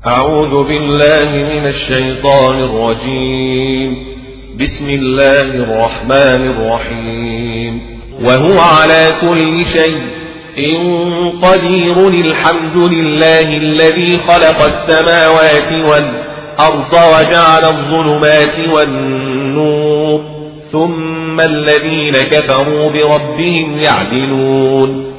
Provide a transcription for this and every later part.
أعوذ بالله من الشيطان الرجيم. بسم الله الرحمن الرحيم. وهو على كل شيء قدير. الحمد لله الذي خلق السماوات والأرض وجعل الظلمات والنور ثم الذين كفروا بربهم يعدلون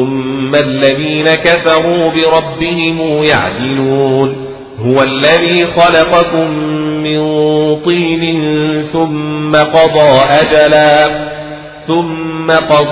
هو الذي خلقكم من طين ثم قضى أجلا ثم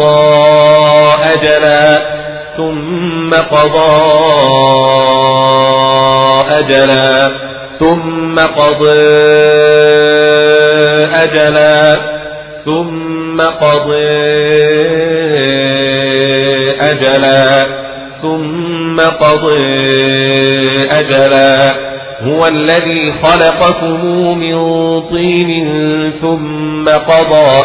قضى أجلا هو الذي خلقكم من طين ثم قضى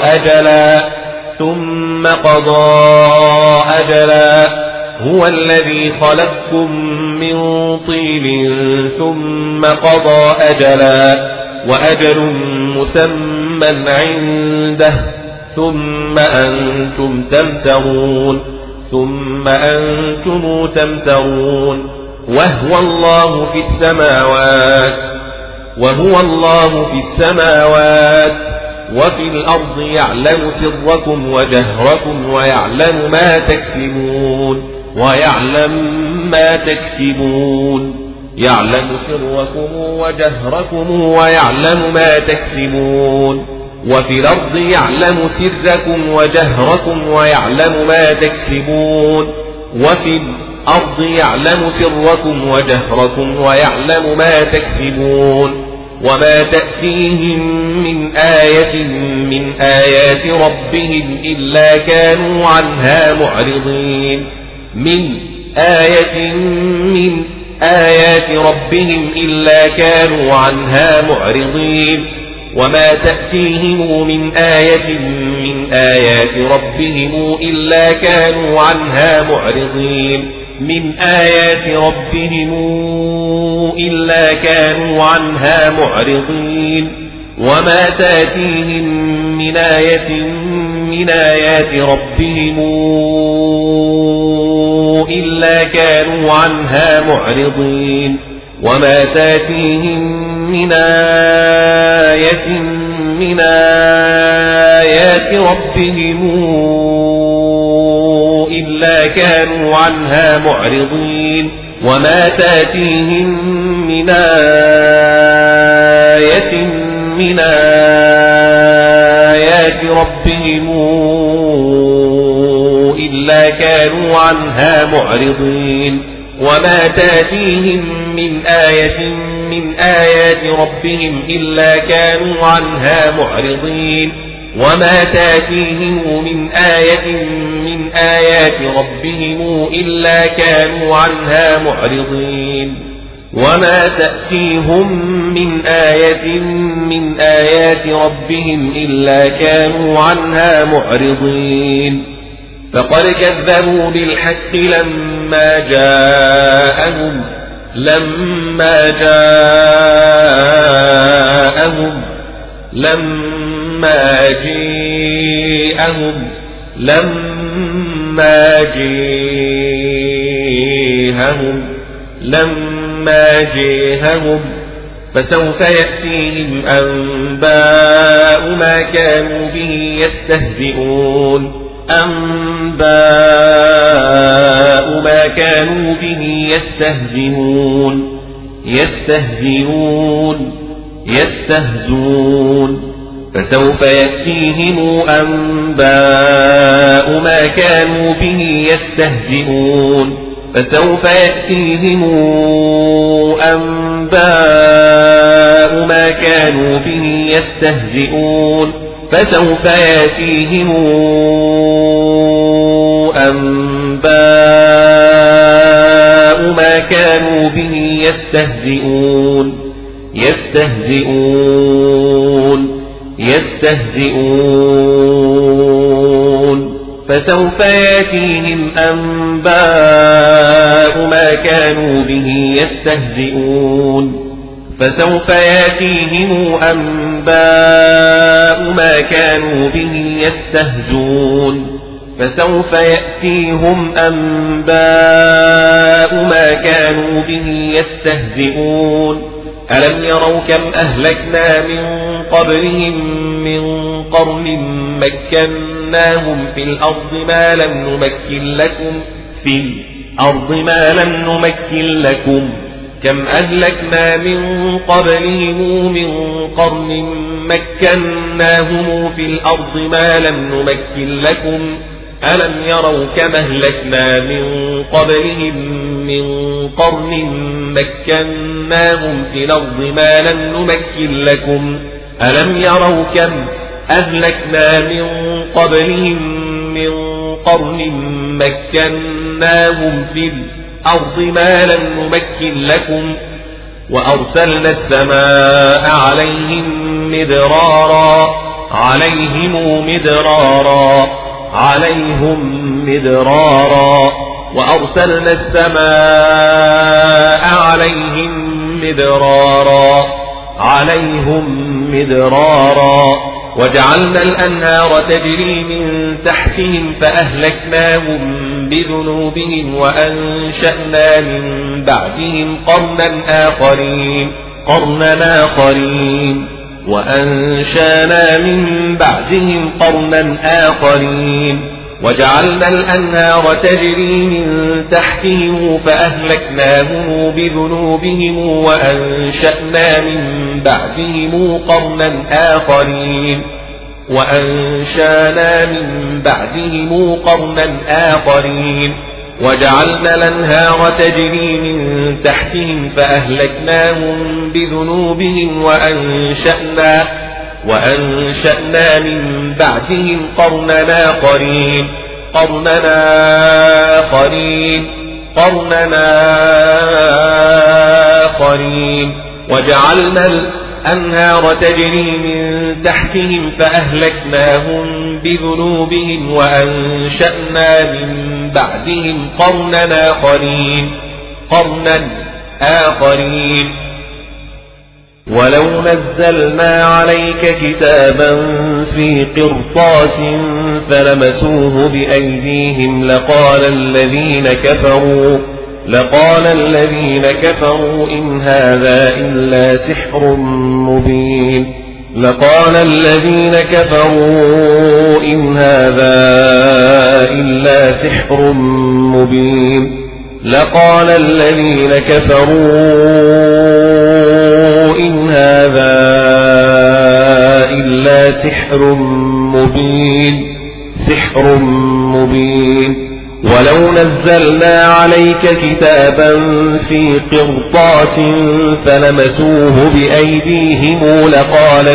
أجلا هو الذي خلقكم من طين ثم قضى أجلا وأجل مسمى عنده ثم أنتم تمترون وهو الله في السماوات وفي الأرض يعلم سركم وجهركم ويعلم ما تكسبون وفي الأرض يعلم سركم وجهركم ويعلم ما تكسبون وما تأتيهم من آية من آيات ربهم إلا كانوا عنها معرضين وما تأتيهم من آية من آيات ربهم إلا كانوا عنها معرضين وما تأتيهم من آية من آيات ربهم إلا كانوا عنها معرضين وما تأتيهم من آية من آيات ربهم إلا كانوا عنها معرضين وما تأتيهم من آية من آيات ربهم إلا كانوا عنها معرضين وما تأتيهم من آية من آيات ربهم إلا كانوا عنها معرضين وما تأتيهم من آية من آيات ربهم إلا كانوا عنها معرضين وما تأتيهم من آية من آيات ربهم إلا كانوا عنها معرضين فقد كذبوا بالحق لما جاءهم فسوف يأتيهم أنباء ما كانوا به يستهزئون فسوف يأتيهم أنباء ما كانوا به يستهزئون فسوف يأتيهم أنباء ما كانوا به يستهزئون فسوف يأتيهم أنباء ما كانوا به يستهزئون فسوف يأتيهم أنباء ما كانوا به يستهزئون فسوف يأتيهم أنباء ما كانوا به يستهزئون فسوف يأتيهم أنباء ما كانوا به يستهزئون ألم يروا كم أهلكنا من قبلهم من قرن مكناهم في الأرض ما لم نمكن لكم كم أهلكنا من قبلهم من قرن مكناهم في الأرض ما لم نمكن لكم ألم يروا كم أهلكنا من قبلهم من قرن مكناهم في الأرض ما لم نمكن لكم ألم يروا كم أهلكنا من قبلهم من قرن مكناهم في الأرض ما لم نمكن لكم وأرسلنا السماء عليهم مدرارا وأرسلنا السماء عليهم مدرارا وجعلنا الأنهار تجري من تحتهم فأهلكناهم بذنوبهم وأنشأنا من بعدهم قرنا آخرين وجعلنا الأنهار تجري من تحتهم فأهلكناهم بذنوبهم وأنشأنا من بعدهم قرنا آخرين وجعلنا الأنهار تجري من تحتهم فأهلكناهم بذنوبهم وأنشأنا من بعدهم قرنا آخرين وجعلنا الأنهار تجري من تحتهم فأهلكناهم بذنوبهم وأنشأنا من بعدهم قرنا آخرين ولو نزلنا عليك كتابا في قرطاس فلمسوه بأيديهم لقال الذين كفروا إن هذا إلا سحر مبين لقال الذين كفروا إن هذا إلا سحر مبين لقال الذين كفروا إن هذا إلا سحر مبين ولو نزلنا عليك كتابا في قرطاس فلمسوه بأيديهم لقال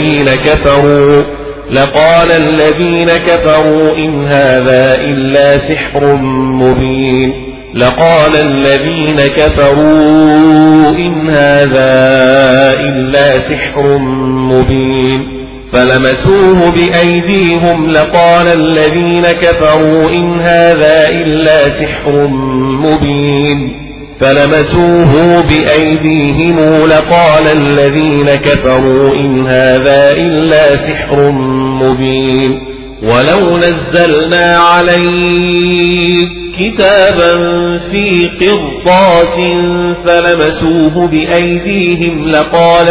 الذين كفروا إن هذا إلا سحر مبين لقال الذين كفروا إن هذا إلا سحر مبين فلمسوه بأيديهم لقال الذين كفروا إن هذا إلا سحر مبين فلمسوه بأيديهم لقال الذين كفروا إن هذا إلا سحر مبين ولو نزلنا عليك كتابا في قرطاس فلمسوه بأيديهم لقال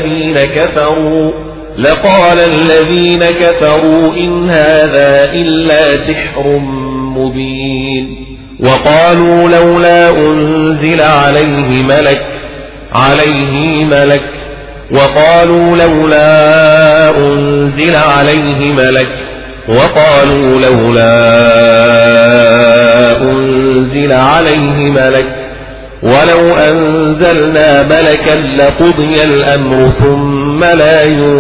الذين كفروا إن هذا إلا سحر مبين وقالوا لولا أنزل عليه ملك وقالوا لولا أنزل عليه ملك ولو أنزلنا ملكا لقضي الأمر ثم لا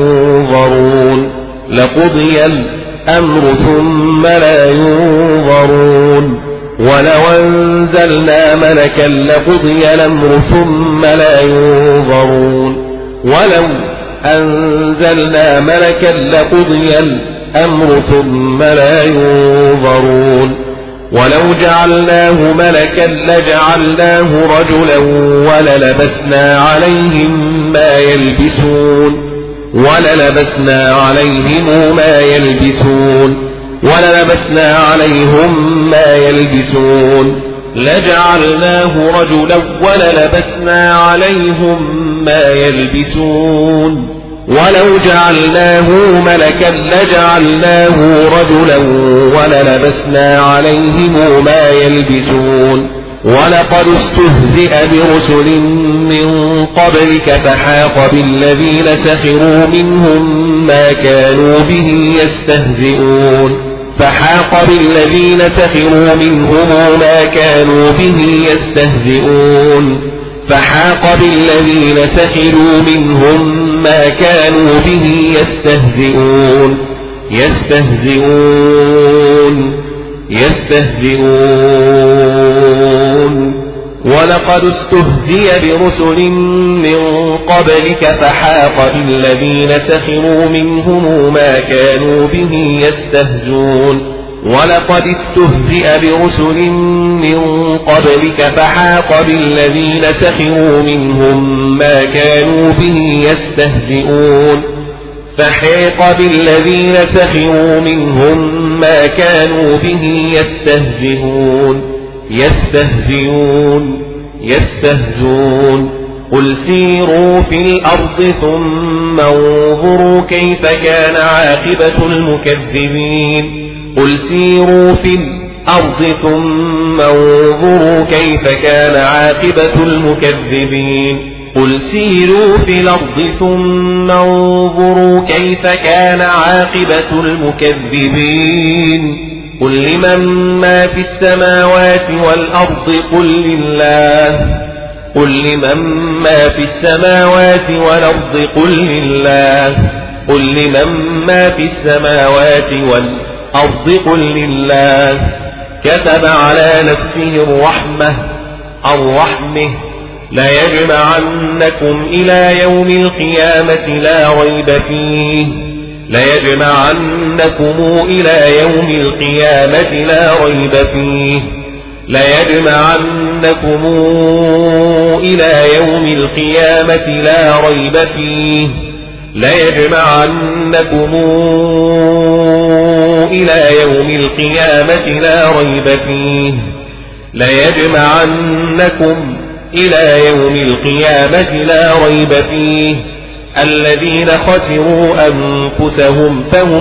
ينظرون ولو أنزلنا ملكا لقضي الأمر ثم لا ينظرون ولو أنزلنا ملكا لقضي الأمر ثم لا ينظرون ولو جعلناه ملكا لجعلناه رجلا وللبسنا عليهم ما يلبسون وللبسنا عليهم ما يلبسون لجعلناه رجلا وللبسنا عليهم ما يلبسون ولو جعلناه ملكا لجعلناه رجلا وللبسنا عليهم ما يلبسون ولقد استهزئ برسل من قبلك فحاق بالذين سخروا منهم ما كانوا به يستهزئون ولقد استهزئ برسل من قبلك فحاق بالذين سخروا منهم ما كانوا به يستهزئون ولقد استهزئ برسل من قبلك فحاق بالذين سخروا منهم ما كانوا به يستهزئون فحاق بالذين سخروا منهم ما كانوا به يستهزئون قل سيروا في الأرض ثم انظروا كيف كان عاقبة المكذبين قل سيروا في الأرض ثم انظروا كيف كان عاقبة المكذبين قل سيروا في الأرض ثم انظروا كيف كان عاقبة المكذبين قل لمن ما في السماوات والأرض قل لله قل لمن ما في السماوات والأرض قل لله قل لمن ما في السماوات والأرض قل لله كتب على نفسه الرحمة لا يجمعنكم إلى يوم القيامة لا ريب فيه ليجمعنكم إلى يوم القيامة لا ريب فيه ليجمعنكم إلى يوم القيامة لا ريب فيه ليجمعنكم إلى يوم القيامة لا ريب فيه ليجمعنكم إلى يوم القيامة لا ريب فيه الذين خسروا أنفسهم فهم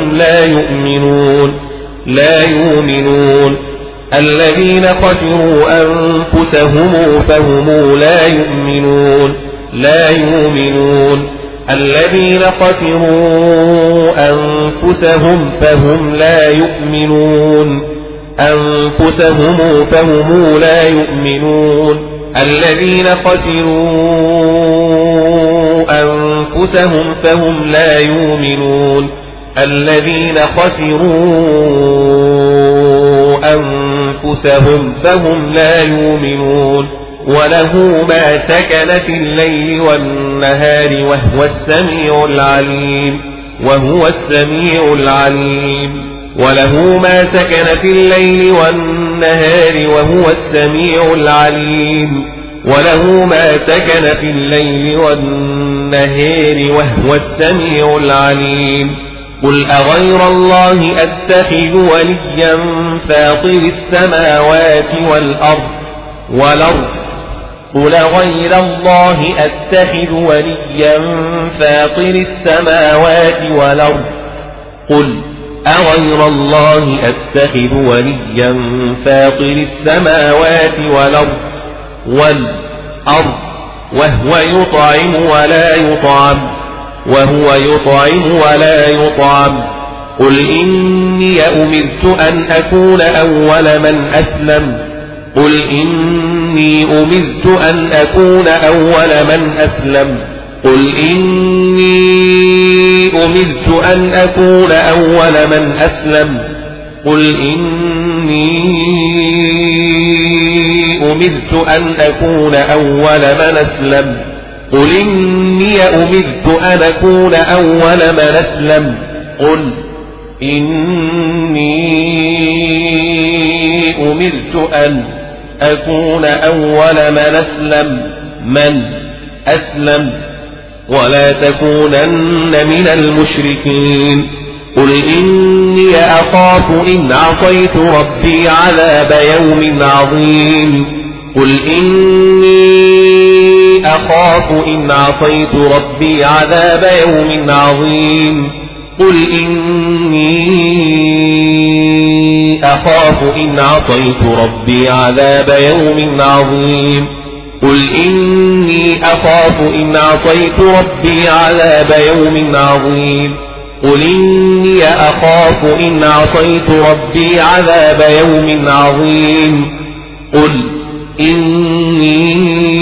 لا يؤمنون الذين خسروا أنفسهم فهم لا يؤمنون الذين خسروا أنفسهم فهم لا يؤمنون الذين خسروا أنفسهم فهم لا يؤمنون الذين خسروا أنفسهم فهم لا يؤمنون وله ما سكن في الليل والنهار وهو السميع العليم وله ما سكن في الليل والنهار وهو السميع العليم وله ما سكن في الليل والنهار وهو السميع العليم قل أغير الله أتخذ وليا فاطر السماوات والأرض قل غير الله أتخذ وليا فاطر السماوات والأرض قل أغير الله أتخذ وليا فاطر السماوات والأرض وهو يطعم ولا يطعم قل إني أمرت أن أكون أول من أسلم قل إني أمرت أن أكون أول من أسلم قل إني أمرت أن أكون أول من أسلم قل إني أمرت أن أكون أول من أسلم قل إني أمرت أن أكون أول من أسلم قل إني أمرت أن أكون أول من أسلم ولا تكونن من المشركين قل إني أخاف إن عصيت ربي عذاب يوم عظيم قل إني أخاف إن عصيت ربي عذاب يوم عظيم قل إني أخاف إن عصيت ربي عذاب يوم عظيم قل إني أخاف إن عصيت ربي عذاب يوم عظيم قل إني أخاف إن عصيت ربي عذاب يوم عظيم قل إني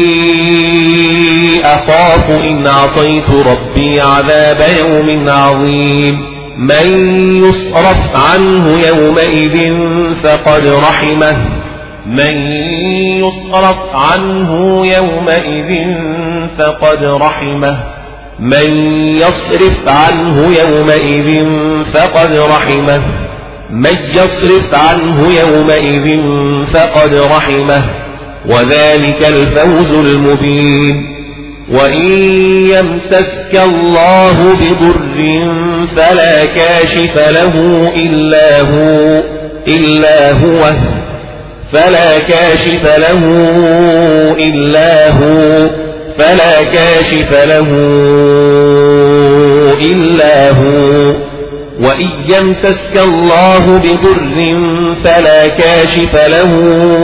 أخاف إن عصيت ربي عذاب يوم عظيم من يصرف عنه يومئذ فقد رحمه من يصرف عنه يومئذ فقد رحمه من يصرف عنه يومئذ فقد رحمه من يصرف عنه يومئذ فقد رحمه وذلك الفوز المبين وإن يمسسك الله بضر فلا كاشف له إلا هو فلا كاشف له إلا هو فلا كاشف له إلا هو وإن يمسسك الله بضر فلا كاشف له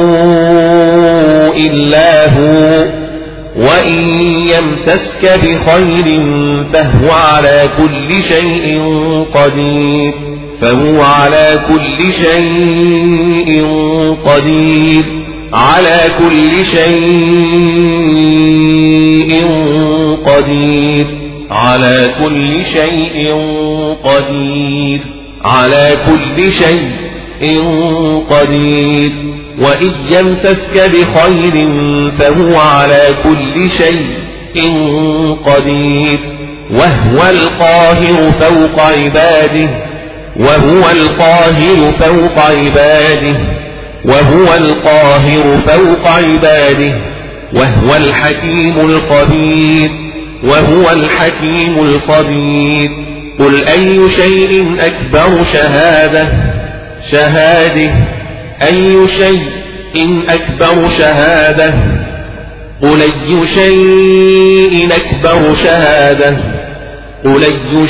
إلا هو وإن يمسسك بخير فهو على كل شيء قدير فهو على كل شيء قدير على كل شيء قدير على كل شيء قدير على كل شيء قدير وإن يمسسك بخير فهو على كل شيء قدير وهو القاهر فوق عباده وهو القاهر فوق عباده وهو القاهر فوق عباده وهو الحكيم الخبير وهو الحكيم الخبير قل أي شيء أكبر شهادة أي شيء أكبر شهادة قل أي شيء أكبر شهادة قل أي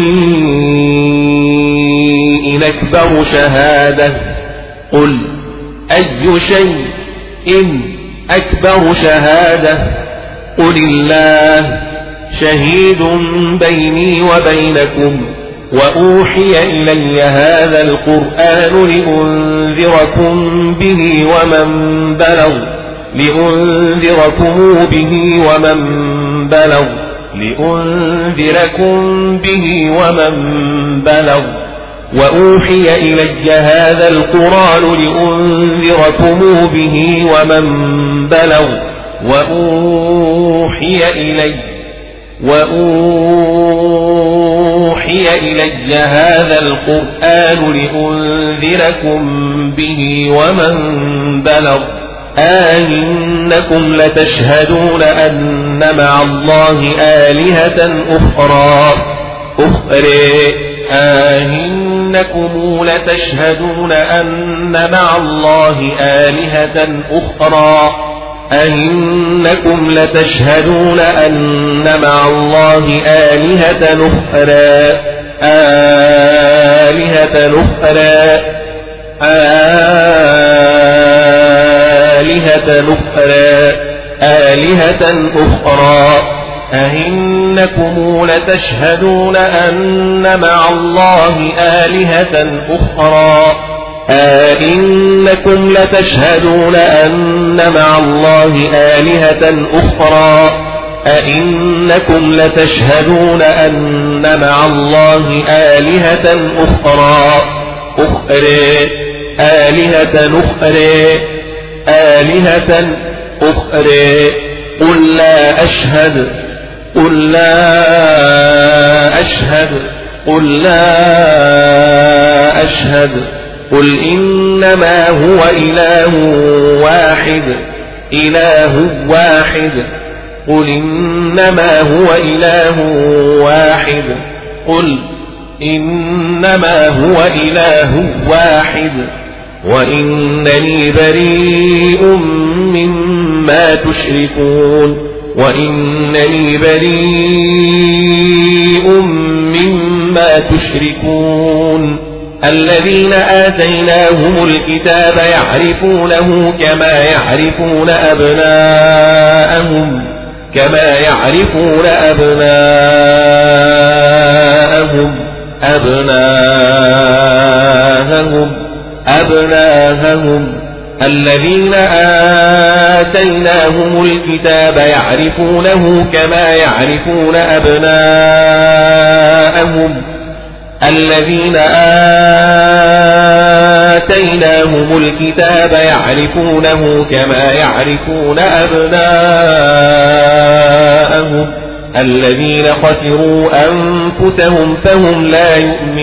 شيء أكبر شهادة قل أي شيء أكبر شهادة قل الله شهيد بيني وبينكم وأوحي إلي هذا القرآن لأنذركم به ومن بلغ لأنذركم به ومن بلغ لأنذركم به ومن بلغ وأوحي إلي هذا القرآن لأنذركم به ومن بلغ وأوحي إلي هذا القرآن لأنذركم به ومن بلغ أئنكم لتشهدون أن مع الله آلهة أخرى أئنكم لتشهدون أن مع الله آلهة أخرى أئنكم لتشهدون أن مع الله آلهة أخرى أئنكم لتشهدون أن مع الله آلهة أخرى أئنكم لتشهدون أن مع الله آلهة أخرى أئنكم لتشهدون أن مع الله آلهة أخرى آلهة أخرى قل لا أشهد قل لا أشهد قل إنما هو إله واحد إله واحد قل إنما هو إله واحد قل إنما هو إله واحد وإنني بريء مما تشركون وإنني بريء مما تشركون الذين آتيناهم الكتاب يعرفونه كما يعرفون أبناءهم أبناءهم الذين آتيناهم الكتاب يعرفونه كما يعرفون أبناءهم الذين آتيناهم الكتاب يعرفونه كما يعرفون أبناءهم الذين خسروا أنفسهم فهم لا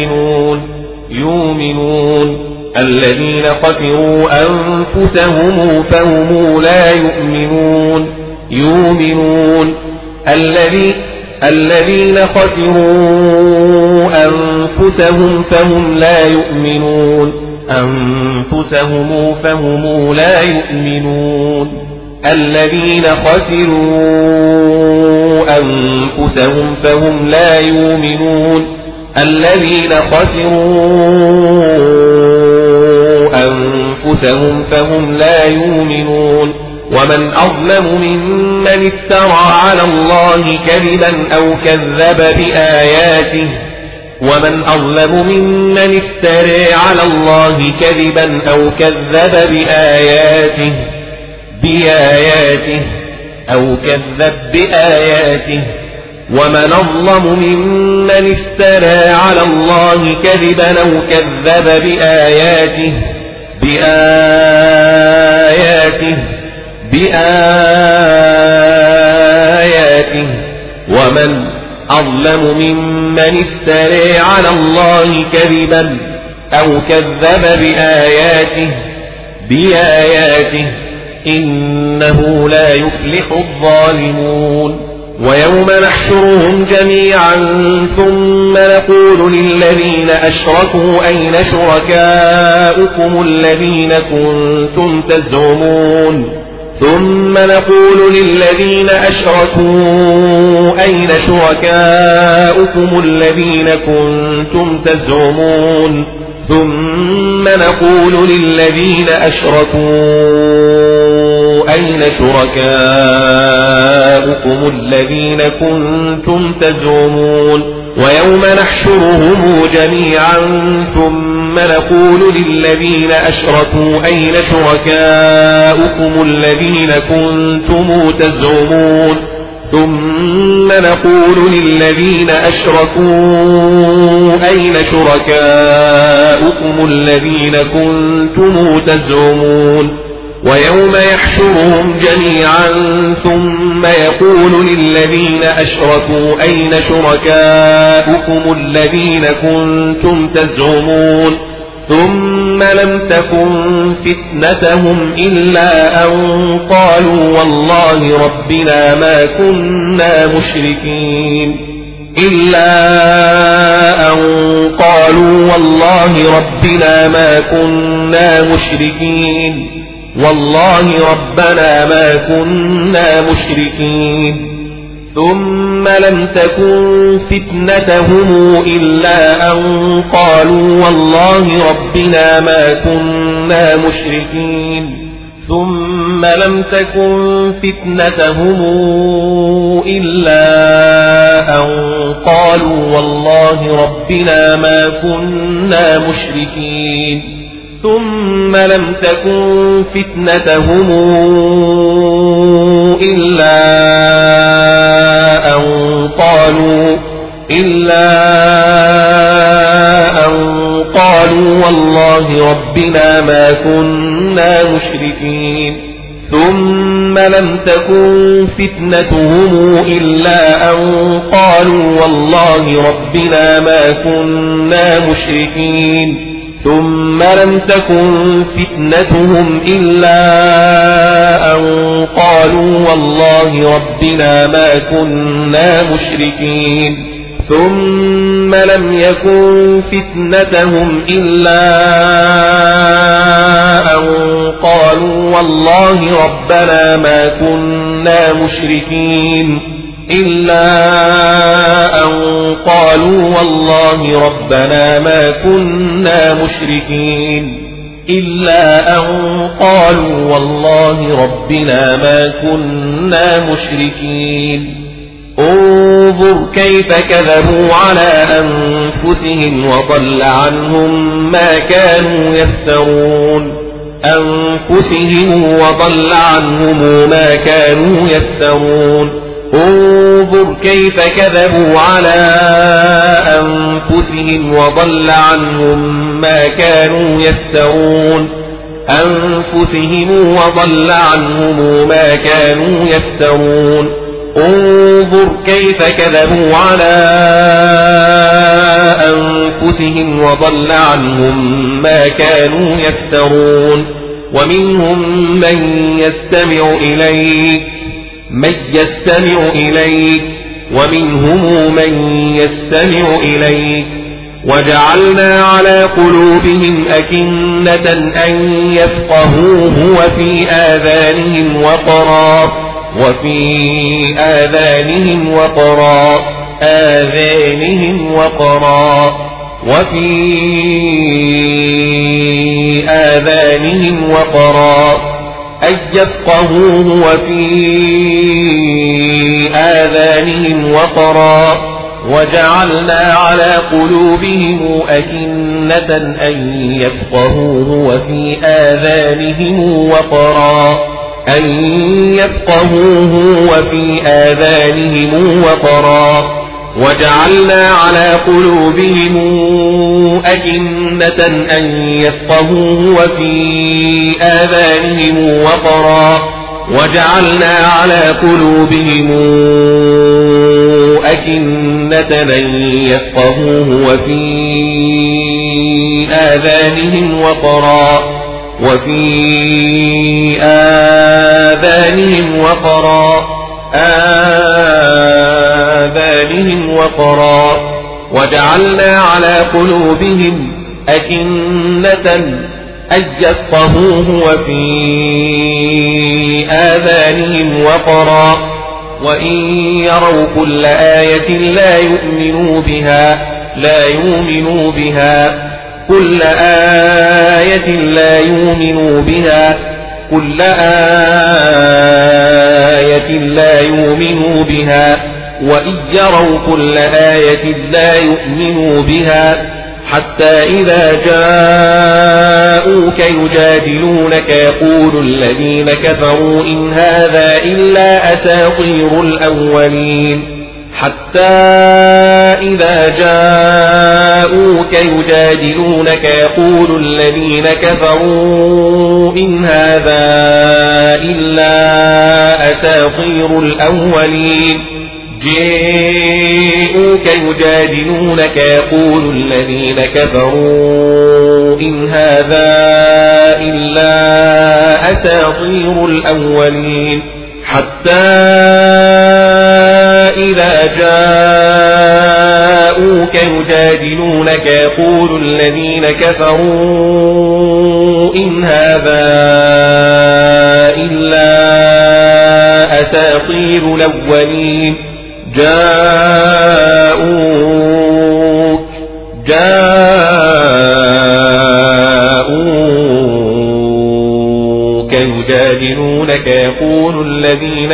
يؤمنون الذين خسروا أنفسهم فهم لا يؤمنون الذين خسروا أنفسهم فهم لا يؤمنون الذين خسروا أنفسهم فهم لا يؤمنون الذين خسروا أنفسهم فهم لا يؤمنون ومن أظلم ممن افترى على الله كذبا أو كذب بآياته ومن أظلم ممن افترى على الله كذبا أو كذب بآياته ومن أظلم ممن افترى على الله كذبا أو كذب بآياته إنه لا يفلح الظالمون ويوم نحشرهم جميعا ثم نقول للذين أشركوا أين شركاؤكم الذين كنتم تزعمون ثم نقول للذين أشركوا أين شركاؤكم الذين كنتم تزعمون ثم نقول للذين أشركوا أين شركاؤكم الذين كنتم تزعمون ويوم نحشرهم جميعا ثم نقول للذين أشركوا أين شركاؤكم الذين كنتم تزعمون ثم نقول للذين أشركوا أين شركاؤكم الذين كنتم تزعمون ويوم يحشرهم جميعا ثم يقول للذين أشركوا أين شركاؤكم الذين كنتم تزعمون ثم لم تكن فتنتهم إلا أن قالوا والله ربنا ما كنا مشركين والله ربنا ما كنا مشركين ثم لم تكن فتنتهم إلا أن قالوا والله ربنا ما كنا مشركين ثم لم تكن فتنتهم إلا أن قالوا والله ربنا ما كنا مشركين ثم لم تكن فتنتهم إلا أن قالوا والله ربنا ما كنا مشركين ثم لم تكن فتنتهم إلا أن قالوا والله ربنا ما كنا مشركين ثم لم تكن فتنتهم إلا أن قالوا والله ربنا ما كنا مشركين ثم لم يكن فتنتهم إلا أن قالوا والله ربنا ما كنا مشركين إلا أن قالوا والله ربنا ما كنا مشركين إلا أن قالوا والله ربنا ما كنا مشركين انظر كيف كذبوا على أنفسهم وضل عنهم ما كانوا يفترون أنفسهم وضل عنهم ما كانوا يفترون انظر كيف كذبوا على أنفسهم وضل عنهم ما كانوا يفترون أنفسهم وضل عنهم ما كانوا يفترون انظر كيف كذبوا على أنفسهم وضل عنهم ما كانوا يفترون ومنهم من يستمع إليك ومنهم من يستمع إليك وجعلنا على قلوبهم أكنة أن يفقهوه وفي آذانهم وقرا أن يفقهوه وفي آذانهم وقرا وجعلنا على قلوبهم أكنة أن يفقهوه وفي آذانهم وقرا وجعلنا على قلوبهم أكنة أن يفقهوه وفي آذانهم وقرا وجعلنا على قلوبهم أكنة أن يفقهوه وفي آذانهم وقرا وجعلنا على قلوبهم أكنة أن يفقهوه وفي آذانهم وقرا وإن يروا كل آية لا يؤمنوا بها كل آية لا يؤمنوا بها وإن يروا كل آية لا يؤمنوا بها حتى إذا جاءوك يجادلونك يقول الذين كفروا إن هذا إلا أساطير الأولين حتى إذا جاءوك يجادلونك يقول الذين كفروا إن هذا إلا أساطير الأولين جاءوك يجادلونك يقول الذين كفروا إن هذا إلا أساطير الأولين حتى إذا جاءوك يجادلونك يقول الذين كفروا إن هذا إلا أساطير الأولين جاءوك يجادلونك يقول الذين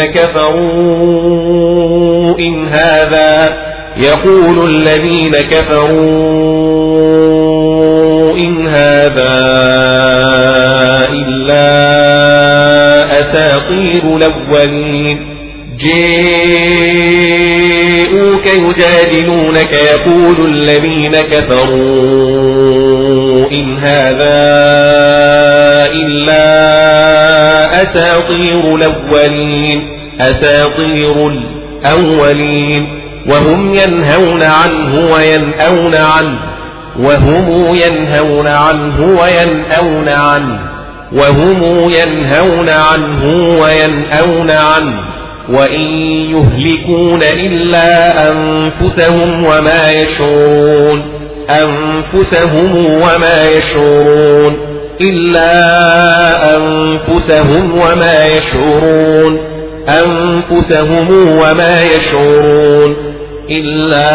كفروا إن هذا إلا أساطير الأولين جاءوك يجادلونك يقول الذين كفروا إن هذا إلا أساطير الأولين وهم ينهون عنه وينأون عنه وهم ينهون عنه وينأون عنه وهم ينهون عنه وينأون عنه وإن يهلكون إلا أنفسهم وما يشعرون أنفسهم وما يشعرون إلا أنفسهم وما يشعرون أنفسهم وما يشعرون إلا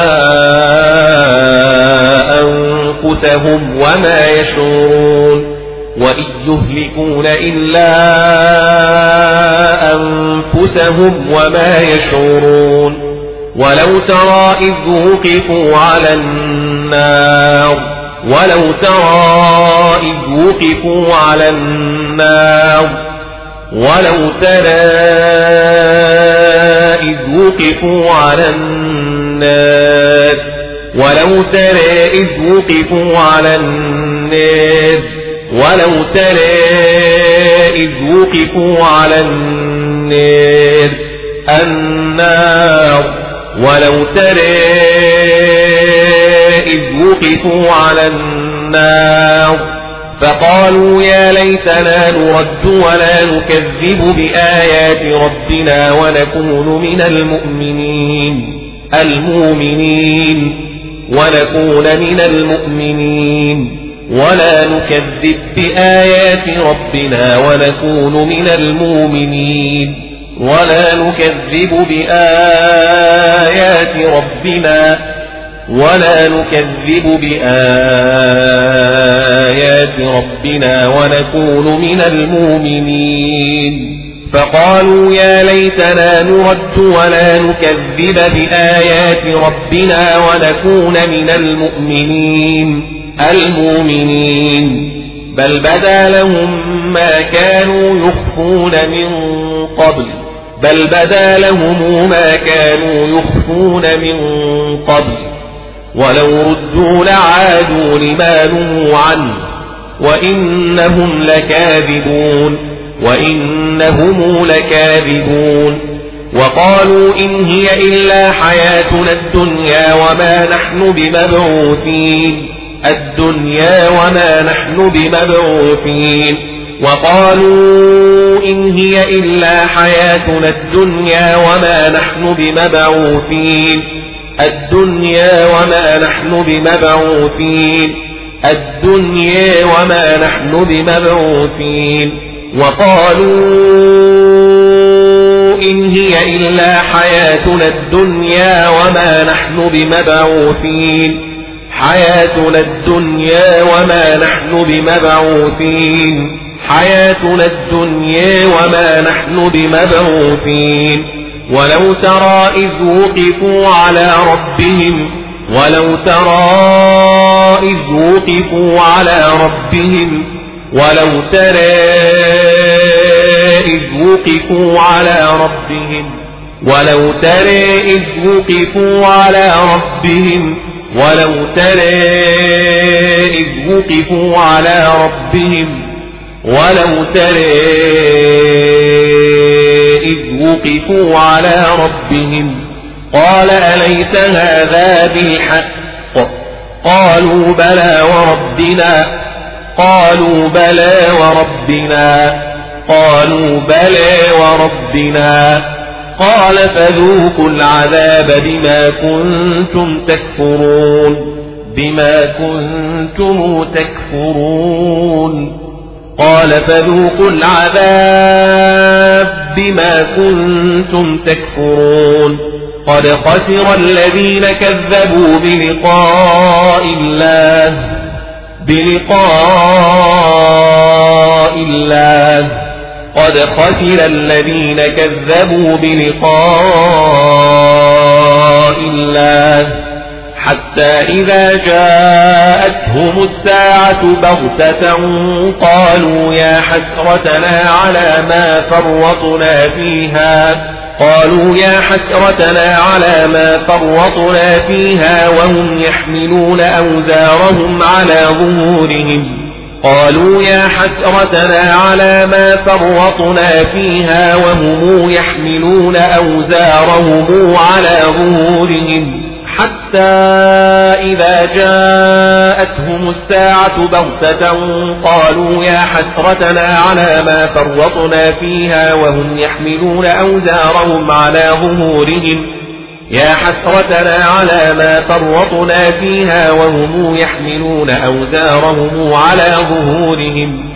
أنفسهم وما يشعرون وإن يهلكون إلا أنفسهم وما يشعرون ولو ترى إذ وقفوا على النار ولو ترى إذ وقفوا على النار ولو ترى إذ وقفوا على النار ولو ترى إذ وقفوا على النار ولو ترى إذ وقفوا على النار ولو ترى إذ وقفوا على النار فقالوا يا ليتنا نرد ولا نكذب بآيات ربنا ونكون من ونكون من المؤمنين ولا نكذب بآيات ربنا ونكون من المؤمنين ولا نكذب بآيات ربنا ونكون من المؤمنين فقالوا يا ليتنا نرد ولا نكذب بآيات ربنا ونكون من المؤمنين بل بدا لهم ما كانوا يخفون من قبل ولو ردوا لعادوا لما نهوا عنه وإنهم لكاذبون وقالوا إن هي إلا حياتنا الدنيا وما نحن بمبعوثين وقالوا إن هي إلا حياتنا الدنيا وما نحن بمبعوثين وقالوا إن هي إلا حياتنا الدنيا وما نحن بمبعوثين حياتنا الدنيا وما نحن بمبعوثين ولو ترى إذ وقفوا على ربهم ولو ترى إذ وقفوا على ربهم قال أليس هذا بالحق قالوا بلى وربنا قال فذوقوا العذاب بما كنتم تكفرون قال فذوقوا العذاب بما كنتم تكفرون قد خسر الذين كذبوا بلقاء الله قد خسر الذين كذبوا بلقاء الله حتى إذا جاءتهم الساعة بغتة قالوا يا حسرتنا على ما فرطنا فيها وهم يحملون أوزارهم على ظهورهم قالوا يا حسرتنا على ما فرطنا فيها وهم يحملون أوزارهم على ظهورهم حتى إذا جاءتهم الساعة بغتة قالوا يا حسرتنا على ما فرطنا فيها وهم يحملون أوزارهم على ظهورهم يا حسرتنا على ما فرطنا فيها وهم يحملون أوزارهم على ظهورهم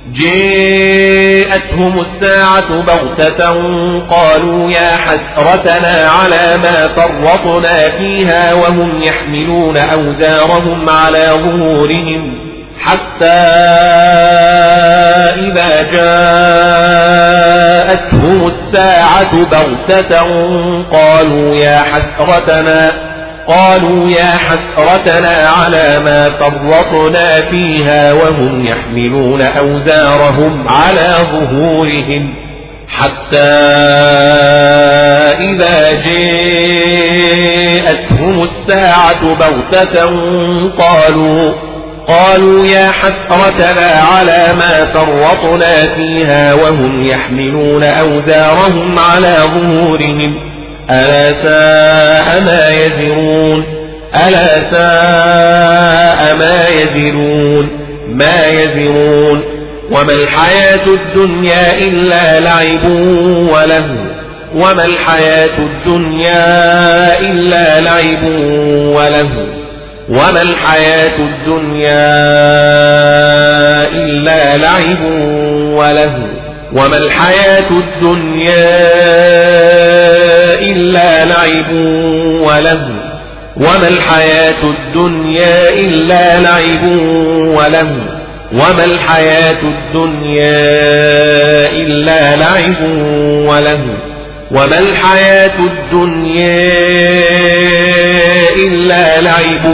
جاءتهم الساعة بغتة قالوا يا حسرتنا على ما فرطنا فيها وهم يحملون أوزارهم على ظهورهم حتى إذا جاءتهم الساعة بغتة قالوا يا حسرتنا على ما فرطنا فيها وهم يحملون أوزارهم على ظهورهم حتى إذا جاءتهم الساعة بغتة قالوا يا حسرتنا على ما فرطنا فيها وهم يحملون أوزارهم على ظهورهم ألا ساء ما يزرون وما الحياة الدنيا إلا لعب ولهو وما الحياة الدنيا إلا لعب ولهو وما الحياة الدنيا إلا لعب ولهو وما الحياة الدنيا إلا لعب ولهو وما الحياة الدنيا إلا لعب ولهو وما الحياة الدنيا إلا لعب ولهو وما الحياة الدنيا إلا لعب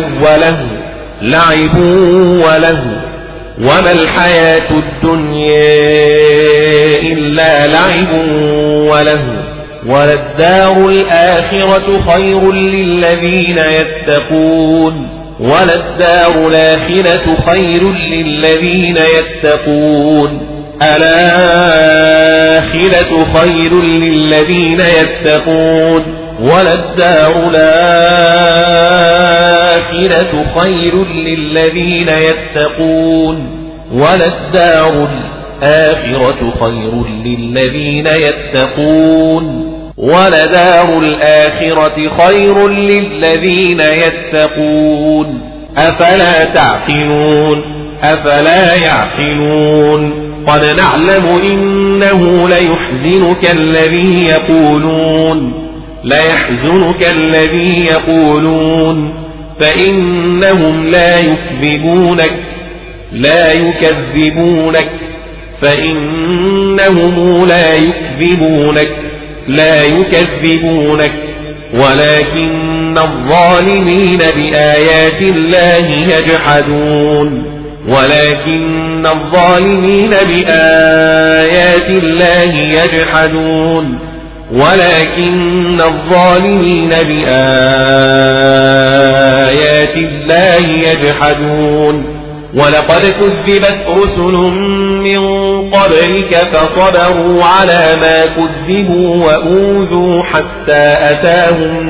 ولهو وما الحياة الدنيا إلا لعب ولهو وللدار الآخرة خير للذين يتقون الآخرة خير للذين يتقون وللدار الآخرة خير للذين يتقون وللدار الآخرة خير للذين يتقون ولدار الآخرة خير للذين يتقون أفلا يعقلون قد نعلم إنه ليحزنك الذي يقولون فإنهم لا يكذبونك فإنهم لا يكذبونك ولكن الظالمين بآيات الله يجحدون ولقد كذبت رسل من قبلك فصبروا على ما كذبوا وأوذوا حتى أتاهم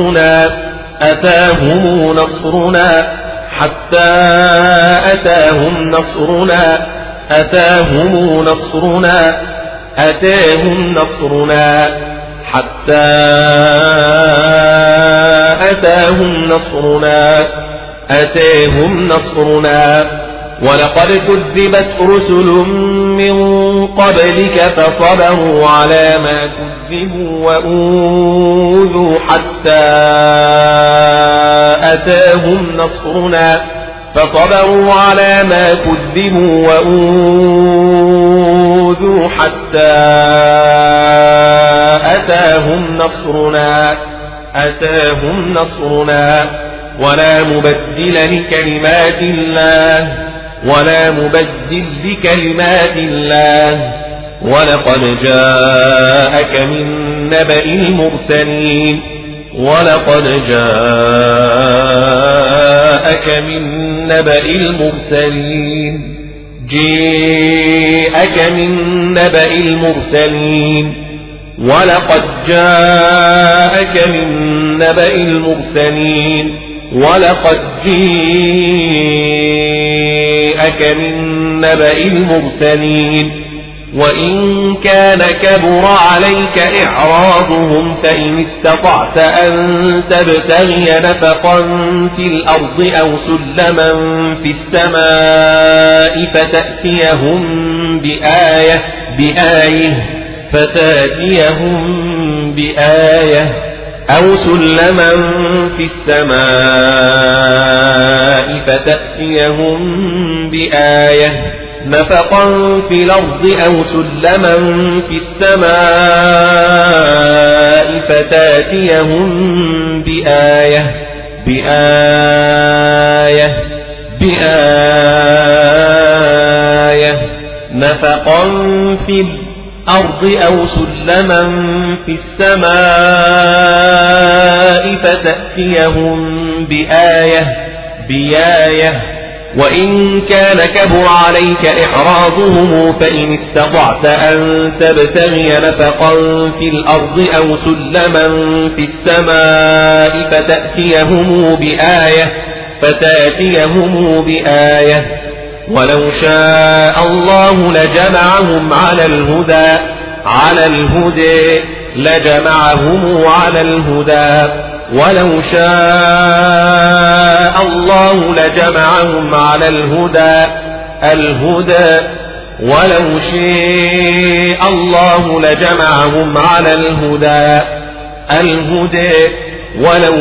نصرنا ولقد كذبت رسل من قبلك فصبروا على ما كذبوا وأوذوا حتى أتاهم نصرنا ولا مبدل لكلمات الله ولقد جاءك من نبأ المرسلين جاءك من نبأ المرسلين ولقد جاءك من نبأ المرسلين ولقد جاءك من نبأ المرسلين وإن كان كبر عليك إعراضهم فإن استطعت أن تبتغي نفقا في الأرض أو سلما في السماء فتأتيهم بآية أو سلما في السماء فتأتيهم بآية نفقا في الأرض أو سلما في السماء فتأتيهم بآية نفقا في الأرض أو سلما في السماء فتأتيهم بآية وإن كان كبر عليك إعراضهم فإن استطعت أن تبتغي نفقا في الأرض أو سلما في السماء فتأتيهم بآية ولو شاء الله لجمعهم على الهدى ولو شاء الله لجمعهم على الهدى ولو شاء الله لجمعهم على الهدى ولو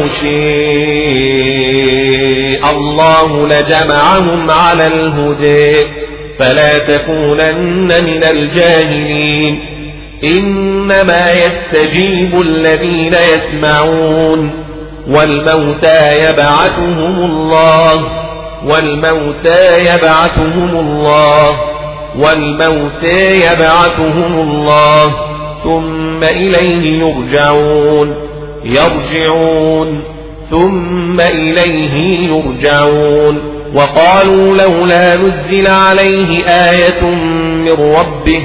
شاء الله لجمعهم على الهدى فلا تكونن من الجاهلين إنما يستجيب الذين يسمعون والموتى يبعثهم الله ثم إليه يرجعون وقالوا لولا نزل عليه آية من ربه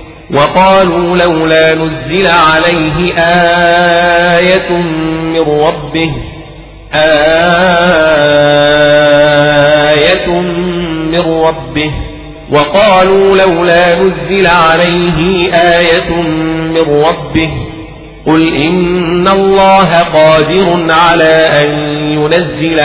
قل إن الله قادر على أن ينزل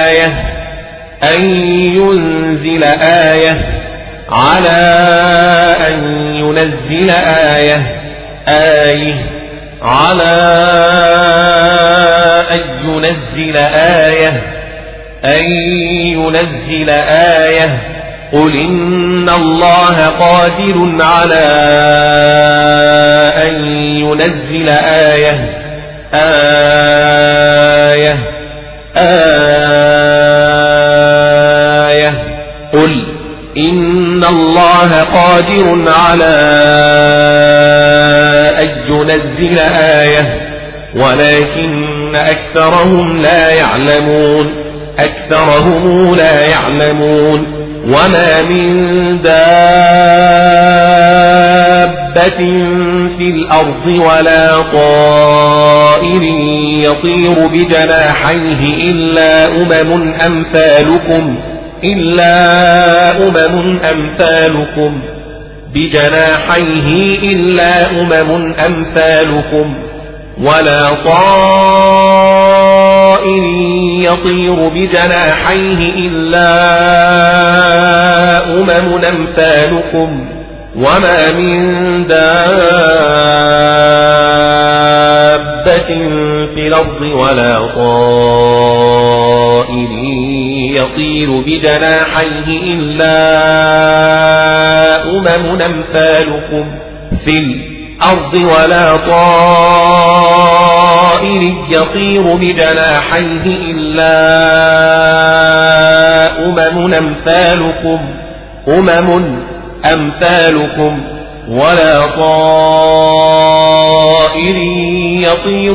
آية قل إن الله قادر على أن ينزل آية قل إن الله قادر على أن ينزل آية ولكن أكثرهم لا يعلمون وما من دابة في الأرض ولا طائر يطير بجناحيه إلا أمم أمثالكم ولا طائر يطير بجناحيه إلا أمم أمثالكم وما من دابة في الأرض ولا طائر يطير بجناحيه إلا أمم أمثالكم في الأرض ولا طائر يطير بجناحيه إلا أمم أمثالكم ولا طائر يطير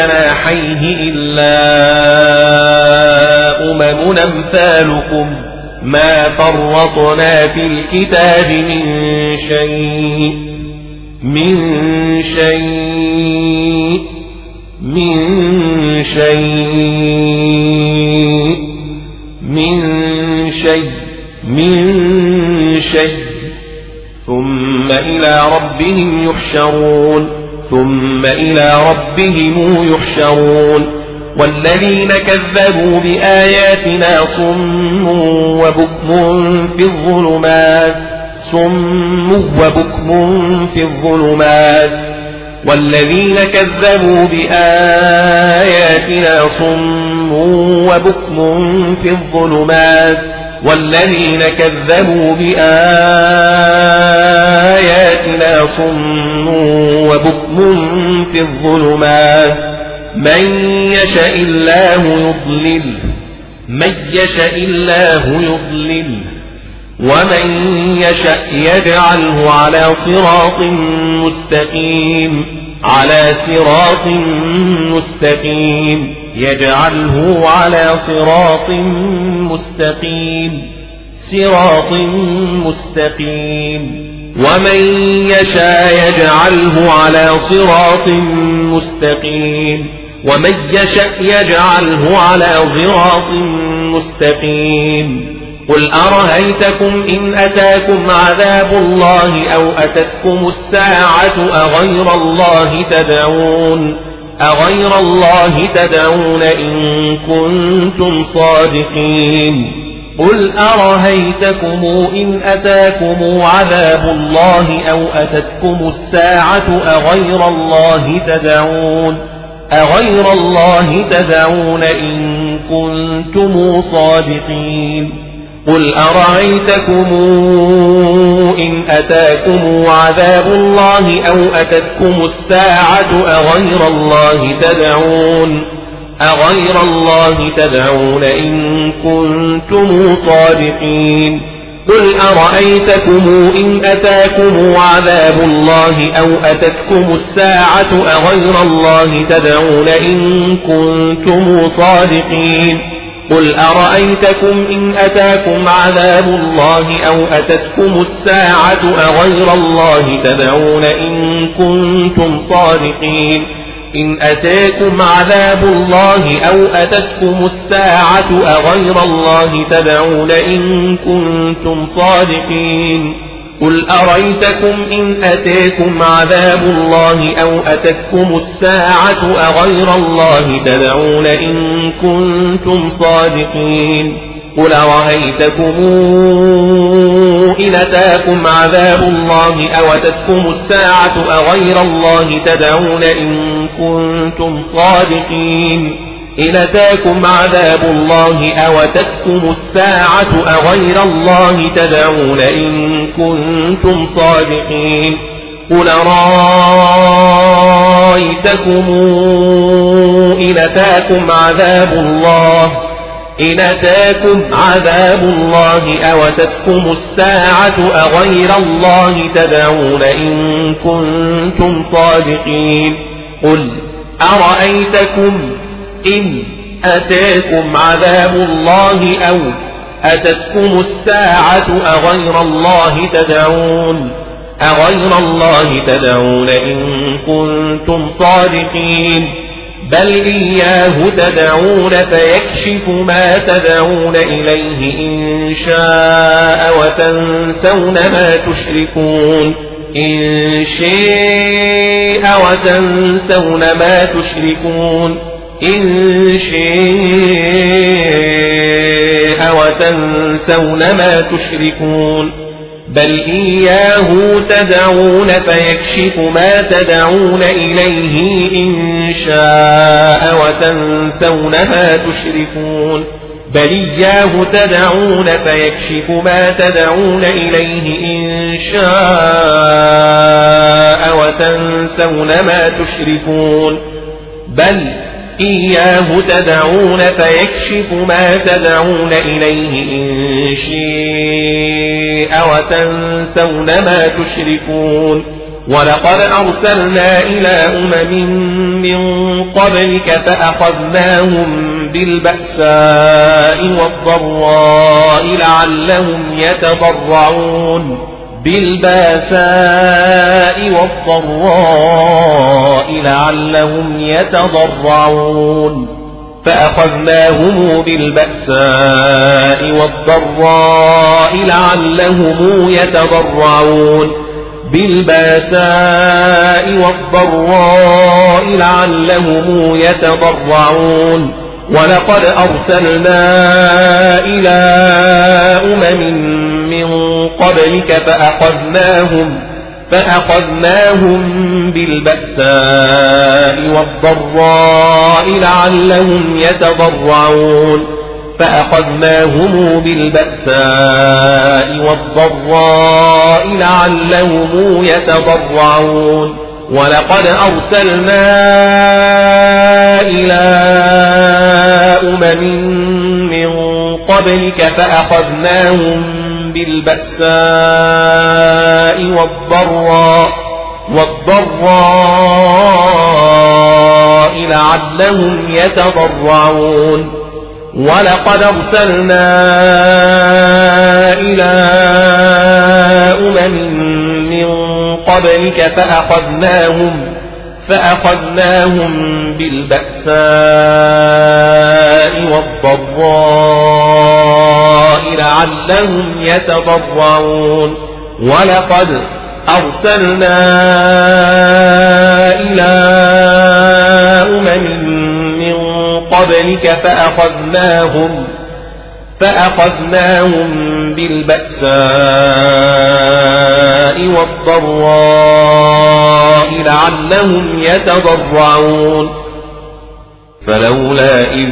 بجناحيه إلا أمم أمثالكم ما فرطنا في الكتاب من شيء ثم إلى ربهم يحشرون والذين كذبوا بآياتنا صم وبكم في الظلمات والذين كذبوا بآياتنا صم وبكم في الظلمات والذين كذبوا بآياتنا صم وبكم في الظلمات من يشاء الله يضلل ومن يشاء يجعله على صراط مستقيم يجعله على صراط مستقيم ومن يشاء يجعله على صراط مستقيم قل أرهيتكم إن أتاكم عذاب الله أو أتتكم الساعة أغير الله تدعون إن كنتم صادقين قل أرهيتكم إن أتاكم عذاب الله أو أتتكم الساعة أغير الله تدعون إن كنتم صادقين قل أرأيتكم إن أتاكم عذاب الله أو أتتكم الساعة أغير الله تدعون إن كنتم صادقين قل أرأيتكم إن أتاكم عذاب الله أو أتتكم الساعة أغير الله تدعون إن كنتم صادقين قل أرأيتكم إن أتاكم عذاب الله أو أتتكم الساعة أغير الله تدعون إن كنتم صادقين إن أتاكم عذاب الله أو أتتكم الساعة أغير الله تدعون إن كنتم صادقين قل أرأيتكم إن أتاكم عذاب الله أو أتتكم الساعة أغير الله تدعون إن كنتم صادقين قل أرأيتكم إن أتاكم عذاب الله أو أتتكم الساعة أغير الله تدعون إن كنتم صادقين إن أتاكم عذاب الله أو أتتكم الساعة أغير الله تدعون إن كنتم صادقين قل أرأيتكم إن أتاكم عذاب الله أو أتتكم الساعة أغير الله تدعون إن كنتم صادقين قل أرأيتكم إن أتاكم عذاب الله أو أتتكم الساعة أغير الله تدعون إن كنتم صادقين بل إياه تدعون فيكشف ما تدعون إليه إن شاء وتنسون ما تشركون بل إياه تدعون فيكشف ما تدعون إليه إن شاء وتنسون ما تشركون بل إياه تدعون فيكشف ما تدعون إليه إن شاء وتنسون ما تشركون بل إياه تدعون فيكشف ما تدعون إليه إن شاء وتنسون ما تشركون ولقد أرسلنا إلى أمم من قبلك فأخذناهم بالبأساء والضراء لعلهم يتضرعون بالبأساء والضراء لعلهم يتضرعون فأخذناهم بالبأساء والضراء لعلهم يتضرعون بالبأساء والضراء لعلهم يتضرعون ولقد أرسلنا إلى من قبلك فأخذناهم بالبأساء والضراء لعلهم يتضرعون فأخذناهم بالبأساء والضراء لعلهم يتضرعون ولقد أرسلنا إلى من قبلك فأخذناهم بالبأساء والضراء لعلهم يتضرعون ولقد أرسلنا إلى من قبلك فأخذناهم بالبأساء والضراء لعلهم يتضرعون ولقد أرسلنا إلى من قبلك فأخذناهم بالبأساء والضراء لعلهم يتضرعون فلولا إذ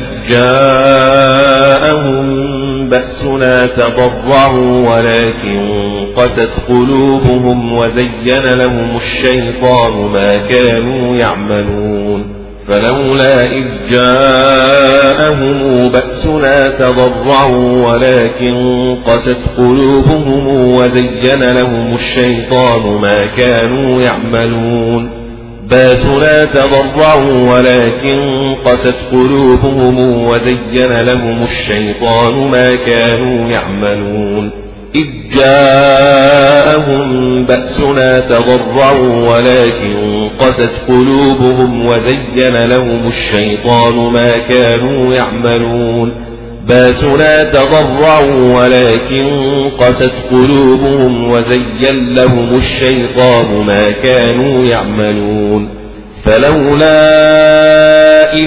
جاءهم بأسنا تضرعوا ولكن قست قلوبهم وزين لهم الشيطان ما كانوا يعملون فلولا إذ جاءهم بأسنا تضرعوا ولكن قست قلوبهم وزين لهم الشيطان ما كانوا يعملون بأسنا تضرعوا ولكن قست قلوبهم وزين لهم الشيطان ما كانوا يعملون إذ جاءهم بأسنا تضرعوا ولكن قست قلوبهم وزين لهم الشيطان ما كانوا يعملون بأسنا تضرعوا ولكن قست قلوبهم وزين لهم الشيطان ما كانوا يعملون فلولا إذ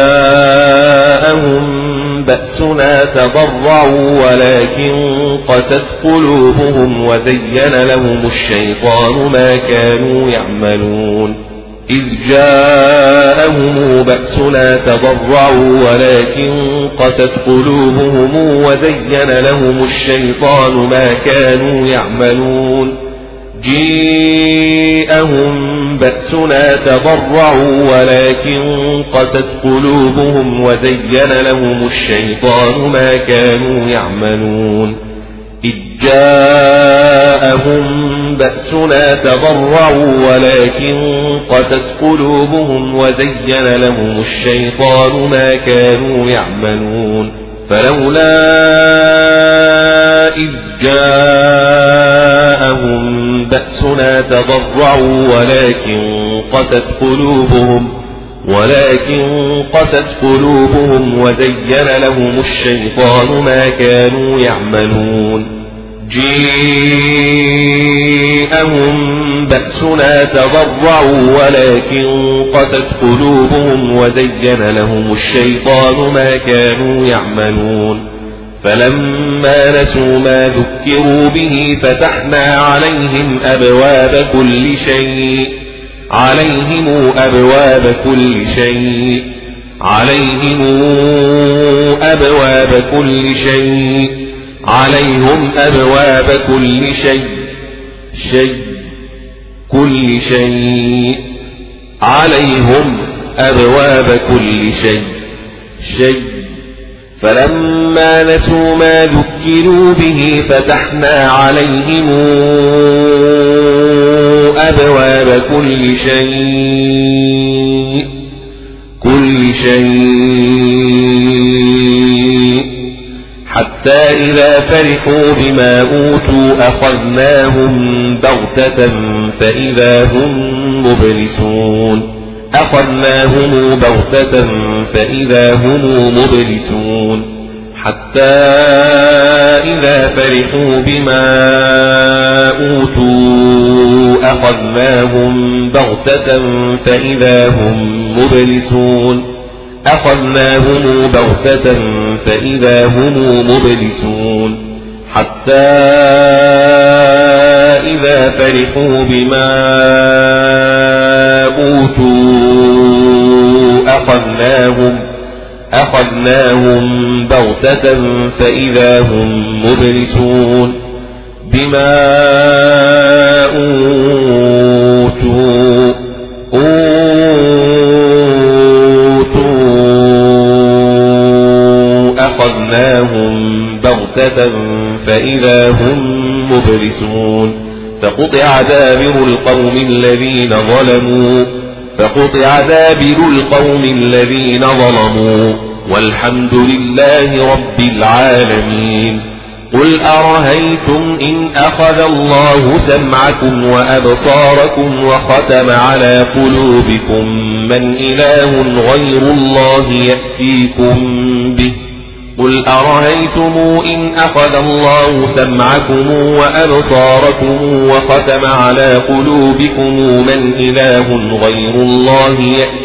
جاءهم بأسنا تضرعوا ولكن قست قلوبهم وزين لهم الشيطان ما كانوا يعملون إذ جاءهم بأسنا تضرعوا ولكن قست قلوبهم وزين لهم الشيطان ما كانوا يعملون جاءهم بأسنا تضرعوا ولكن قست قلوبهم وزين لهم الشيطان ما كانوا يعملون إذ جاءهم بأسنا تضرعوا ولكن قست قلوبهم وزين لهم الشيطان ما كانوا يعملون فلولا إذ جاءهم بأسنا تضرعوا ولكن قست قلوبهم وزين لهم الشيطان ما كانوا يعملون جاءهم بأسنا تضرعوا ولكن قست قلوبهم وزين لهم الشيطان ما كانوا يعملون فلما نسوا ما ذكروا به فتحنا عليهم أبواب كل شيء فلما نسوا ما ذكروا به فتحنا عليهم أبواب كل شيء فرحوا بما أوتوا أخذناهم بغتة فإذا هم مبلسون أخذناهم بغتة فإذا هم مبلسون حتى إذا فرحوا بما أوتوا أخذناهم بغتة فإذا هم مبلسون أخذناهم بغتة فإذا هم مبلسون حتى إذا فرحوا بما أوتوا أخذناهم بغتة فإذا هم مبلسون بما أوتوا أخذناهم بغتة فإذا هم مبلسون فقطع دابر القوم الذين ظلموا والحمد لله رب العالمين قل أرهيتم إن أخذ الله سمعكم وأبصاركم وختم على قلوبكم من إله غير الله يأتيكم به قل أرهيتم إن أخذ الله سمعكم وأبصاركم وختم على قلوبكم من إله غير الله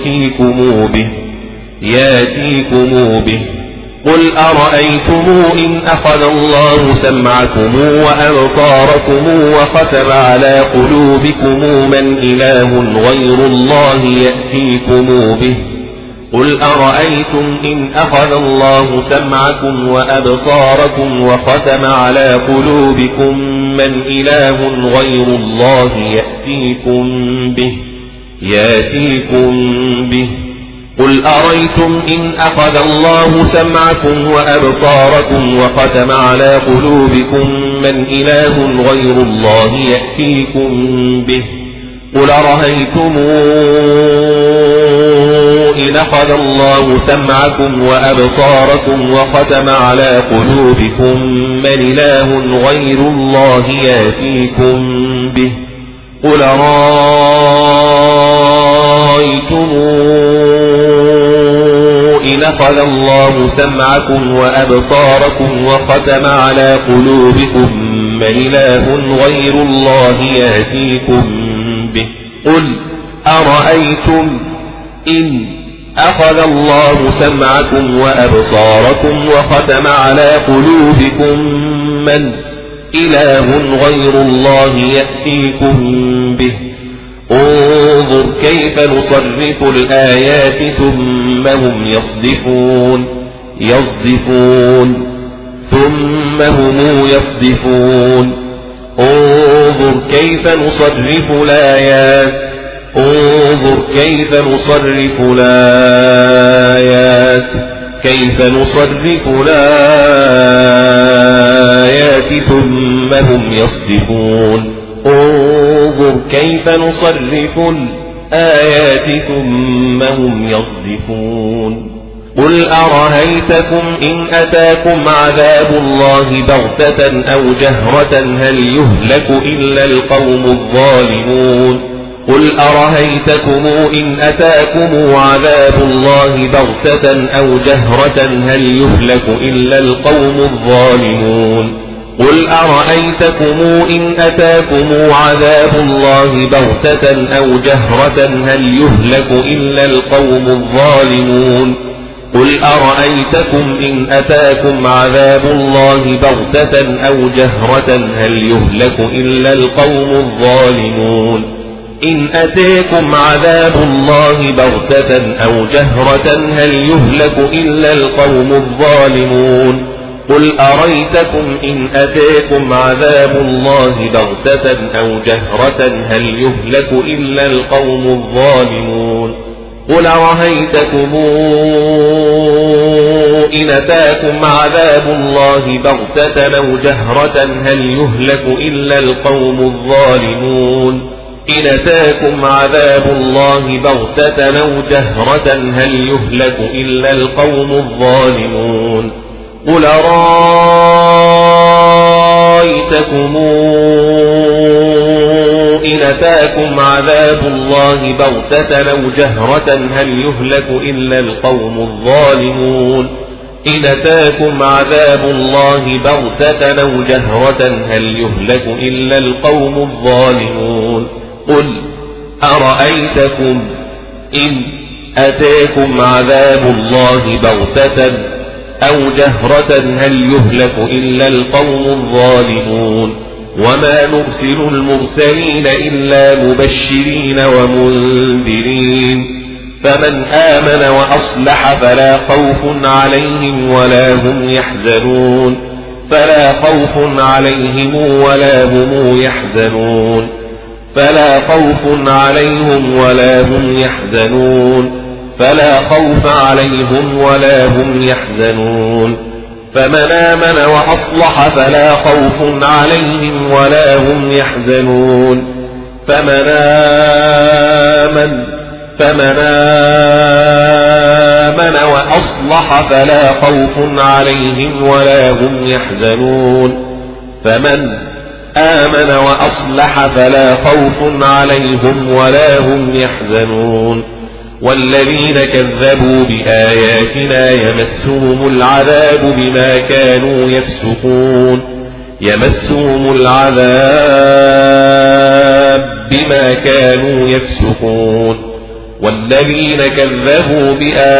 يأتيكم به قل أرأيتم إن أخذ الله سمعكم وأبصاركم وختم على قلوبكم من إله غير الله يأتيكم به قل أرأيتم إن أخذ الله سمعكم وأبصاركم وختم على قلوبكم من إله غير الله يأتيكم به قل أرأيتم إن أخذ الله سمعكم وأبصاركم وختم على قلوبكم من إله غير الله يأتيكم به قل أرأيتم إن أخذ الله سمعكم وأبصاركم وختم على قلوبكم من إله غير الله يأتيكم به قل أرأيتم إن أخذ الله سمعكم وأبصاركم وختم على قلوبكم من إله غير الله يأتيكم به قل أرأيتم إن أخذ الله سمعكم وأبصاركم وختم على قلوبكم من إله غير الله يأتيكم به انظر كيف نصرف الآيات ثم هم يصدفون انظر كيف نصرف الآيات ثم هم يصدفون انظر كيف نصرف الآيات ثم هم يصدفون قل أرهيتكم إن أتاكم عذاب الله بغتة أو جهرة هل يهلك إلا القوم الظالمون قل أرهيتكم إن أتاكم عذاب الله بغتة أو جهرة هل يهلك إلا القوم الظالمون قل أرأيتكم إن أتاكم عذاب الله بغتة أو جهرة هل يهلك إلا القوم الظالمون قل أرأيتكم إن أتاكم عذاب الله بغتة أو جهرة هل يهلك إلا القوم الظالمون إن أتاكم عذاب الله بغتة أو جهرة هل يهلك إلا القوم الظالمون قل أريتكم إن أتاكم عذاب الله بغتة أو جهرة هل يهلك إلا القوم الظالمون قل أرهيتكم إن أتاكم عذاب الله بغتة أو جهرة هل يهلك إلا القوم الظالمون إن أتاكم عذاب الله بغتة أو جهرة هل يهلك إلا القوم الظالمون قل أرأيتم أرأيتكم إن أتاكم عذاب الله بغتة أو جهرة هل يهلك إلا القوم الظالمون إن أتاكم عذاب الله بغتة أو جهرة هل يهلك إلا القوم الظالمون قل أرأيتكم إن أتاكم عذاب الله بغتة أو جهرة هل يهلك إلا القوم الظالمون وما نرسل المرسلين إلا مبشرين ومنذرين فمن آمن وأصلح فلا خوف عليهم ولا هم يحزنون فلا خوف عليهم ولا هم يحزنون فلا خوف عليهم ولا هم يحزنون فلا خوف عليهم ولا هم يحزنون فمن آمن وأصلح فلا خوف عليهم ولا هم يحزنون فمن آمن وأصلح فلا خوف عليهم ولا هم يحزنون فمن آمن وأصلح فلا خوف عليهم ولا هم يحزنون والذين كذبوا بآياتنا يمسهم العذاب بما كانوا يفسقون يمسهم العذاب بما كانوا يفسقون والذين كذبوا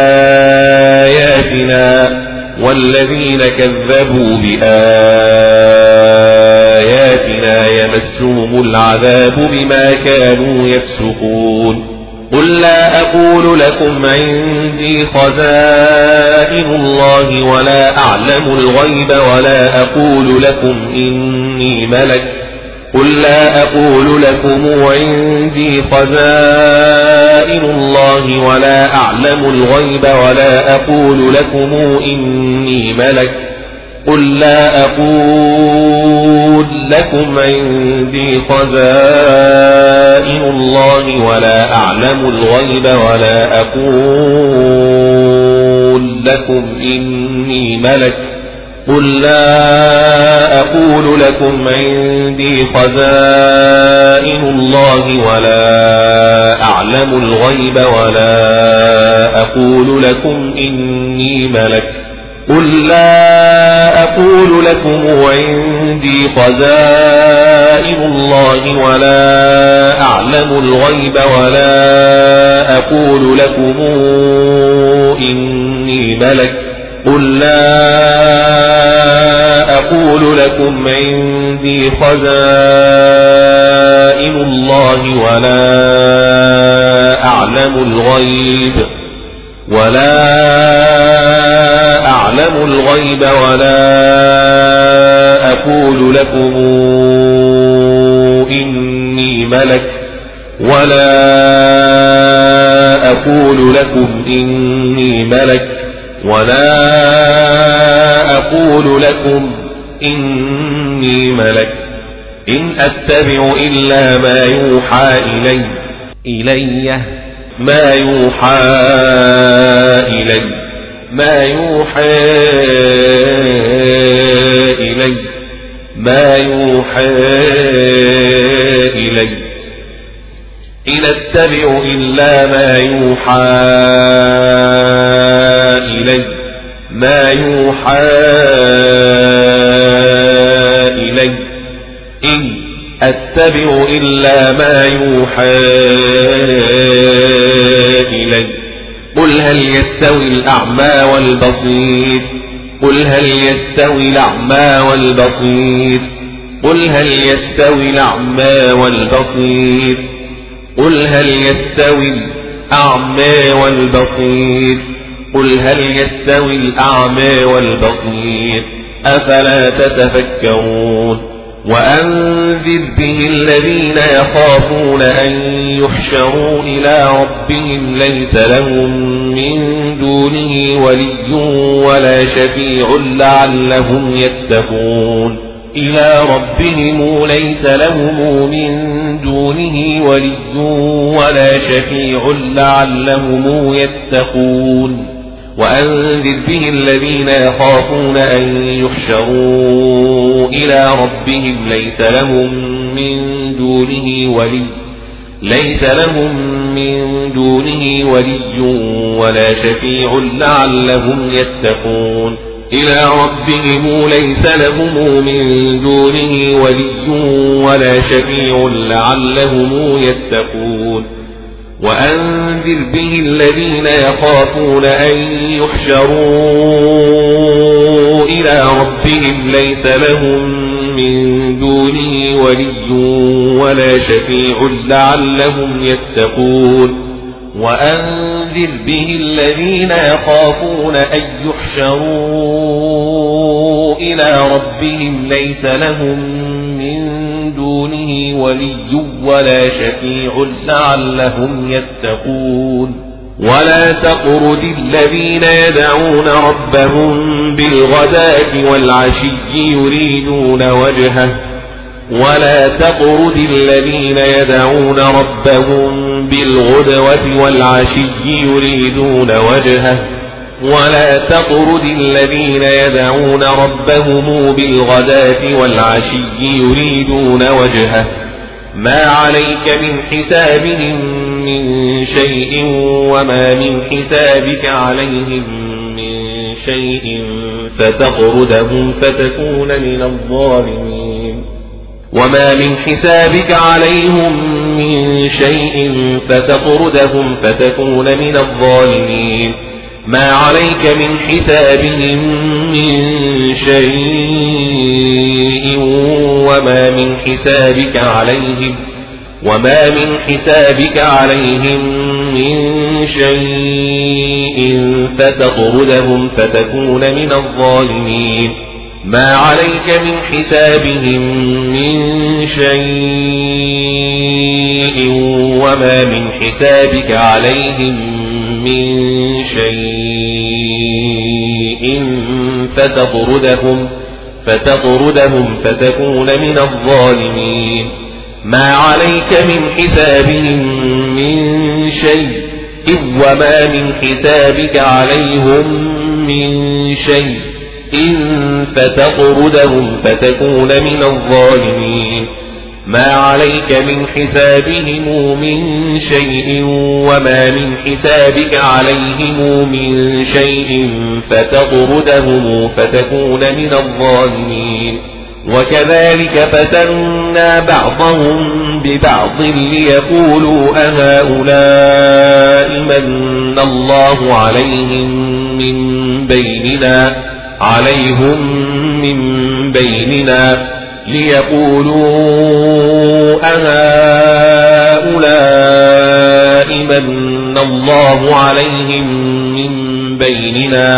بآياتنا يمسهم العذاب بما كانوا يفسقون قل لا أقول لكم عندي خزائن الله ولا أعلم الغيب ولا أقول لكم إني ملك قل لا أقول لكم عندي خزائن الله ولا أعلم الغيب ولا أقول لكم إني ملك قل لا أقول لكم عندي خزائن الله ولا أعلم الغيب ولا أقول لكم إني ملك قل لا أقول لكم عندي خزائن الله ولا أعلم الغيب ولا أقول لكم إني ملك قل لا أقول لكم عندي خزائن الله ولا أعلم الغيب ولا أقول لكم إني ملك قل لا أقول لكم عندي خزائن الله ولا أعلم الغيب ولا أقول لكم إني ملك ولا أقول لكم إني ملك ولا أقول لكم إني ملك إن أتبع إلا ما يوحى إلي ما يوحى إلي ما يوحى إلي ما يوحى إلي إن أتبع إلا ما يوحى إلي ما يوحى إلي إن أتبع إلا ما يوحى إلي قل هل يستوي الأعمى والبصير قل هل يستوي الأعمى والبصير قل هل يستوي الأعمى والبصير قل هل يستوي الأعمى والبصير قل هل يستوي الأعمى والبصير أفلا تتفكرون وأنذر به الذين يخافون أن يحشروا إلى ربهم ليس لهم من دونه ولي ولا شفيع لعلهم يتقون إلى ربهم ليس لهم من دونه ولي ولا شفيع لعلهم يتقون وأنذر به الذين يخافون أن يحشروا إلى ربهم ليس لهم من دونه ولي ولا شفيع لعلهم يتقون إلى ربهم ليس لهم من دونه ولي ولا شفيع لعلهم يتقون وأنذر به الذين يخافون أن يحشروا إلى ربهم ليس لهم من دونه ولي ولا شفيع لعلهم يتقون وأنذر به الذين يخافون أن يحشروا إلى ربهم ليس لهم من دونه ولي ولا شفيع لعلهم يتقون ولا تطرد الذين يدعون ربهم بالغداة والعشي يريدون وجهه ولا تطرد الذين يدعون ربهم بالغدوة والعشي يريدون وجهه ولا تطرد الذين يدعون ربهم بالغداة والعشي يريدون وجهه ما عليك من حسابهم من شيء وما من حسابك عليهم من شيء فتطردهم فتكون من الظالمين وما من حسابك عليهم من شيء فتطردهم فتكون من الظالمين ما عليك من حسابهم من شيء وما من حسابك عليهم من شيء فتطردهم فتكون من الظالمين ما عليك من حسابهم من شيء وما من حسابك عليهم من شيء فتطردهم فتكون من الظالمين ما عليك من حسابهم من شيء وما من حسابك عليهم من شيء فتطردهم فتكون من الظالمين ما عليك من حسابهم من شيء وما من حسابك عليهم من شيء فتطردهم فتكون من الظالمين وكذلك فتنا بعضهم ببعض ليقولوا أهؤلاء من الله عليهم من بيننا ليقولوا أهؤلاء من الله عليهم من بيننا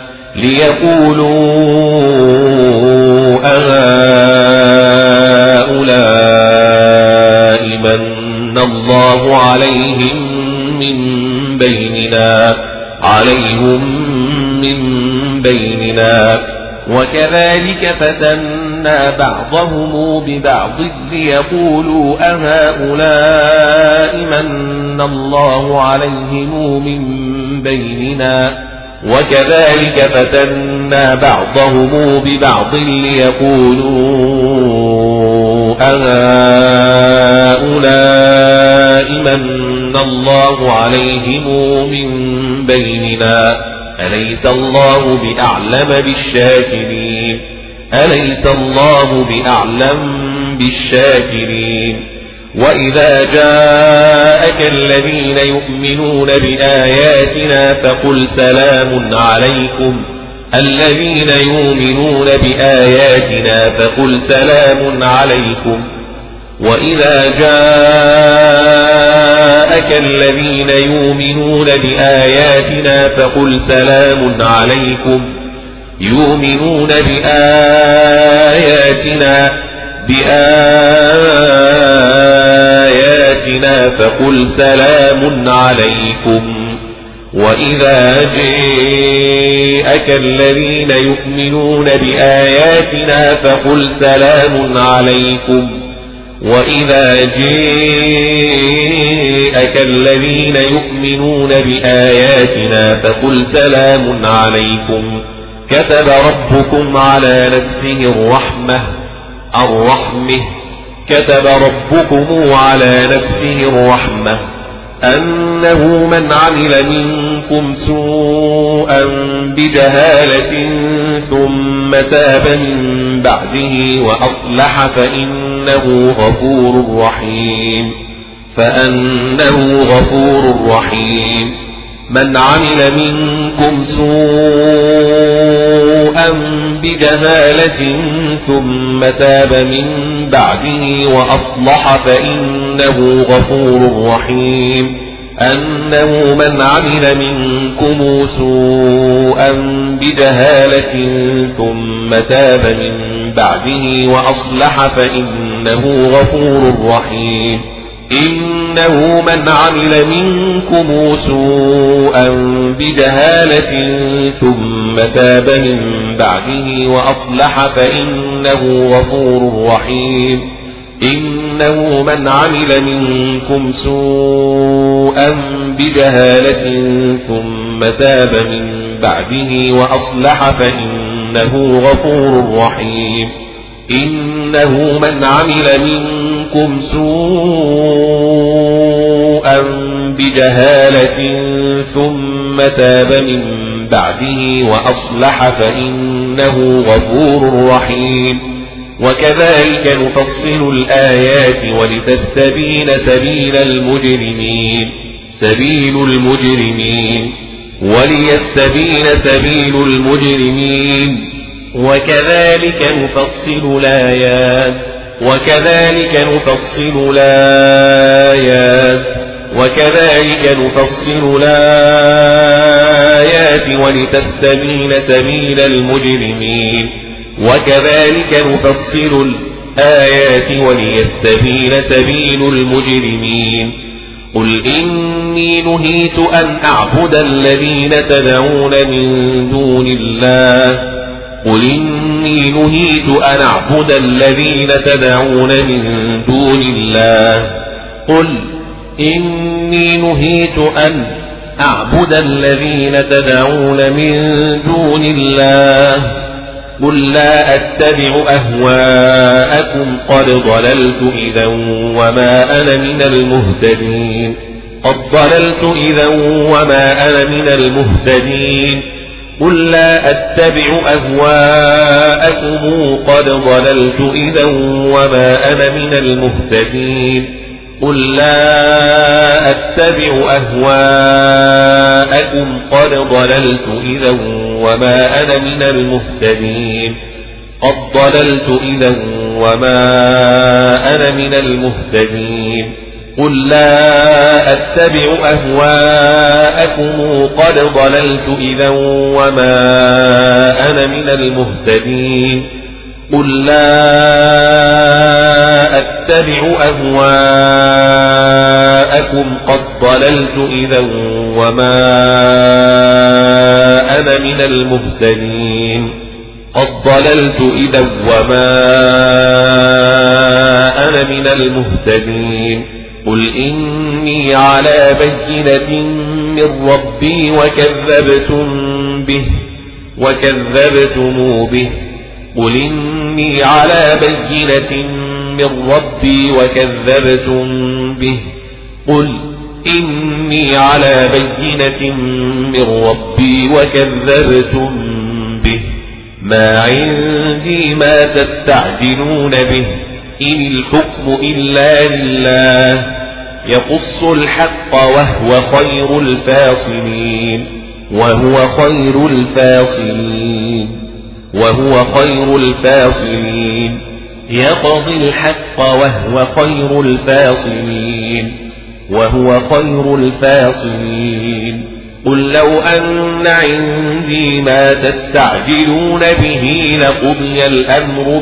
من بيننا وكذلك فتنا بعضهم ببعض ليقولوا أهؤلاء من الله عليهم من بيننا وكذلك فتنا بعضهم ببعض ليقولوا أهؤلاء من الله عليهم من بيننا أليس الله بأعلم بالشاكرين وإذا جاءك الذين يؤمنون بآياتنا فقل سلام عليكم الذين يؤمنون بآياتنا فقل سلام عليكم وإذا جاءك الذين يؤمنون بآياتنا فقل سلام عليكم يؤمنون بآياتنا فقل سلام عليكم وإذا جاءك الذين يؤمنون بآياتنا فقل سلام عليكم وإذا جاءك الذين يؤمنون بآياتنا فقل سلام عليكم كتب ربكم على نفسه الرحمة كتب ربكم على نفسه الرحمة أنه من عمل منكم سوءا بجهالة ثم تاب من بعده وأصلح فإنه غفور رحيم من عمل منكم سوءا بجهالة ثم تاب من بعده وأصلح فإنه غفور رحيم أنه من عمل منكم سوءا بجهالة ثم تاب من بعده وأصلح فإنه غفور رحيم إنه من عمل منكم سوءا بجهالة ثم تاب من بعده وأصلح فإنه غفور رحيم إنه من عمل منكم سوءا بجهالة ثم تاب من بعده وأصلح فإنه غفور رحيم إنه من عمل منكم سوءا بجهالة ثم تاب من بعده وأصلح فإنه غفور رحيم وكذلك نفصل الآيات ولتستبين سبيل المجرمين وليستبين سبيل المجرمين وكذلك نفصل الآيات ولتستبين سبيل المجرمين وكذلك نفصل الآيات وليستبين سبيل المجرمين قل إني نهيت أن أعبد الذين تدعون من دون الله قل لا أتبع أهواءكم قد ضللت إذا وما أنا من المهتدين قل لا أتبع أهواءكم قد ضللت إذا وما أنا من المهتدين قل لا أتبع أهواءكم قد ضللت إذا وما أنا من المهتدين قل لا أتبع أهواءكم قد ضللت إذا وما أنا من المهتدين قل لا أتبع أهواءكم قد ضللت إذا وما أنا من المهتدين قل إني على بينة من ربي وكذبتم به قل إني على بينة من ربي وكذبتم به ما عندي ما تستعجلون به إن الحكم إلا لله يقص الحق وهو خير الفاصلين يقضي الحق وهو خير الفاصلين قل لو أن عندي ما تستعجلون به لقضي الأمر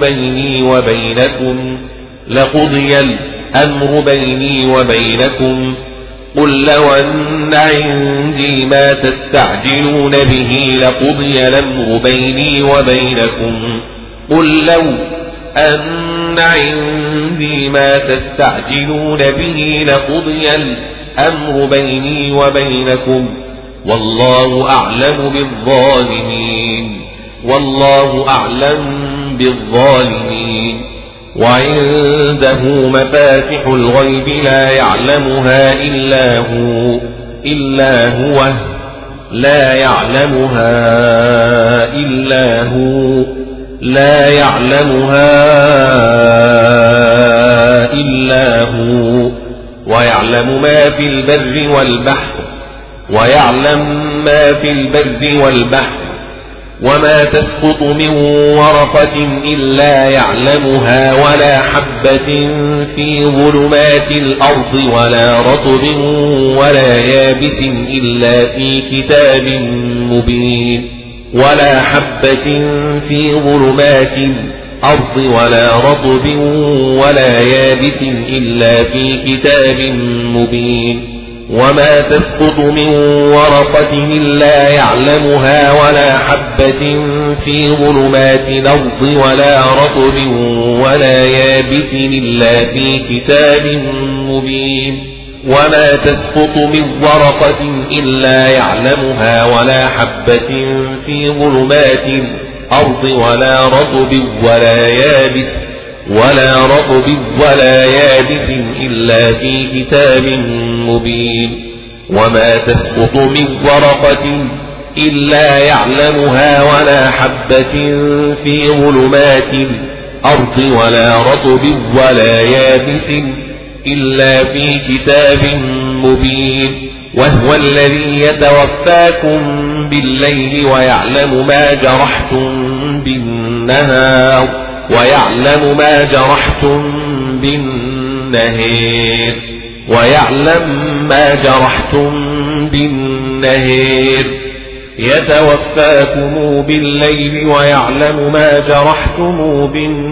بيني وبينكم قل لو أن عندي ما تستعجلون به لقضي الأمر بيني وبينكم قل لو أن عندي ما تستعجلون به لقضي الأمر بيني وبينكم والله أعلم بالظالمين والله أعلم بالظالمين. وعنده مفاتح الغيب لا يعلمها إلا هو لا يعلمها إلا هو ويعلم ما في البر والبحر وما تسقط من ورقة إلا يعلمها ولا حبة في ظلمات الأرض ولا رطب ولا يابس إلا في كتاب مبين. ولا حبة في ظلمات الأرض ولا رطب ولا يابس إلا في كتاب مبين. وما تسقط من ورقة إلا يعلمها ولا حبة في ظلمات الأرض ولا رطب ولا يابس إلا في كتاب مبين. وما تسقط من ورقة إلا يعلمها ولا حبة في ظلمات الأرض ولا رطب ولا يابس إلا في كتاب مبين. وما تسقط من ورقة إلا يعلمها ولا حبة في ظلمات الأرض ولا رطب ولا يابس إلا في كتاب مبين. وهو الذي يتوفاكم بالليل ويعلم ما جرحتم بالنهار يتوفاكم بالليل ويعلم ما جرحتم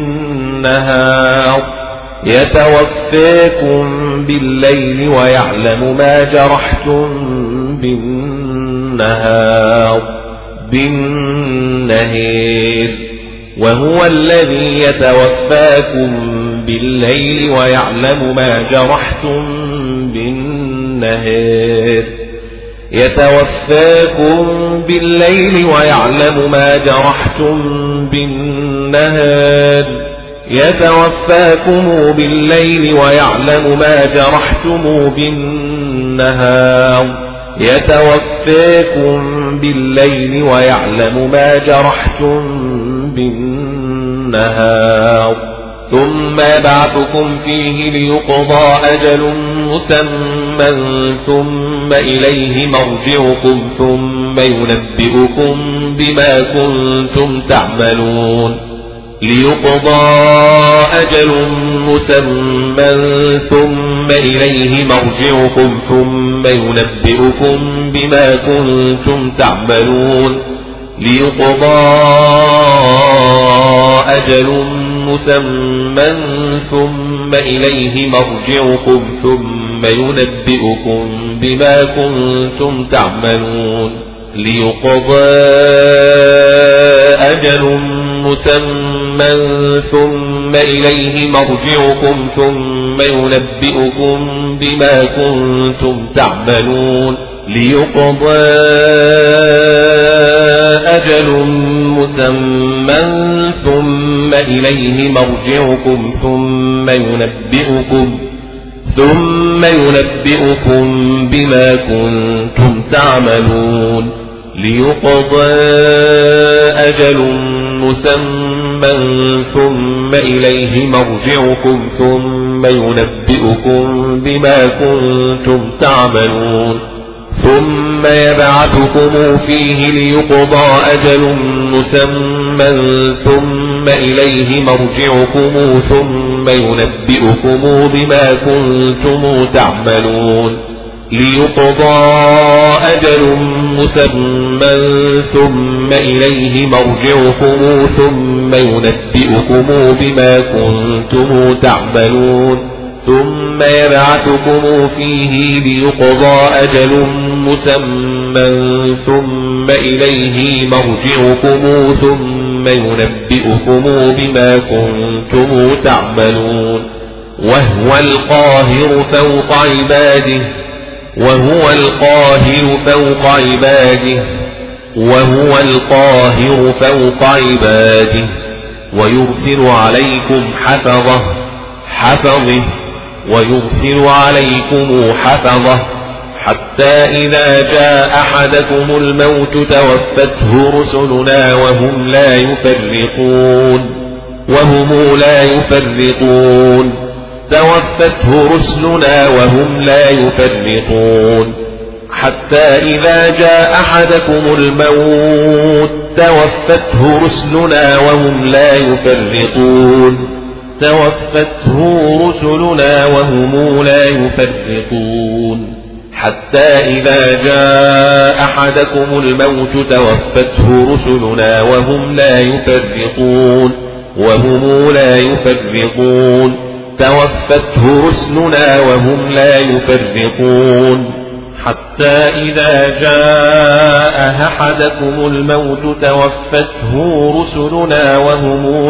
بالنهار. وهو الذي يتوفاكم بالليل ويعلم ما جرحتم بالنهار ثم يبعثكم فيه ليقضى أجل مسمى ثم إليه مرجعكم ثم ينبئكم بما كنتم تعملون. ليقضى أجل مسمى ثم إليه مرجعكم ثم ينبئكم بما كنتم تعملون. ليقضى أجل مسمى ثم إليه مرجعكم ثم ينبئكم بما كنتم تعملون. ليقضى أجل مسمى ثم إليه مرجعكم ثم ينبئكم بما كنتم تعملون. ليقضى أجل مسمى ثم إليه مرجعكم ثم ينبئكم بما كنتم تعملون. ثم يبعثكم فيه ليقضى أجل مسمى ثم إليه مرجعكم ثم ينبئكم بما كنتم تعملون. ليقضى أجل مسمى ثم إليه مرجعكم ثم ينبئكم بما كنتم تعملون. ثم يبعثكم فيه ليقضى أجل مسمى ثم إليه مرجعكم ثم ثم ينبئكم بما كنتم تعملون. وهو القاهر فوق عباده وهو القاهر فوق عباده وهو القاهر فوق عباده ويرسل عليكم حفظه ويرسل عليكم حفظه حتى إذا جاء أحدكم الموت توفته رسلنا وهم لا يفرقون توفته رسلنا وهم لا يفرقون حتى إذا جاء أحدكم الموت توفته رسلنا وهم لا يفرقون حتى إذا جاء أحدكم الموت توفته رسلنا وهم لا يفرقون توفته رسلنا وهم لا يفرقون حتى إذا جاء أحدكم الموت توفته رسلنا وهم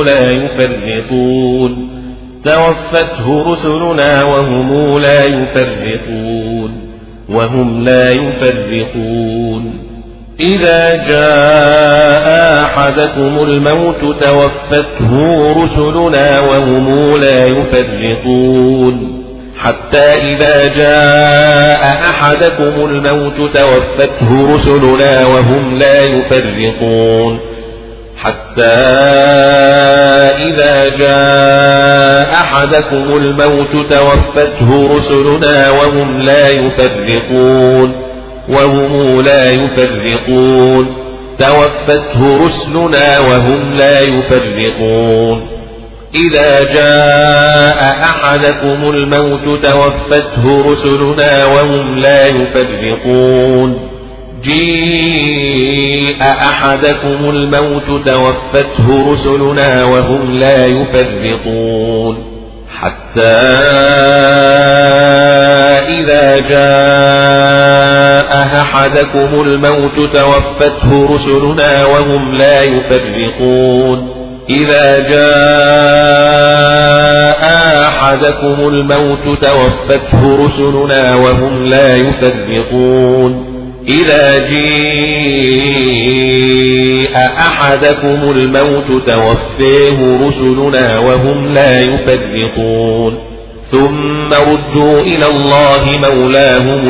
لا يفرقون إذا جاء أحدكم الموت توفته رسلنا وهم لا يفرقون حتى إذا جاء أحدكم الموت توفته رسلنا وهم لا يفرقون حتى إذا جاء أحدكم الموت توفته رسلنا وهم لا يفرقون توفته رسلنا وهم لا يفرقون إذا جاء أحدكم الموت توفته رسلنا وهم لا يفرقون جاء أحدكم الموت توفته رسلنا وهم لا يفرقون حتى إذا جاء أحدكم الموت توفته رسلنا وهم لا يفرقون إذا جاء أحدكم الموت توفته رسلنا وهم لا يفرقون إذا جاء أحدكم الموت توفيه رسلنا وهم لا يفرقون ثم ردوا إلى الله مولاهم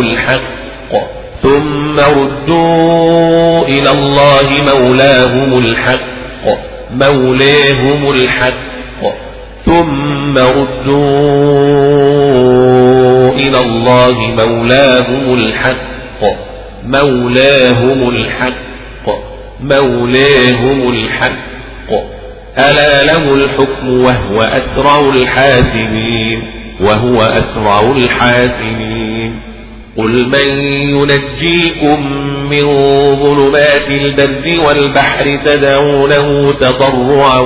الحق مولاهم الحق ثم ردوا إلى الله مولاهم الحق ألا له الحكم وهو أسرع الحاسبين قل من ينجيكم من ظلمات البر والبحر تدعونه تضرعا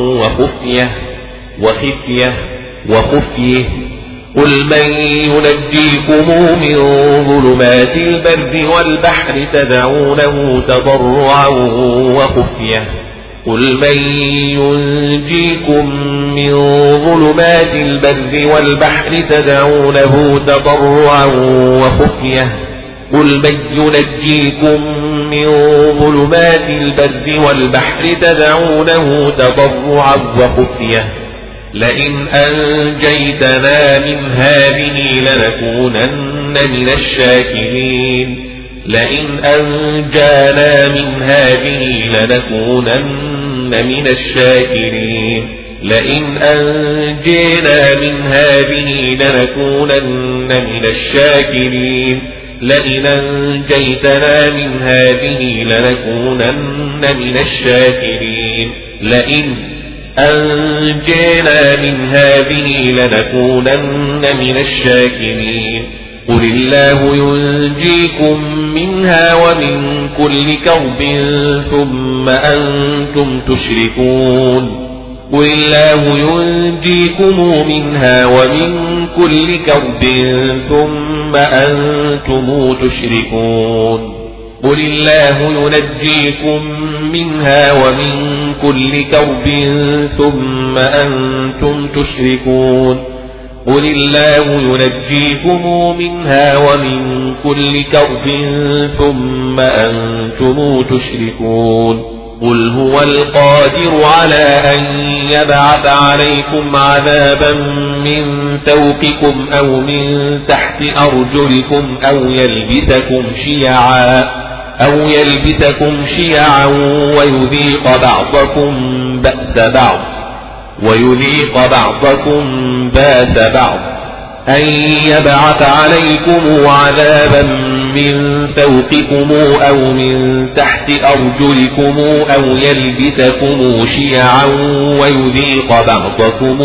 وخفيه قل من ينجيكم من ظلمات البر والبحر تدعونه تضرعا وخفية قل من ينجيكم من ظلمات البر والبحر تدعونه تضرعا وخفية قل من ينجيكم من ظلمات البر والبحر تدعونه تضرعا وخفية لئن أنجيتنا من هذه لنكونن من الشاكرين لئن أنجانا من هذه لنكونن من الشاكرين لئن أنجينا من هذه لنكونن من الشاكرين لئن أنجيتنا من هذه لنكونن من الشاكرين لئن أنجينا من هذه لنكونن من الشاكرين قل الله ينجيكم منها ومن كل كرب ثم أنتم تشركون قل الله ينجيكم منها ومن كل كرب ثم أنتم تشركون قل الله ينجيكم منها ومن كل كرب ثم أنتم تشركون قل الله ينجيكم منها ومن كل كرب ثم أنتم تشركون قل هو القادر على أن يبعث عليكم عذابا من فوقكم أو من تحت أرجلكم أو يلبسكم شيعا ويذيق بعضكم بأس بعض أن يبعث عليكم عذابا من فوقكم أو من تحت أرجلكم أو يلبسكم شيعا ويذيق بعضكم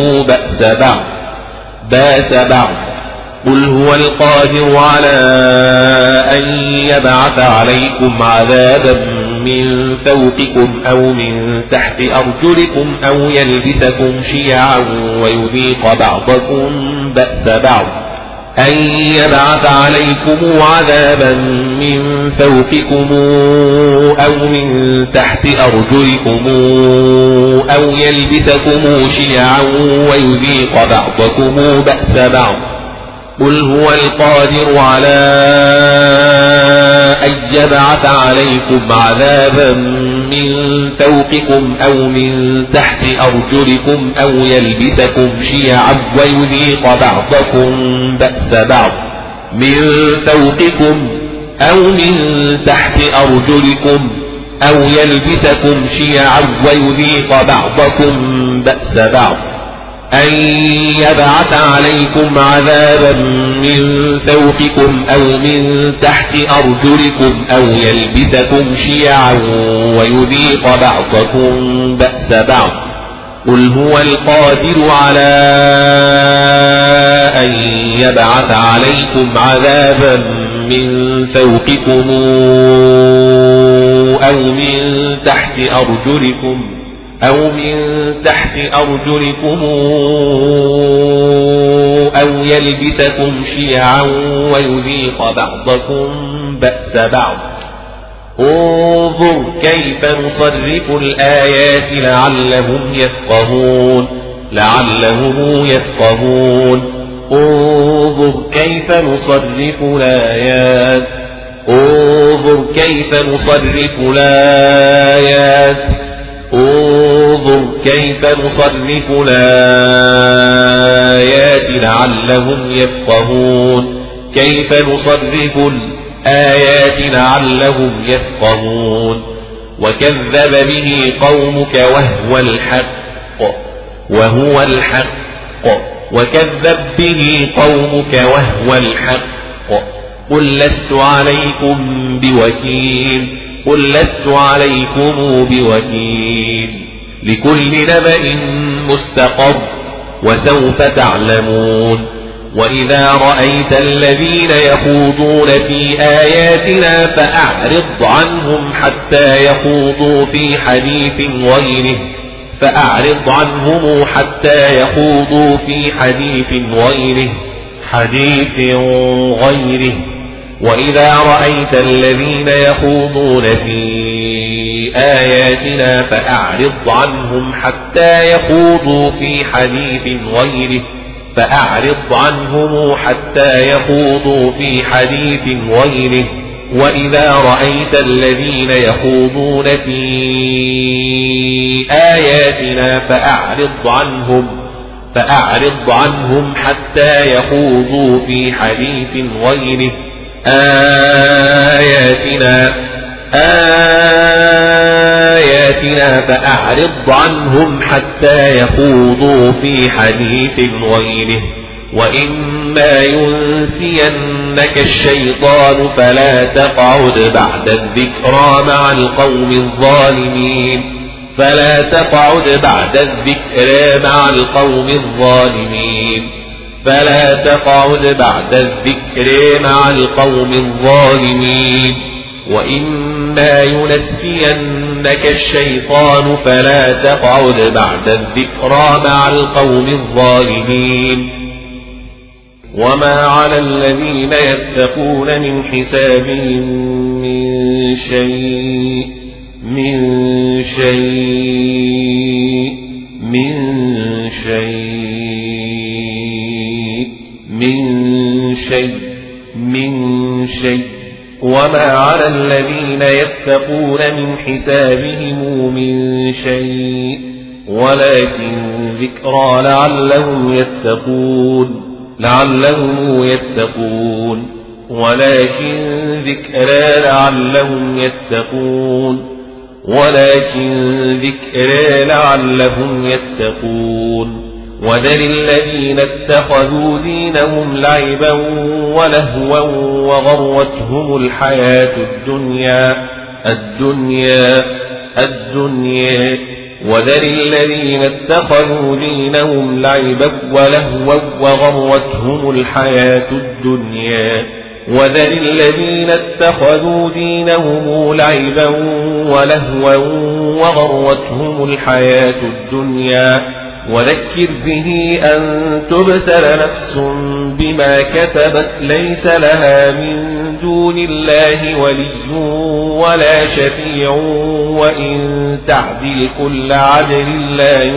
بأس بعض قل هو القادر على أن يبعث عليكم عذابا من فوقكم أو من تحت أرجلكم أو يلبسكم شيعا ويذيق بعضكم بأس بعض أن يبعث عليكم عذابا من فوقكم أو من تحت أرجلكم أو يلبسكم شيعا ويذيق بعضكم بأس بعض قل هو القادر على أن يبعث عليكم عذابا من فوقكم أو من تحت أرجلكم أو يلبسكم شيعا ويذيق بعضكم بأس بعض من فوقكم أو من تحت أرجلكم أو يلبسكم شيعا ويذيق بعضكم بأس بعض أن يبعث عليكم عذابا من فوقكم أو من تحت أرجلكم أو يلبسكم شيعا ويذيق بعضكم بأس بعض قل هو القادر على أن يبعث عليكم عذابا من فوقكم أو من تحت أرجلكم أو يلبسكم شيعا ويذيق بعضكم بأس بعض انظر كيف نصرف الآيات لعلهم يفقهون انظر كيف نصرف الآيات انظر كيف نصرف الآيات لعلهم يفقهون كيف نصرف الآيات لعلهم يفقهون وكذب به قومك وهو الحق وكذب به قومك وهو الحق قل لست عليكم بوكيل لكل نبأ مستقر وسوف تعلمون وإذا رأيت الذين يخوضون في آياتنا فأعرض عنهم حتى يخوضوا في حديث غيره وإذا رأيت الذين يخوضون في آياتنا فأعرض عنهم حتى يخوضوا في حديث غيره وإذا رأيت الذين يخوضون في آياتنا فأعرض عنهم حتى يخوضوا في حديث غيره آياتنا فأعرض عنهم حتى يخوضوا في حديث غيره وإما ينسينك الشيطان فلا تقعد بعد الذكرى مع القوم الظالمين وإما ينسينك الشيطان فلا تقعد بعد الذكرى مع القوم الظالمين وما على الذين يتقون من حسابهم من شيء من شيء من شيء من شيء من شيء وما على الذين يتقون من حسابهم من شيء ولكن ذكرى لعلهم يتقون ولكن ذكرى لعلهم يتقون وذل الذين اتخذوا دينهم لعبا ولهوا وغرتهم الحياة الدنيا وذل الذين اتخذوا دينهم لعبا ولهوا وغرتهم الحياة الدنيا وذل الذين اتخذوا دينهم لعبا ولهوا وغرتهم الحياة الدنيا وذكر به أن تبتل نفس بما كسبت ليس لها من دون الله ولي ولا شفيع وإن تعدل كل عدل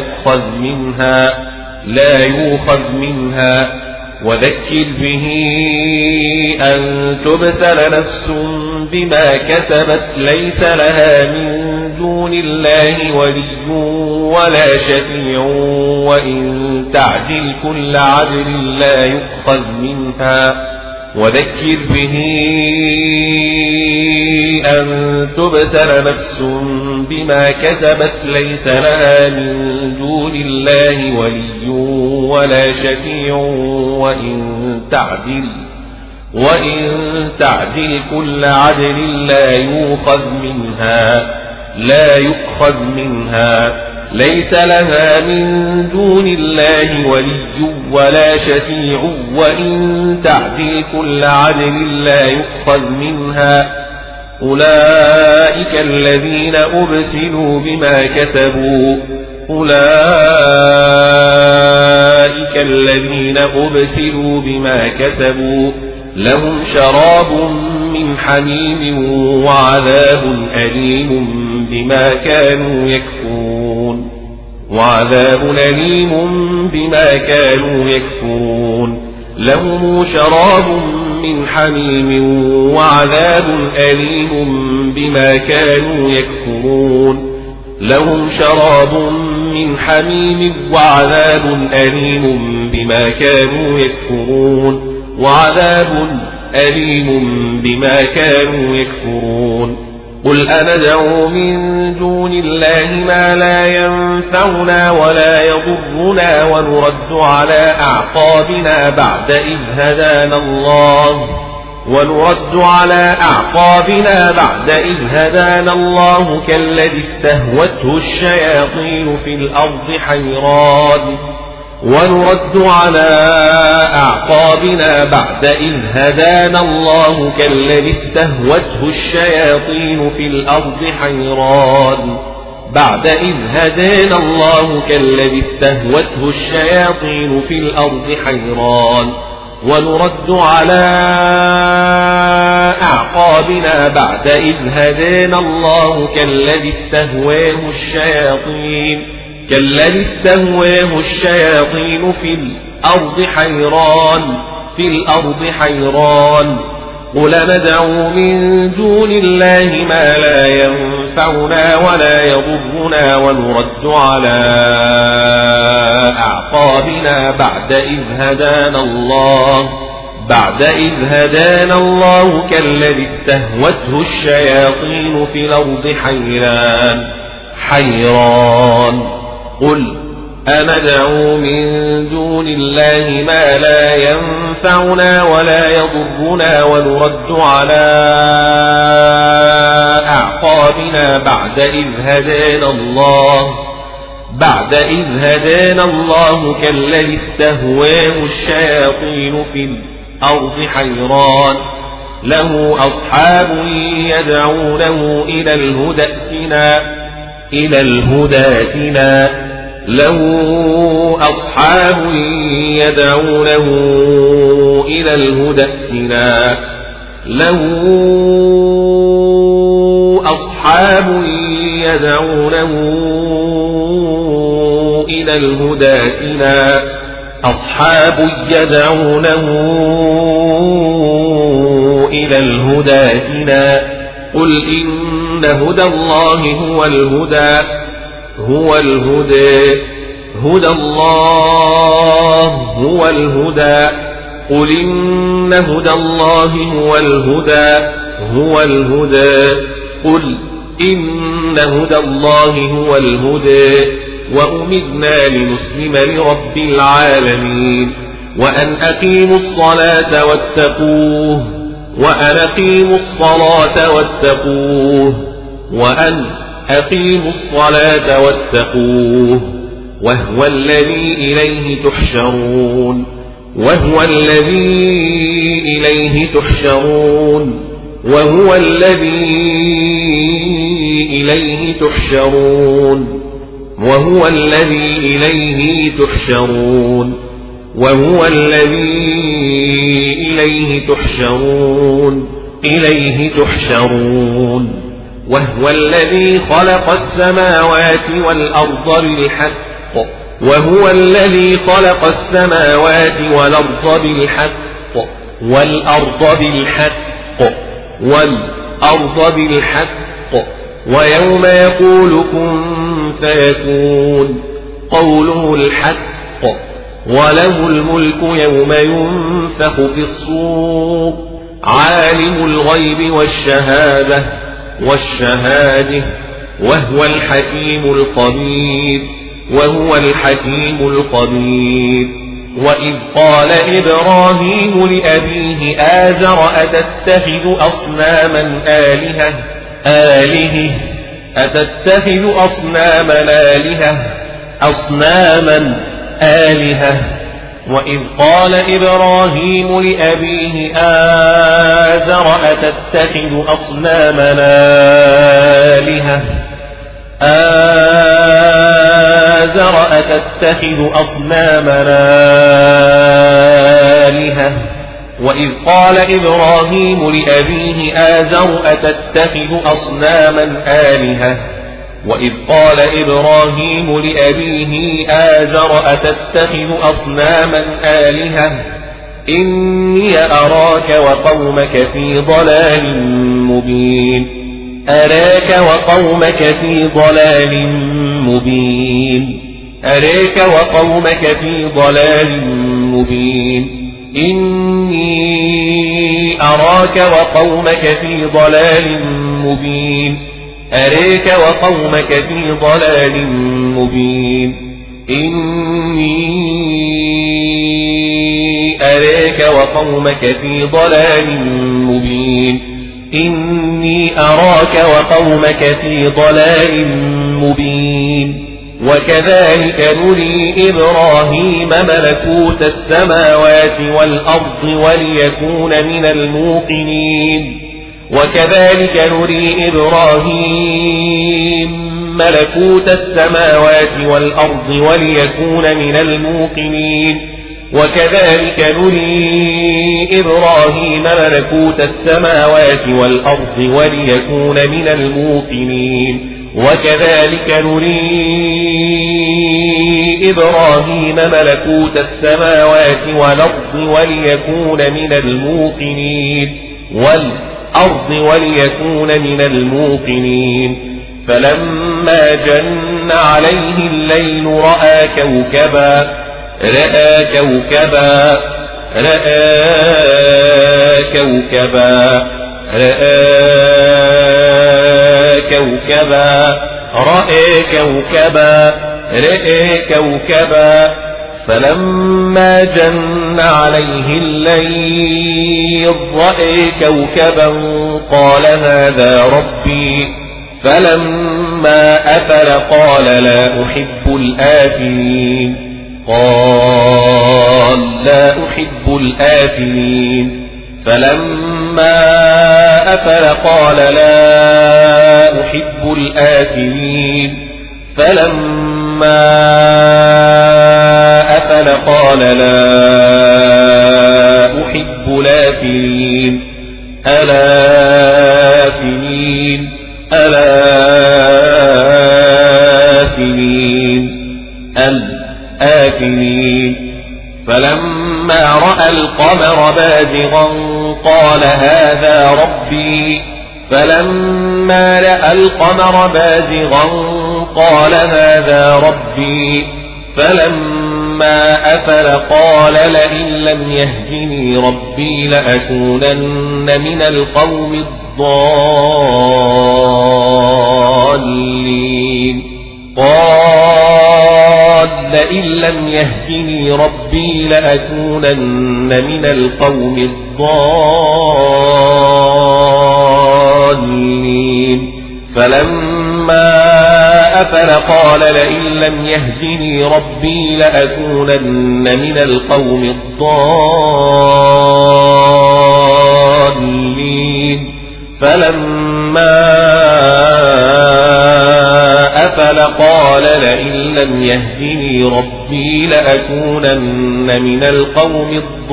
لا يؤخذ منها وذكر به أن تبتل نفس بما كسبت ليس لها من دون الله ولي ولا شفيع وإن تعدل كل عدل لا يؤخذ منها وذكر به أن تبتل نفس بما كسبت ليس لها من دون الله ولي ولا شفيع وإن تعدل كل عدل لا يؤخذ منها ليس لها من دون الله ولي ولا شفيع وإن تعدل كل عدل لا يؤخذ منها أولئك الذين أبسلوا بما كسبوا لهم شراب من حميم وعذاب أليم بما كانوا يكفرون لهم شراب من حميم وعذاب أليم بما كانوا يكفرون لهم شراب من حميم وعذاب أليم بما كانوا يكفرون قل أندعو من دون الله ما لا ينفعنا ولا يضرنا ونرد على أعقابنا بعد إذ هدانا الله كالذي استهوته الشياطين في الأرض حيران ونرد على أعقابنا بعد إذ هدانا الله كالذي استهوته الشياطين في الأرض حيران ونرد على أعقابنا بعد إذ هدانا الله كالذي استهواه الشياطين في الأرض حيران قل ندعو من دون الله ما لا ينفعنا ولا يضرنا ونرد على أعقابنا بعد إذ هدانا الله كالذي استهوته الشياطين في الأرض حيران قل أندعو من دون الله ما لا ينفعنا ولا يضرنا ونرد على أعقابنا بعد إذ هدانا الله كالذي استهواه الشياطين في الأرض حيران له أصحاب يدعونه إلى الهدى ائتنا له أصحاب يدعونه إلى الهدى ائتنا له أصحاب يدعونه إلى الهدى ائتنا أصحاب يدعونه إلى الهدى ائتنا قل إن هدى الله هو الهدى هدى الله هو الهدى قل إن هدى الله هو الهدى قل إن هدى الله هو الهدى وأمرنا لنسلم لرب العالمين وأن أقيموا الصلاة واتقوه وهو الذي إليه تحشرون وهو الذي إليه تحشرون وهو الذي خلق السماوات والأرض بالحق ويوم يقول كن فيكون قوله الحق وله الملك يوم ينفخ في الصور عالم الغيب والشهادة وهو الحكيم الخبير وإذ قال إبراهيم لأبيه آزر أتتخذ أصناما آلهة وإذ قال إبراهيم لأبيه آزر أتتخذ أصناما آلهة وإذ قال إبراهيم لأبيه آزر أتتخذ أصناما آلهة إني أراك وقومك في ضلال مبين إني أراك وقومك في ضلال مبين وكذلك نري إبراهيم ملكوت السماوات والأرض وليكون من الموقنين ملكوت السماوات والأرض وليكون من الموقنين وكذلك نري إبراهيم ملكوت السماوات والأرض وليكون من الموقنين وكذلك نري إبراهيم ملكوت السماوات والأرض وليكون من الموقنين فلما جن عليه الليل رأى كوكبا فلما جن عليه الليل رأى كوكبا قال هذا ربي فلما أفل قال لا أحب الآفلين فلما أفل قال لا أحب الآفلين الآفلين الآفلين فلما رأى القمر بازغا قال هذا ربي فلما رأى القمر بازغا قال هذا ربي فلما أفل قال لئن لم يهدني ربي لأكونن من القوم الضالين قال لئن لم يهدني ربي لأكونن من القوم الضالين فلما أفل قال لئن لم يهدني ربي لأكونن من القوم الضالين فلما أفل قال لئن لم يهدني ربي لأكونن من القوم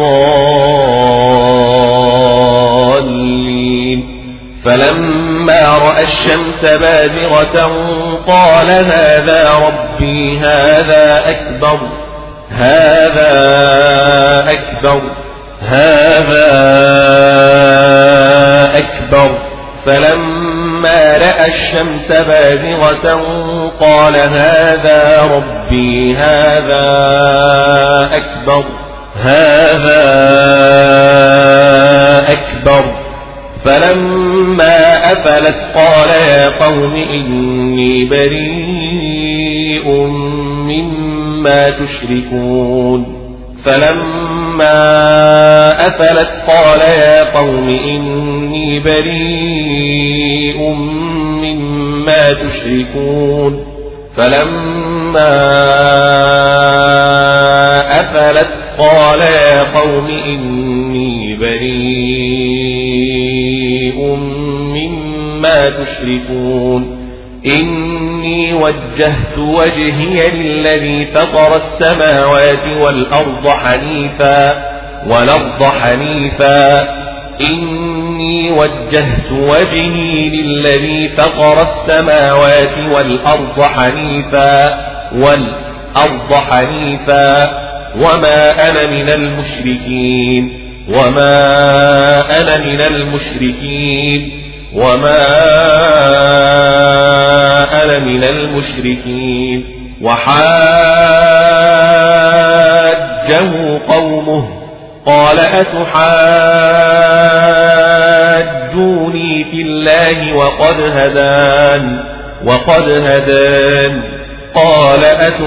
الضالين فلما رأى الشمس بازغة قال هذا ربي هذا أكبر فلما رأى الشمس بازغة قال هذا ربي هذا أكبر فلما أفلت قال يا قوم إني بريء مما تشركون فلما أفلت قال يا قوم إني بريء مما تشركون فلما أفلت قال يا قوم إني بريء مما تشركون إني وجهت وجهي للذي فطر السماوات والأرض حنيفا إني وجهت وجهي للذي فطر السماوات والأرض حنيفا وما أنا من المشركين وحاجه قومه قال أتحاجوني في الله وقد هدان قال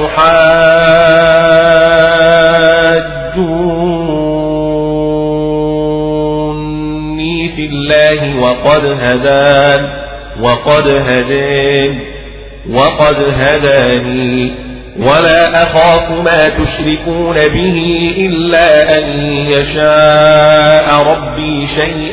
أتحاجوني في الله وقد هداني ولا أخاف ما تشركون به إلا أن يشاء ربي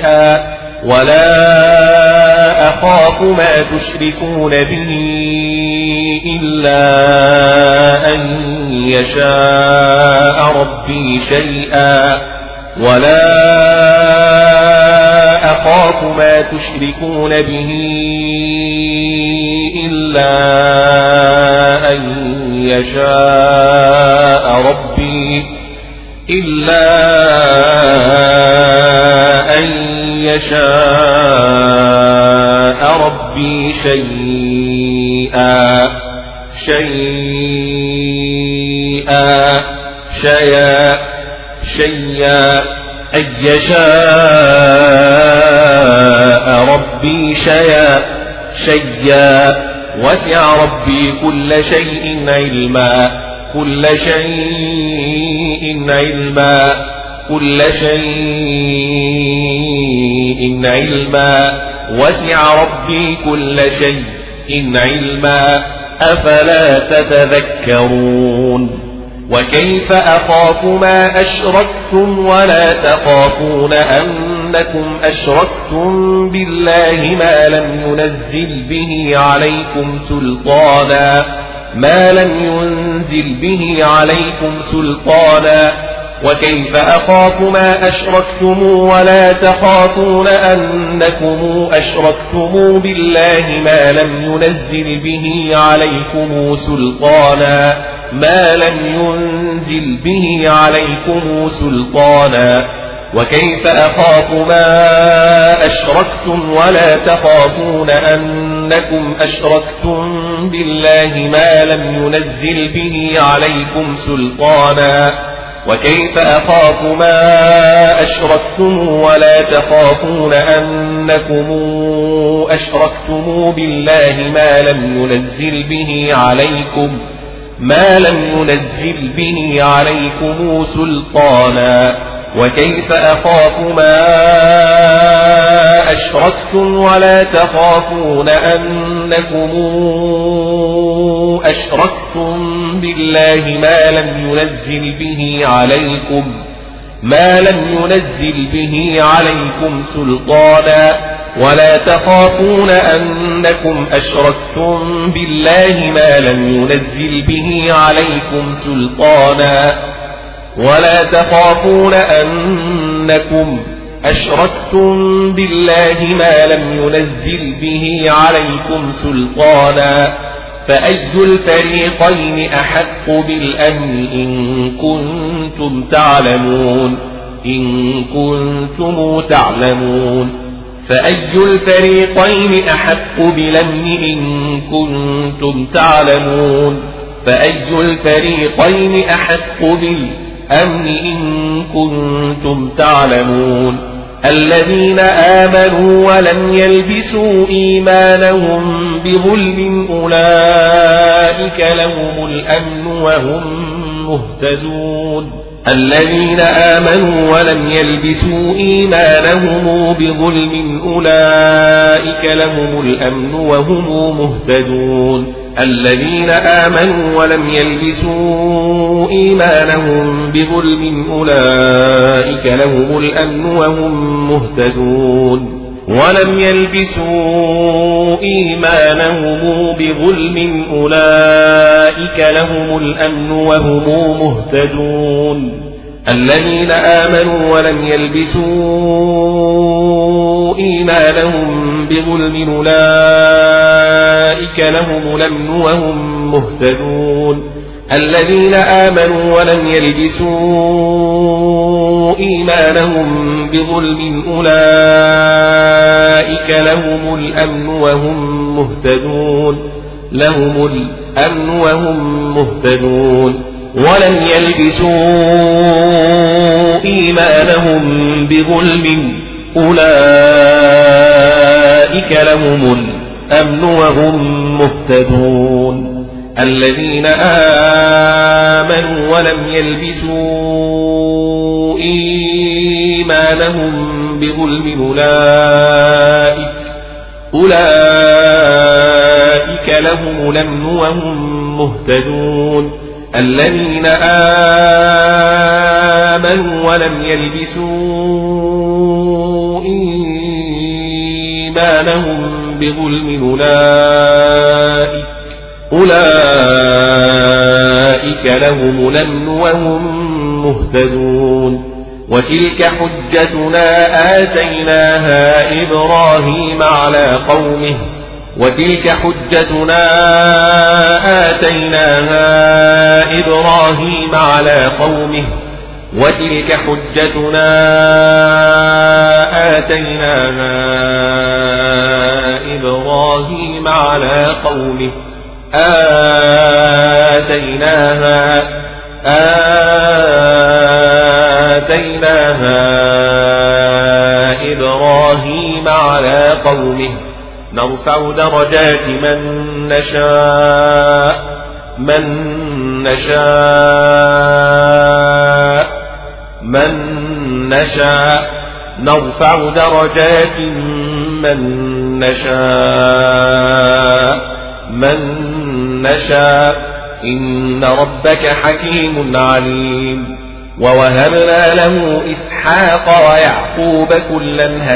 شيئا وسع ربي كل شيء علما وسع ربي كل شيء علما أفلا تتذكرون وكيف أخاف ما أشركتم ولا تخافون أنكم أشركتم بالله ما لم ينزل به عليكم سلطانا وكيف أخاف ما أشركتم ولا تخافون أنكم أشركتم بالله ما لم ينزل به عليكم سلطانا وكيف أخاف ما أشركتم ولا تخافون أنكم أشركتم بالله ما لم ينزل به عليكم سلطانا وكيف أخاف ما أشركتم ولا تخافون أنكم أشركتم بالله ما لم ينزل به عليكم سلطانا وكيف أخاف ما أشركتم ولا تخافون أنكم أشركتم بالله ما لم ينزل به عليكم سلطانا ولا تخافون أنكم أشركتم بالله ما لم ينزل به عليكم سلطانا ولا تخافون أنكم أشركتم بالله ما لم ينزل به عليكم سلطانا فأي الفريقين أحق بالأمن إن كنتم تعلمون فأي الفريقين أحق بالأمن إن كنتم تعلمون فأي الفريقين أحق بالأمن إن كنتم تعلمون الذين آمنوا ولم يلبسوا إيمانهم بظلم أولئك لهم الأمن وهم مهتدون الذين آمنوا ولم يلبسوا إيمانهم بظلم أولئك لهم الأمن وهم مهتدون الذين آمنوا ولم يلبسوا إيمانهم بظلم أولئك لهم الأمن وهم مهتدون ولم يلبسوا إيمانهم بظلم أولئك لهم الأمن وهم مهتدون الذين آمنوا ولم يلبسوا إيمانهم بظلم أولئك لهم الأمن وهم مهتدون الذين آمنوا ولم يلبسوا إيمانهم بظلم أولئك لهم الأمن وهم مهتدون ولم يلبسوا إيمانهم بظلم أولئك لهم الأمن وهم مهتدون الذين آمنوا ولم يلبسوا إيمانهم بظلم أولئك لهم الأمن وهم مهتدون الذين آمنوا ولم يلبسوا إيمانهم بظلم أولئك لهم الأمن وهم مهتدون وتلك حجتنا آتيناها إبراهيم على قومه إبراهيم على قومه نرفع درجات من نشاء نرفع درجات من نشاء إن ربك حكيم عليم ووهبنا له إسحاق ويعقوب كلا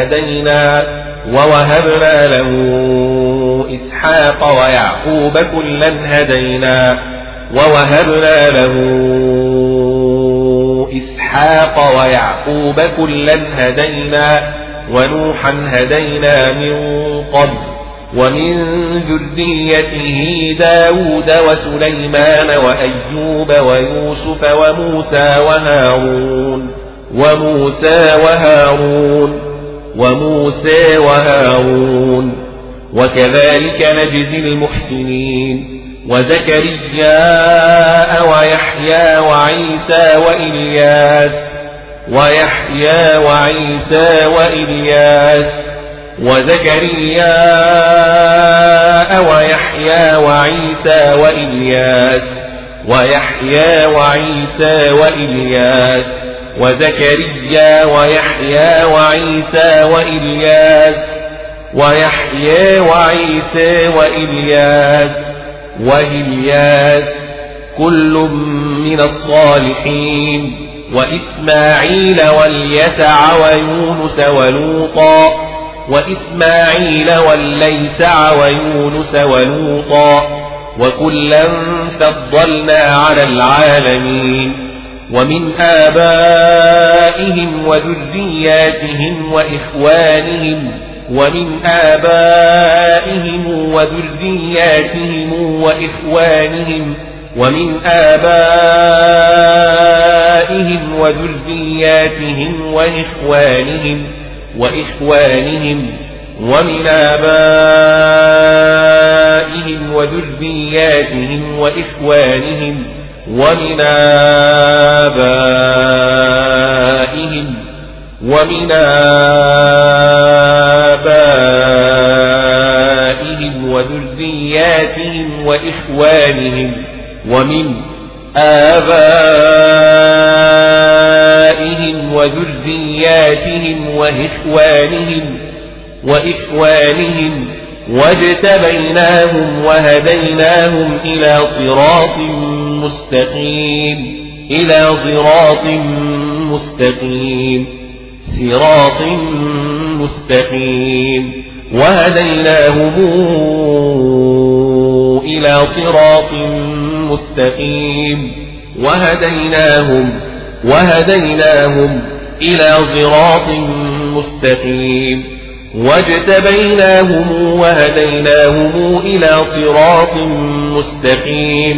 هدينا ووهبنا له وإسحاق ويعقوب كلا هدينا ونوحا هدينا من قبل ومن ذريته داود وسليمان وأيوب ويوسف وموسى وهارون وكذلك نجزي المحسنين وزكريا ويحيى وعيسى وإلياس وزكريا ويحيى وعيسى وإلياس وزكريا ويحيى وعيسى وإلياس كل من الصالحين وإسماعيل واليسع ويونس ولوطا وكلا فضلنا على العالمين ومن آبائهم وذرياتهم ومن آبائهم وذرياتهم وإخوانهم واجتبيناهم وهديناهم إلى صراط مستقيم وهديناهم إلى صراط مستقيم واجتبيناهم وهديناهم إلى صراط مستقيم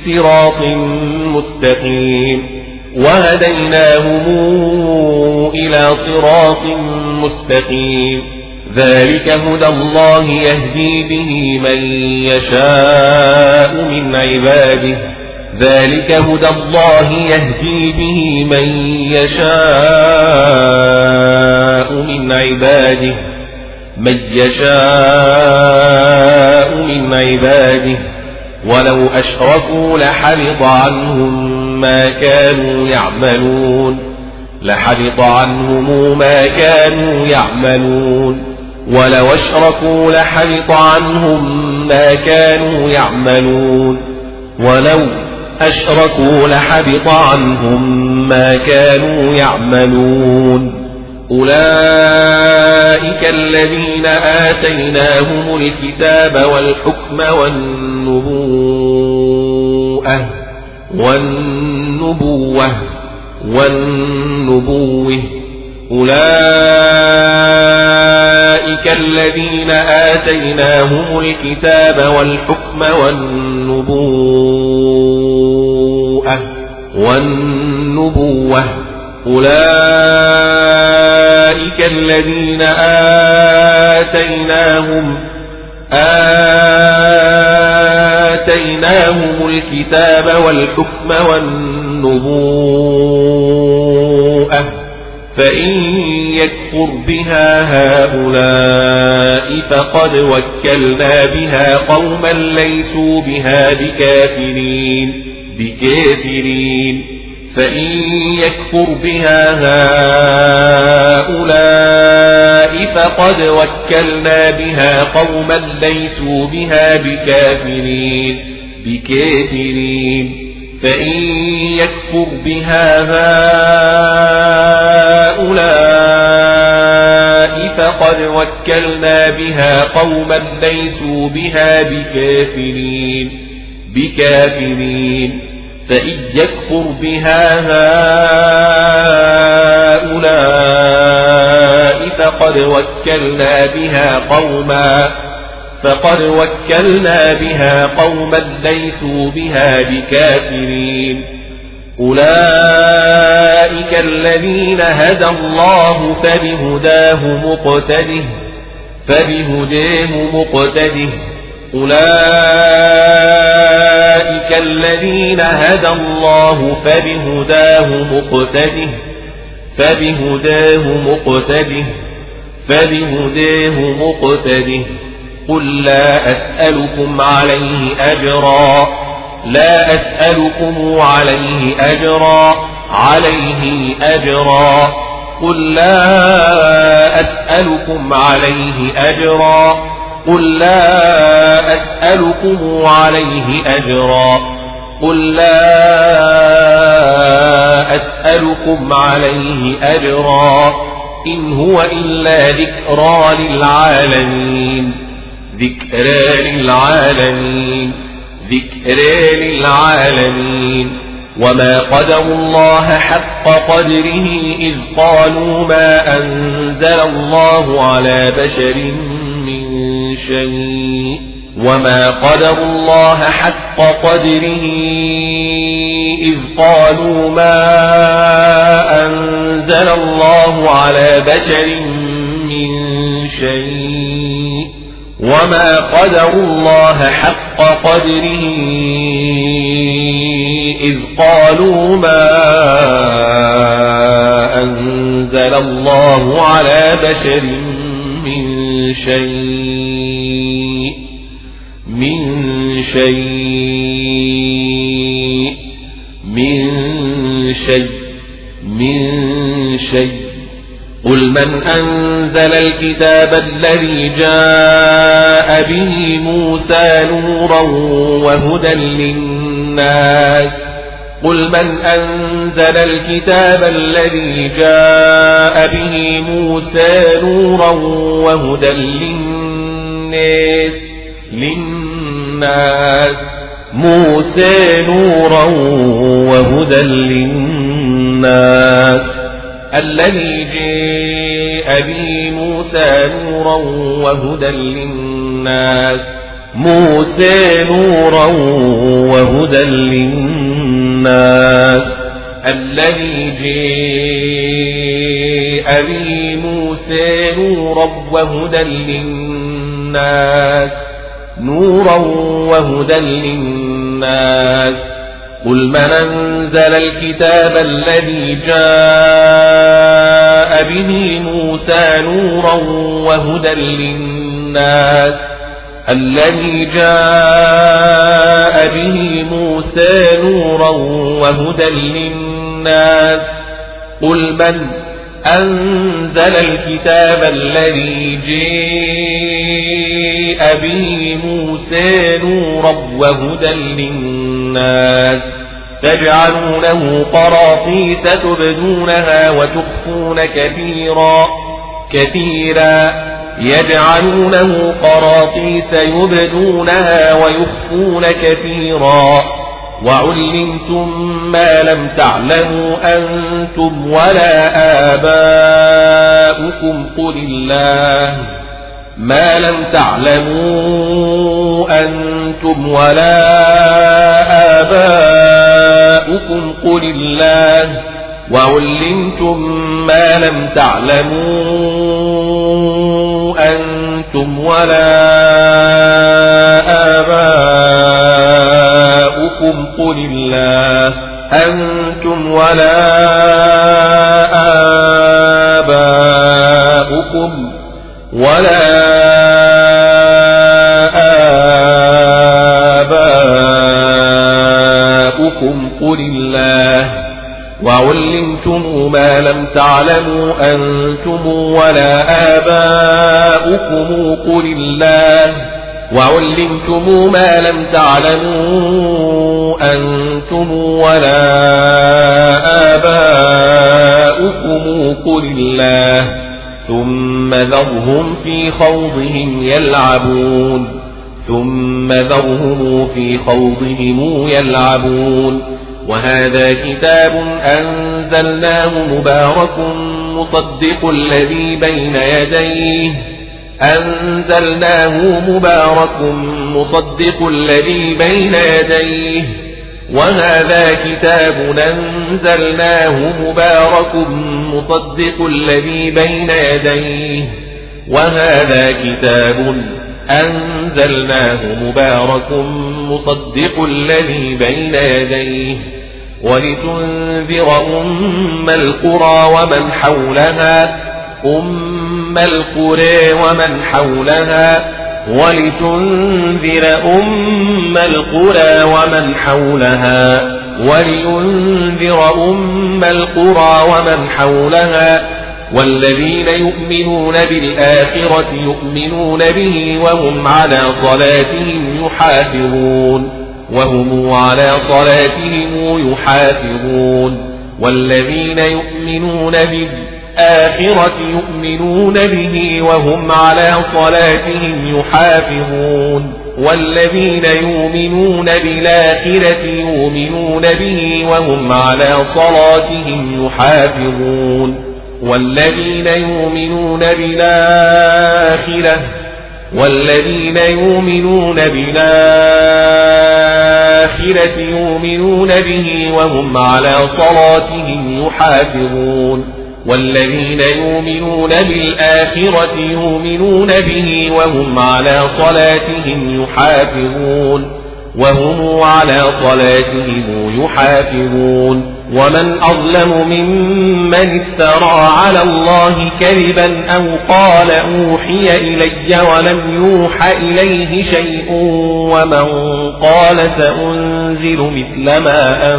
ذلك هدى الله يهدي به من يشاء من عباده ولو أشركوا لحبط عنهم ما كانوا يعملون أولئك الذين آتيناهم الكتاب والحكم والنبوة أولئك الذين آتيناهم الكتاب والحكم والنبوة أولئك الذين آتيناهم الكتاب والحكم والنبوة فإن يكفر بها هؤلاء فقد وكلنا بها قوما ليسوا بها بكافرين فإن يكفر بها هؤلاء فقد وكلنا بها قوما ليسوا بها بكافرين فإن يكفر بها هؤلاء فقد وكلنا بها قوما ليسوا بها بكافرين فإن يكفر بها هؤلاء فقد وكلنا بها قوما ليسوا بها بكافرين أولئك الذين هدى الله فبهداه مقتده أولئك الذين هدى الله فبهداه مقتده قل لا أسألكم عليه أجرا قل لا أسألكم عليه أجرا إن هو إلا ذكرى للعالمين وما قدروا الله حق قدره إذ قالوا ما أنزل الله على بشر من شيء وما قدروا الله حق قدره إذ قالوا ما أنزل الله على بشر من شيء قل من أنزل الكتاب الذي جاء به موسى نورا وهدى للناس الذي جاء به موسى نورا وهدى للناس قل من أنزل الكتاب الذي جاء به موسى نورا وهدى للناس قل من أنزل الكتاب الذي جاء به موسى نورا وهدى للناس تجعلونه قراطيس تبدونها وتخفون كثيرا يجعلونه قراطيس يبدونها ويخفون كثيرا وعلمتم ما لم تعلموا أنتم ولا آباؤكم قل الله وعلمتم ما لم تعلموا أنتم ولا آباؤكم قل الله وعلمتم ما لم تعلموا أنتم ولا آباؤكم قل الله وعلمتم ما لم تعلموا أنتم ولا آباؤكم قل الله ثم ذرهم في خوضهم يلعبون وهذا كتاب أنزلناه مبارك مصدق الذي بين يديه وهذا كتاب أنزلناه مبارك مصدق الذي بين يديه وهذا كتاب أنزلناه مبارك مصدق الذي بين يديه ولتنذر أم القرى ومن حولها ولينذر أم القرى ومن حولها والذين يؤمنون بالآخرة يؤمنون به وهم على صلاتهم يحافظون والذين يؤمنون بالآخرة يؤمنون به وهم على صلاتهم يحافظون والذين يؤمنون بالآخرة يؤمنون به وهم على صلاتهم يحافظون والذين يؤمنون بالآخرة يؤمنون به وهم على صلاتهم يحافظون والذين يؤمنون بالآخرة يؤمنون به وهم على صلاتهم يحافظون ومن أظلم ممن افترى على الله كذبا أو قال أوحي إلي ولم يوح إليه شيء ومن قال سأنزل مثل ما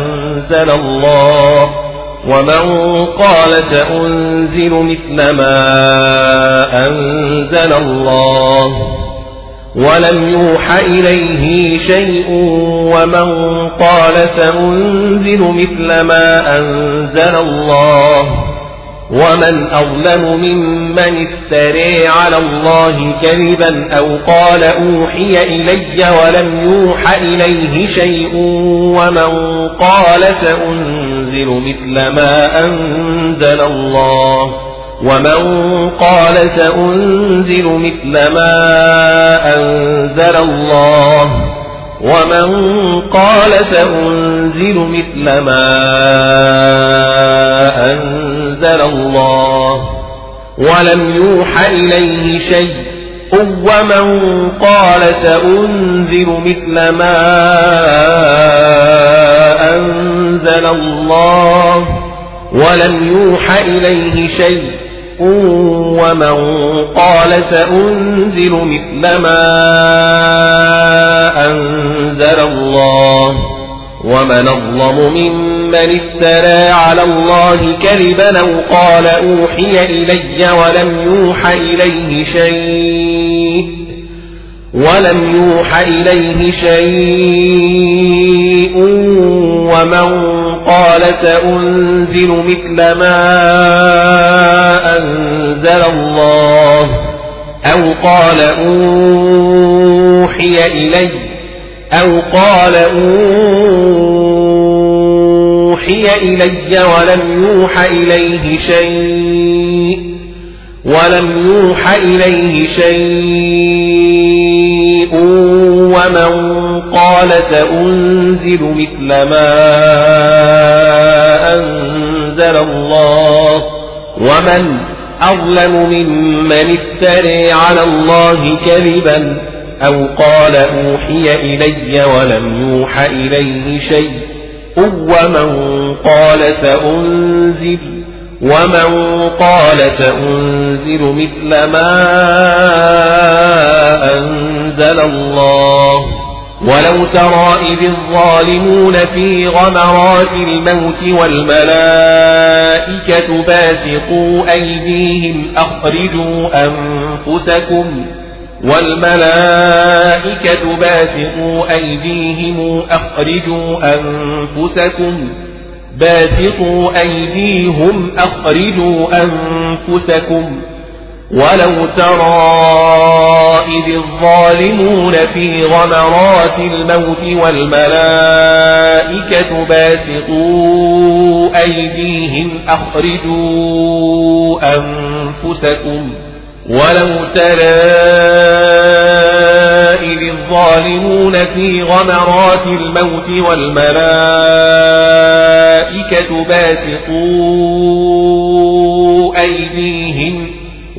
أنزل الله ولم يوح إليه شيء ومن قال سأنزل مثل ما أنزل الله ومن أظلم ممن افترى على الله كذبا أو قال أوحي إلي ولم يوح إليه شيء ومن قال سأنزل مثل ما أنزل الله ولم يوح إليه شيء ومن قال سأنزل مثل ما أنزل الله ولم يوح إليه شيء ومن قال سأنزل مثل ما أنزل الله ومن أظلم ممن افترى على الله كذبا أو قال أوحي إلي ولم يوح إليه شيء ومن قال سأنزل مثل ما أنزل الله أو قال أوحي إلي ولم يوح إليه شيء ومن قال سأنزل مثل ما أنزل الله ومن أظلم ممن افترى على الله كذبا أو قال أوحي إلي ولم يوح إليه شيء ومن قال سأنزل مثل ما أنزل الله ولو ترى إذ الظالمون في غمرات الموت والملائكة باسطوا أيديهم أخرجوا أنفسكم ولو ترى إذ الظالمون في غمرات الموت والملائكة باسطوا أيديهم أخرجوا أنفسكم ولو ترى إذ الظالمون في غمرات الموت والملائكة باسطوا أيديهم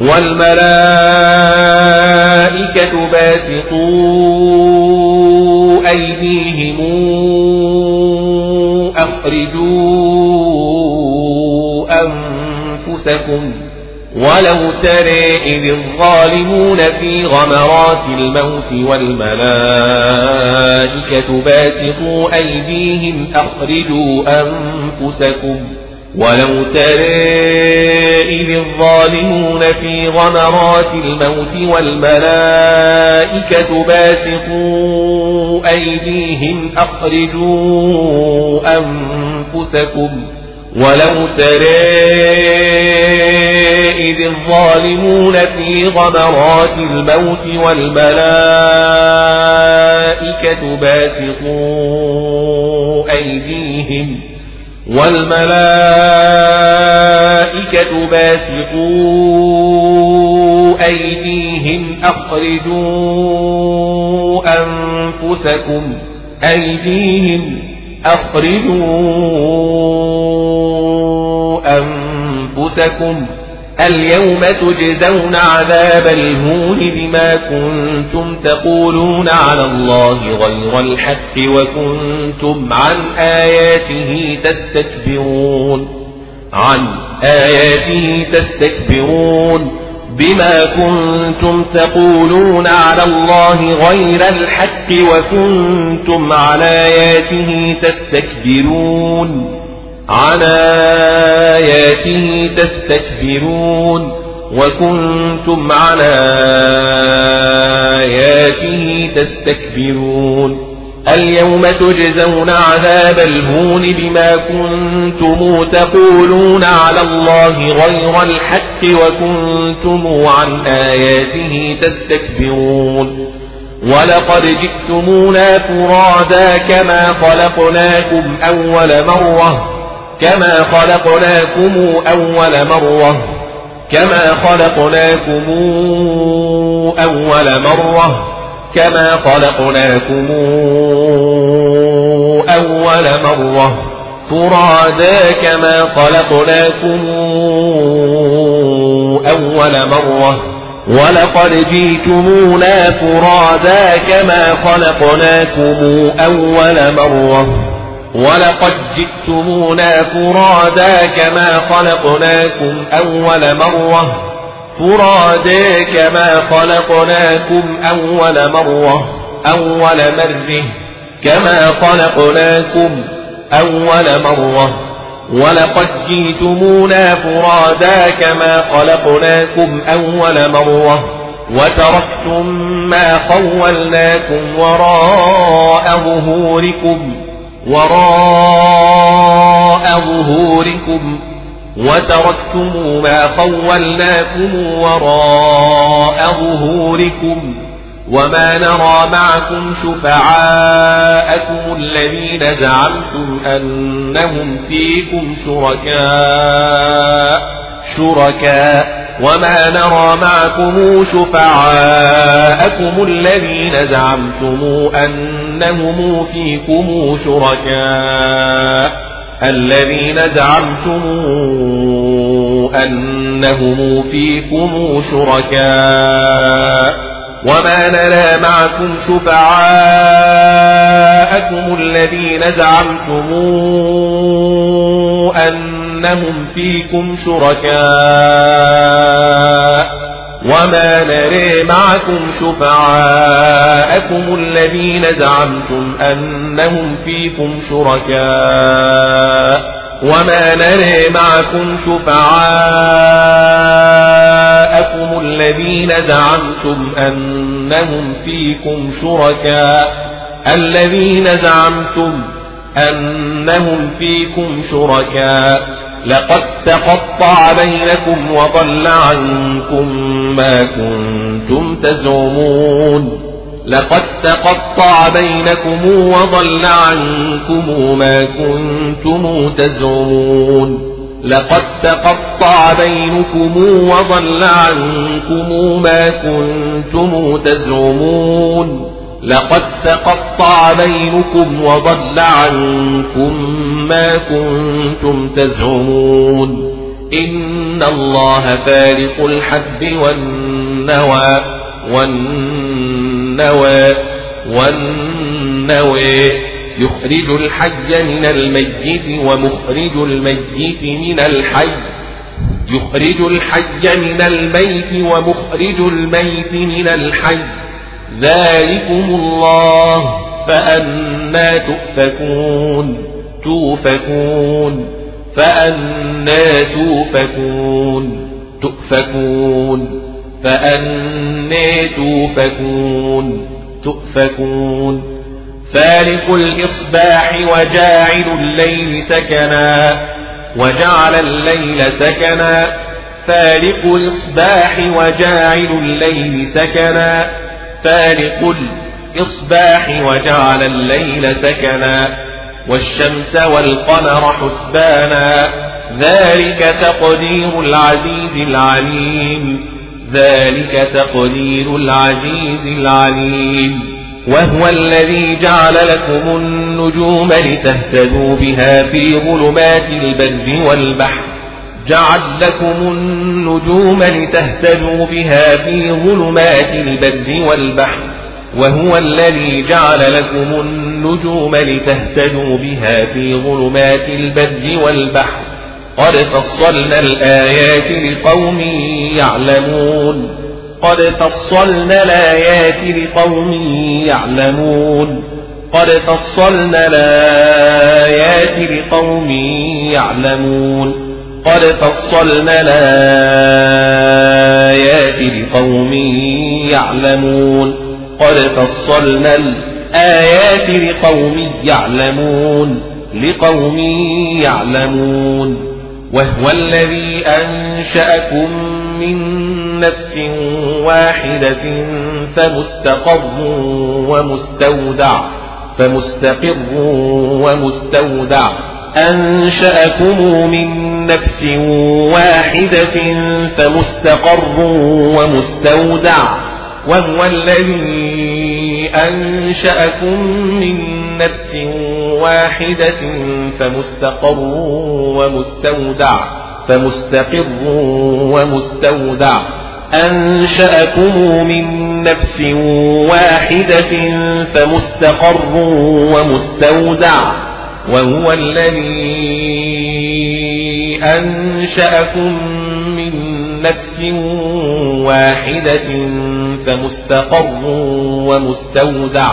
أخرجوا أنفسكم ولو ترى إذ الظالمون في غمرات الموت والملائكة باسطوا أيديهم أخرجوا أنفسكم ولو ترى إذ الظالمون في غمرات الموت والملائكة باسطوا أيديهم أخرجوا أنفسكم ولو ترى إذ الظالمون في غمرات الموت والملائكة باسطوا أيديهم أخرجوا أنفسكم اليوم تجزون عذاب الهون بما كنتم تقولون على الله غير الحق وكنتم عن آياته تستكبرون بما كنتم تقولون على الله غير الحق وكنتم عن آياته تستكبرون وكنتم عن آياته تستكبرون اليوم تجزون عذاب الهون بما كنتم تقولون على الله غير الحق وكنتم عن آياته تستكبرون ولقد جئتمونا فرادا كما خلقناكم أول مرة فرادا كما خلقناكم أول مرة ولقد جئتمونا فرادا كما خلقناكم أول مرة ولقد جئتمونا فرادا كما خلقناكم أول مرة وتركتم ما خولناكم وراء ظهوركم وما نرى معكم شفعاءكم الذين زعمتم أنهم فيكم شركاء وما نرى معكم شفعاءكم الذين زعمتم أنهم فيكم شركاء وما نرى معكم شفعاءكم الذين زعمتم أنهم فيكم شركاء وما نرى معكم شفعاءكم الذين زعمتم أنهم فيكم شركاء لقد تقطع بينكم وضل عنكم ما كنتم تزعمون لقد تقطع بينكم وضل عنكم ما كنتم تزعمون لقد تقطع بينكم وضل عنكم ما كنتم تزعمون لقد تقطع بينكم وضل عنكم ما كنتم تزعمون إن الله فارق الحب والنوى يخرج الحي من الميت ومخرج الميت من الحي يخرج الحي من الميت ومخرج الميت من الحي ذلكم الله فأنا تؤفكون فأنا تؤفكون فارق الإصباح وجاعل الليل سكنا فارق الإصباح وجاعل الليل سكنا فارق الإصباح وجعل الليل سكنا والشمس والقمر حسبانا ذلك تقدير العزيز العليم وهو الذي جعل لكم النجوم لتهتدوا بها في ظلمات البر والبحر وهو الذي جعل لكم النجوم لتهتدوا بها في ظلمات البر والبحر قد فصلنا الآيات لقوم يعلمون وهو الذي أنشأكم من نفس واحدة فمستقر ومستودع أنشأكم من نفس واحدة فمستقر ومستودع وهو الذي أنشأكم من نفس واحدة فمستقر ومستودع أنشأكم من نفس واحدة فمستقر ومستودع وهو الذي أنشأكم من نفس واحدة فمستقر ومستودع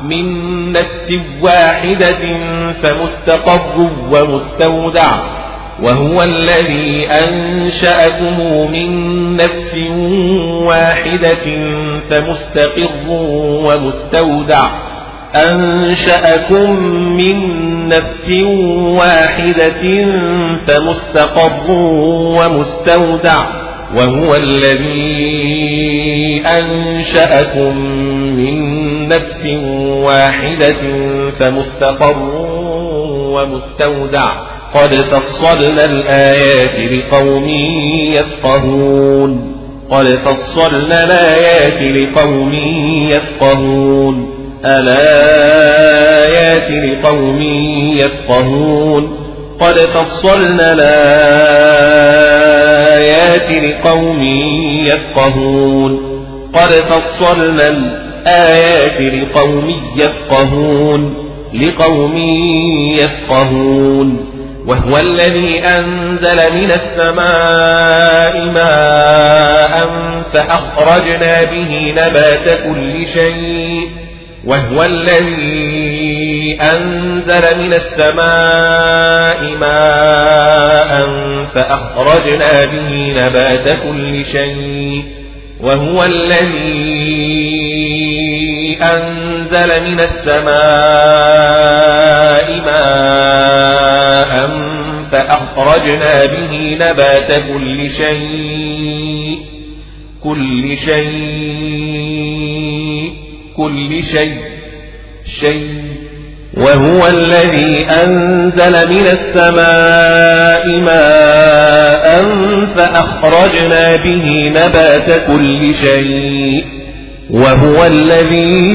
وهو الذي أنشأكم من نفس واحدة فمستقر ومستودع وهو الذي أنشأكم من نفس واحدة فمستقر ومستودع قد فصلنا الآيات لقوم يفقهون الآيات لقوم يفقهون قد فصلنا الآيات لقوم يفقهون وهو الذي أنزل من السماء ماء فأخرجنا به نبات كل شيء وهو الذي أنزل من السماء ماء فأخرجنا به نبات كل شيء وهو الذي أنزل من السماء ماء فأخرجنا به نبات كل شيء وهو الذي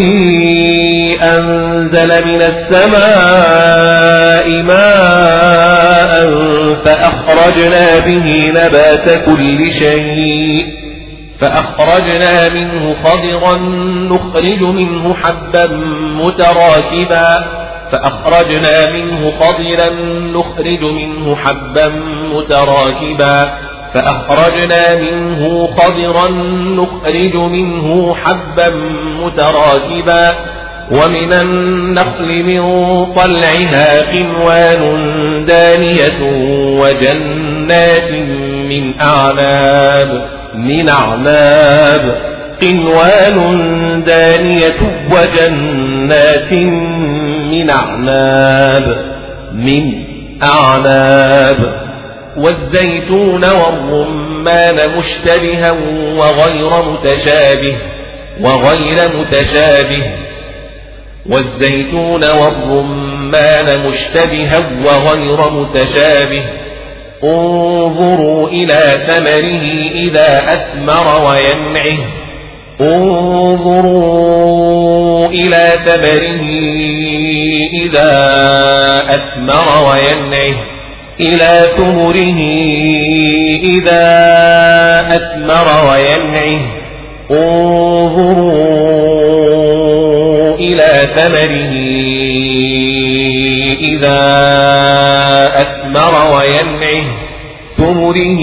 أنزل من السماء ماء فأخرجنا به نبات كل شيء فأخرجنا منه خضرا نخرج منه حبا متراكبا فأخرجنا منه خضرا نخرج منه حبا متراكبا فأخرجنا منه خضرا نخرج منه حبا متراكبا ومن النخل من طلعها قنوان دانية وجنات من أعناب قنوان دانية وجنات من أعناب والزيتون والرمان مشتبها وغير متشابه والزيتون والرمان مشتبها وغير متشابه انظروا إلى ثمره إذا أثمر وينعه انظروا إلى ثمره إذا أثمر وينعه إلى ثمره إذا أثمر وينعه انظروا إلى ثمره إذا أثمر وينعه ثمره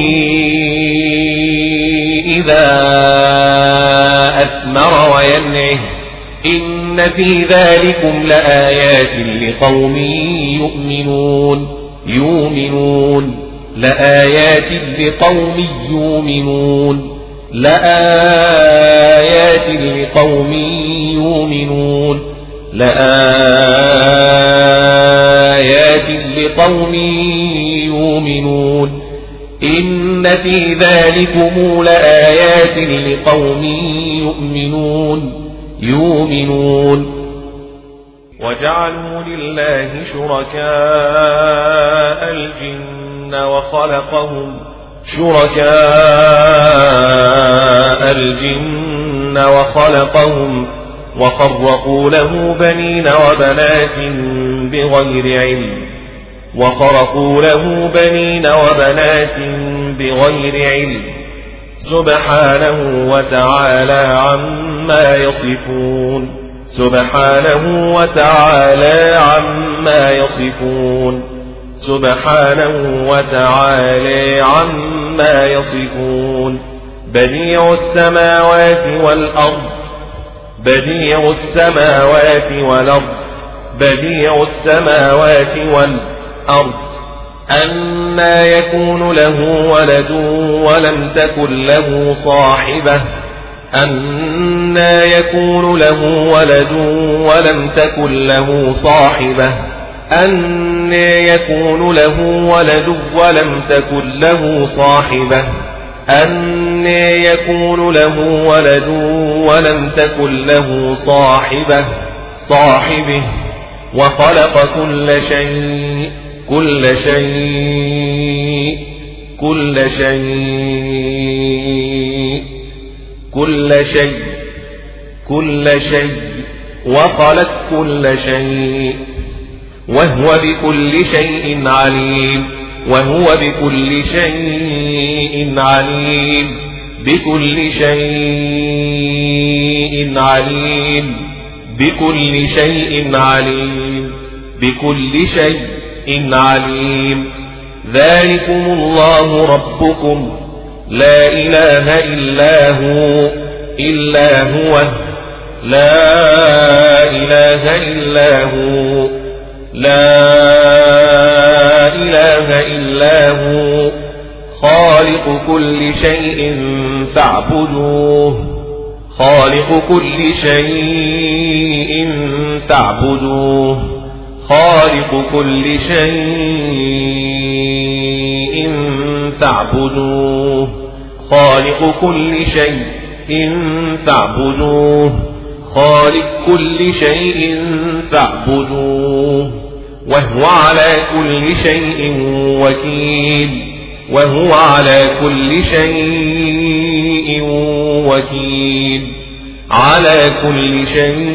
إذا أثمر وينعه إن في ذلكم لآيات لقوم يؤمنون لآيات لقوم يؤمنون لآيات لقوم يؤمنون لآيات لقوم يؤمنون إن في ذلكم لآيات لقوم يؤمنون وجعلوا لله شركاء الجن وخلقهم وخرقوا له بنين وبنات بغير علم سبحانه وتعالى عما يصفون بديع السماوات والأرض أنى يكون له ولد ولم تكن له صاحبة أنى يكون له ولد ولم تكن له صاحبة أنى يكون له ولد ولم تكن له صاحبة أنى يكون له ولد ولم تكن له صاحبه وخلق كل شيء وخلق كل شيء وهو بكل شيء عليم بكل شيء عليم ذلكم الله ربكم لا إله إلا هو لا إله إلا هو خالق كل شيء فاعبدوه خالق كل شيء فاعبدوه خالق كل شيء فاعبدوه خالق كل شيء فاعبدوه وهو على كل شيء وكيل وهو على كل شيء وكيل على كل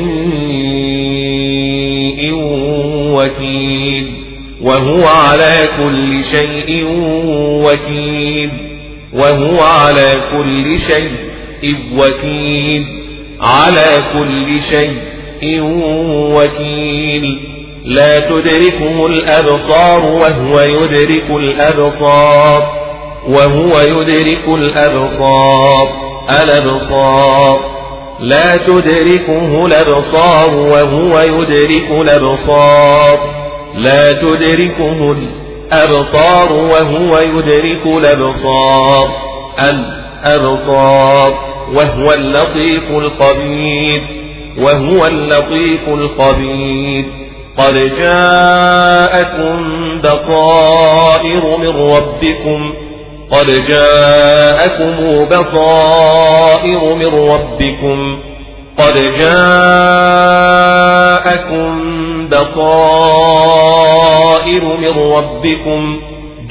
شيء وكيل وهو على كل شيء وكيل وهو على كل شيء وكيل على كل شيء وكيل لا تدركه الأبصار وهو يدرك الأبصار وهو يدرك الأبصار لا تدركه الأبصار وهو يدرك الأبصار لا تدركه الأبصار وهو يدرك الأبصار وهو اللطيف الخبير وهو اللطيف الخبير قد جاءكم بصائر من ربكم قد جاءكم بصائر من ربكم قد جاءكم بصائر من ربكم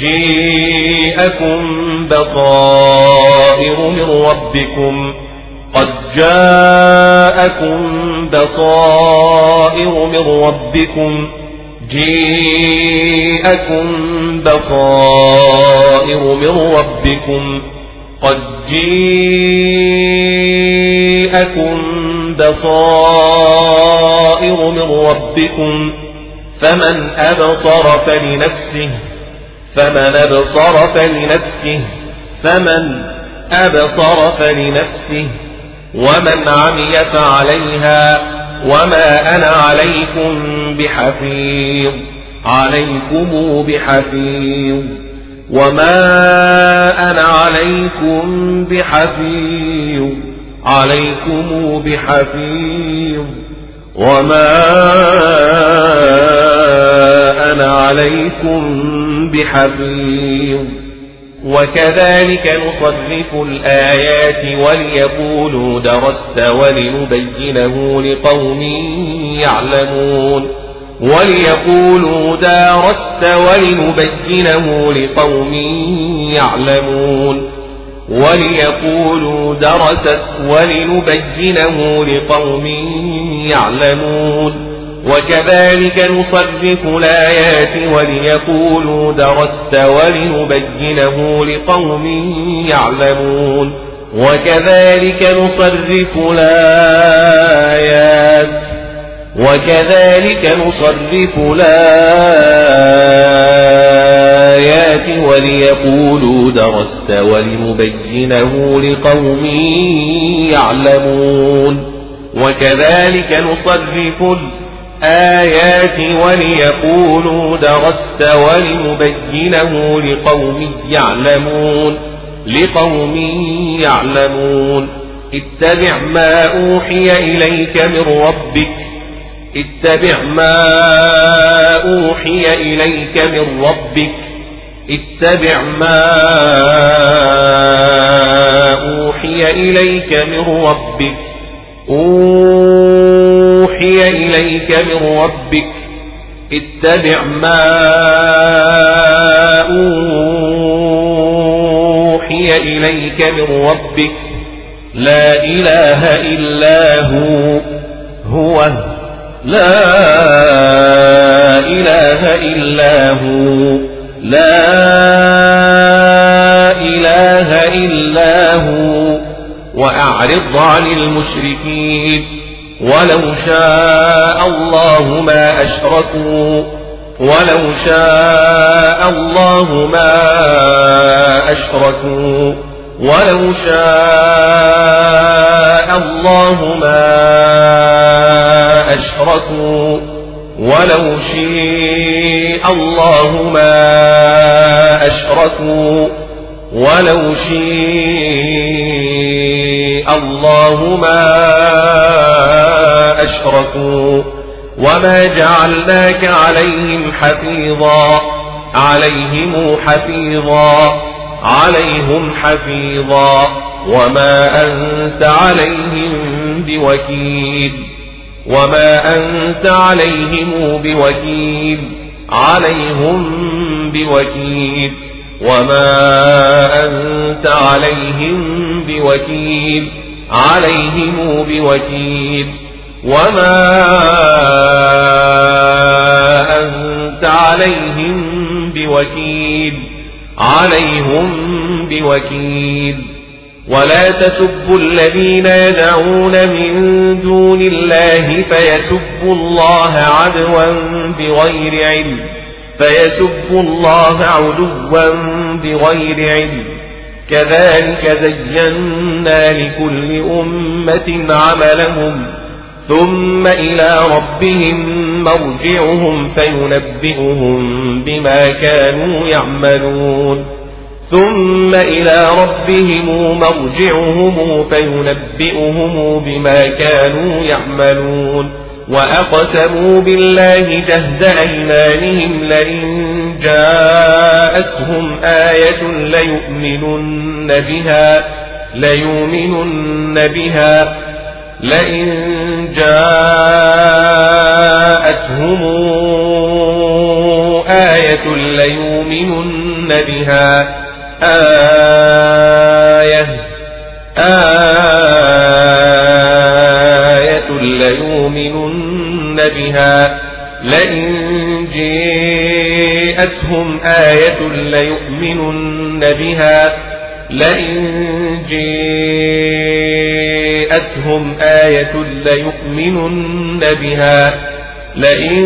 جاءكم بصائر من ربكم قد جاءكم بصائر من ربكم جاءكم بصائر من ربكم قد جاءكم بصائر من ربكم فمن أبصر فلنفسه فمن أبصر فلنفسه فمن أبصر فلنفسه ومن عمي فعليها وما أنا عليكم بحفيظ وما أنا عليكم بحفيظ وما أنا عليكم بحفيظ وكذلك نصرف الآيات وليقولوا درست ولنبينه لقوم يعلمون وليقولوا درست ولنبينه لقوم يعلمون وليقولوا درست ولنبينه لقوم يعلمون وكذلك نصرف الآيات وليقولوا درست ولنبينه لقوم يعلمون وكذلك نصرف الآيات وليقولوا درست ولنبينه لقوم يعلمون وكذلك نصرف الآيات وليقولوا درست ولنبينه لقوم يعلمون اتبع ما أوحي إليك من ربك اتبع ما أوحي إليك من ربك اتبع ما أوحي إليك من ربك أوحي إليك من ربك اتبع ما أوحي إليك من ربك لا إله إلا هو لا إله إلا هو لا إله إلا هو وأعرض عن المشركين ولو شاء الله ما أشركوا ولو شاء الله ما أشركوا ولو شاء الله ما أشركوا ولو شاء الله ما أشركوا ولو شاء الله ما أشركوا وما جعلناك عليهم حفيظا عليهم حفيظا وما أنت عليهم بوكيل وما أنت عليهم بوكيل عليهم بوكيل وما أنت عليهم بوكيل عليهم بوكيل وما أنت عليهم بوكيل عليهم بوكيل ولا تسبوا الذين يدعون من دون الله فيسبوا الله عدوا بغير علم فيسبوا الله عدوا بغير علم كذلك زينا لكل أمة عملهم ثم إلى ربهم مرجعهم فينبئهم بما كانوا يعملون ثم إلى ربهم مرجعهم فينبئهم بما كانوا يعملون وأقسموا بالله جهد أيمانهم لئن جاءتهم آية ليؤمنن بها لئن جاءتهم آية ليؤمنن بها آية ليؤمنن بها لئن جاءتهم آية ليؤمنن بها لئن جاءتهم آية ليؤمنن بها لئن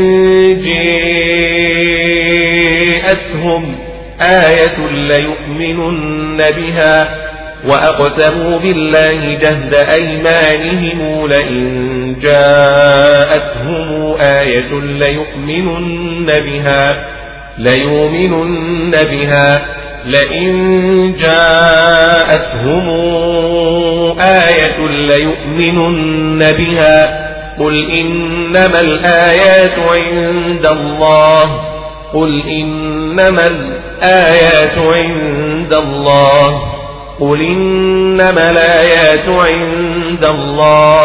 جاءتهم آية ليؤمنن بها وأقسموا بالله جهد أيمانهم لئن جاءتهم آية ليؤمنن بها لئن جاءتهم آية ليؤمنن بها قل إنما الآيات عند الله قل إنما الآيات عند الله قل إنما الآيات عند الله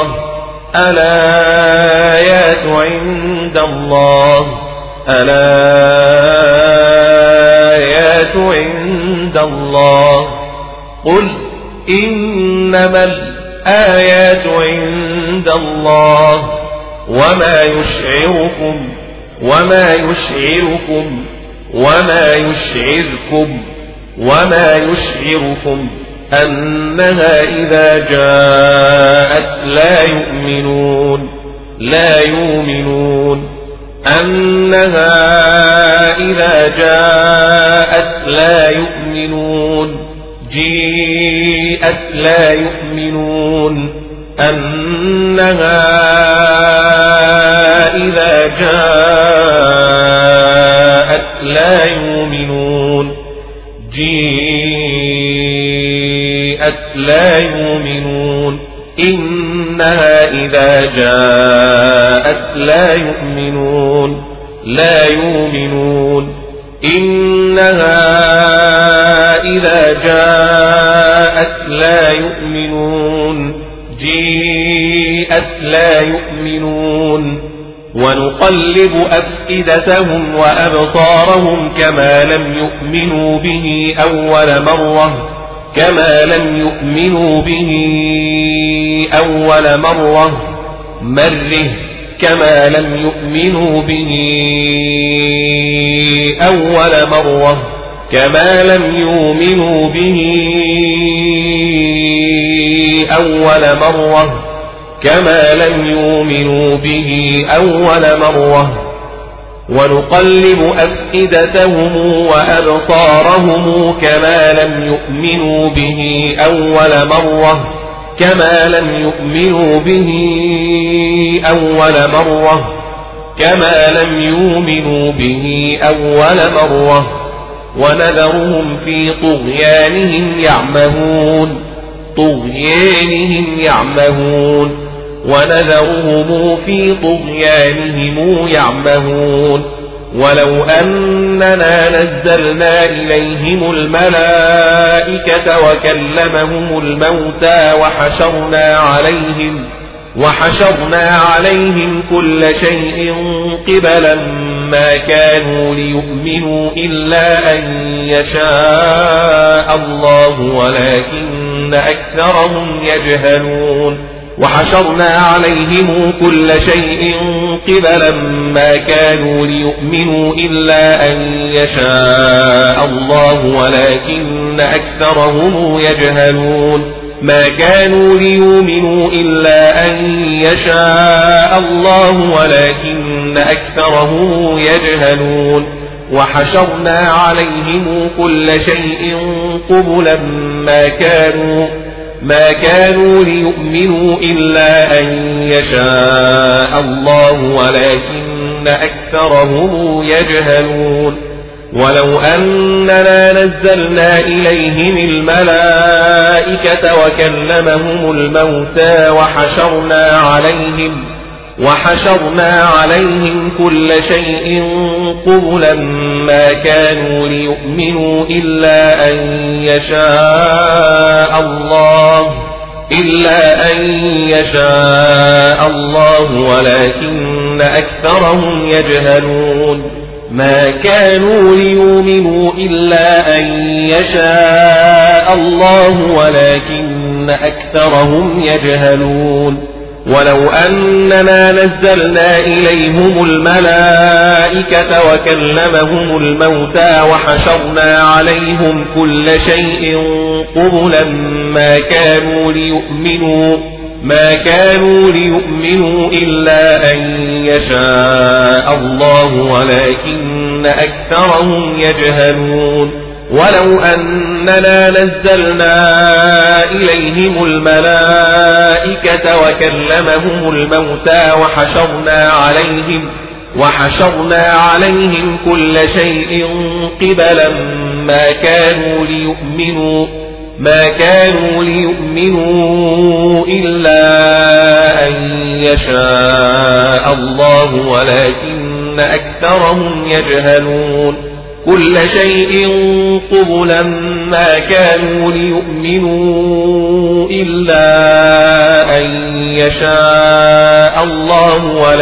الآيات عند الله الآيات عند الله قل إنما الآيات عند الله وما يشعركم أنها إذا جاءت لا يؤمنون أنها إذا جاءت لا يؤمنون جيءت لا يؤمنون أنها إذا جاءت لا يؤمنون جيءت لا يؤمنون إنها إذا جاءت لا يؤمنون إنها إذا جاءت لا يؤمنون جيءت لا يؤمنون ونقلب أفئدتهم وأبصارهم كما لم يؤمنوا به أول مرة كما لم يؤمنوا به أول مرة ونقلب أفئدتهم وأبصارهم كما لم يؤمنوا به أول مرة ونذرهم في طغيانهم يعمهون ولو أننا نزلنا إليهم الملائكة وكلمهم الموتى وحشرنا عليهم كل شيء قبلا ما كانوا ليؤمنوا إلا أن يشاء الله ولكن أكثرهم يجهلون وحشرنا عليهم كل شيء قبلا ما كانوا ليؤمنوا إلا أن يشاء الله ولكن أكثرهم يجهلون ما كانوا ليؤمنوا إلا أن يشاء الله ولكن أكثرهم يجهلون وحشرنا عليهم كل شيء قبلا ما كانوا ليؤمنوا إلا أن يشاء الله ولكن أكثرهم يجهلون ولو أننا نزلنا إليهم الملائكة وكلمهم الموتى وحشرنا عليهم كل شيء قبلا ما كانوا ليؤمنوا إلا أن يشاء الله ولكن أكثرهم يجهلون ما كانوا ليؤمنوا إلا أن يشاء الله ولكن أكثرهم يجهلون ولو أننا نزلنا إليهم الملائكة وكلمهم الموتى وحشرنا عليهم كل شيء قبلا ما كانوا ليؤمنوا إلا أن يشاء الله ولكن أكثرهم يجهلون ولو أننا نزلنا إليهم الملائكة وكلمهم الموتى وحشرنا عليهم كل شيء قبلا ما كانوا ليؤمنوا إلا أن يشاء الله ولكن أكثرهم يجهلون كل شيء قبلا ما كانوا ليؤمنوا إلا أن يشاء الله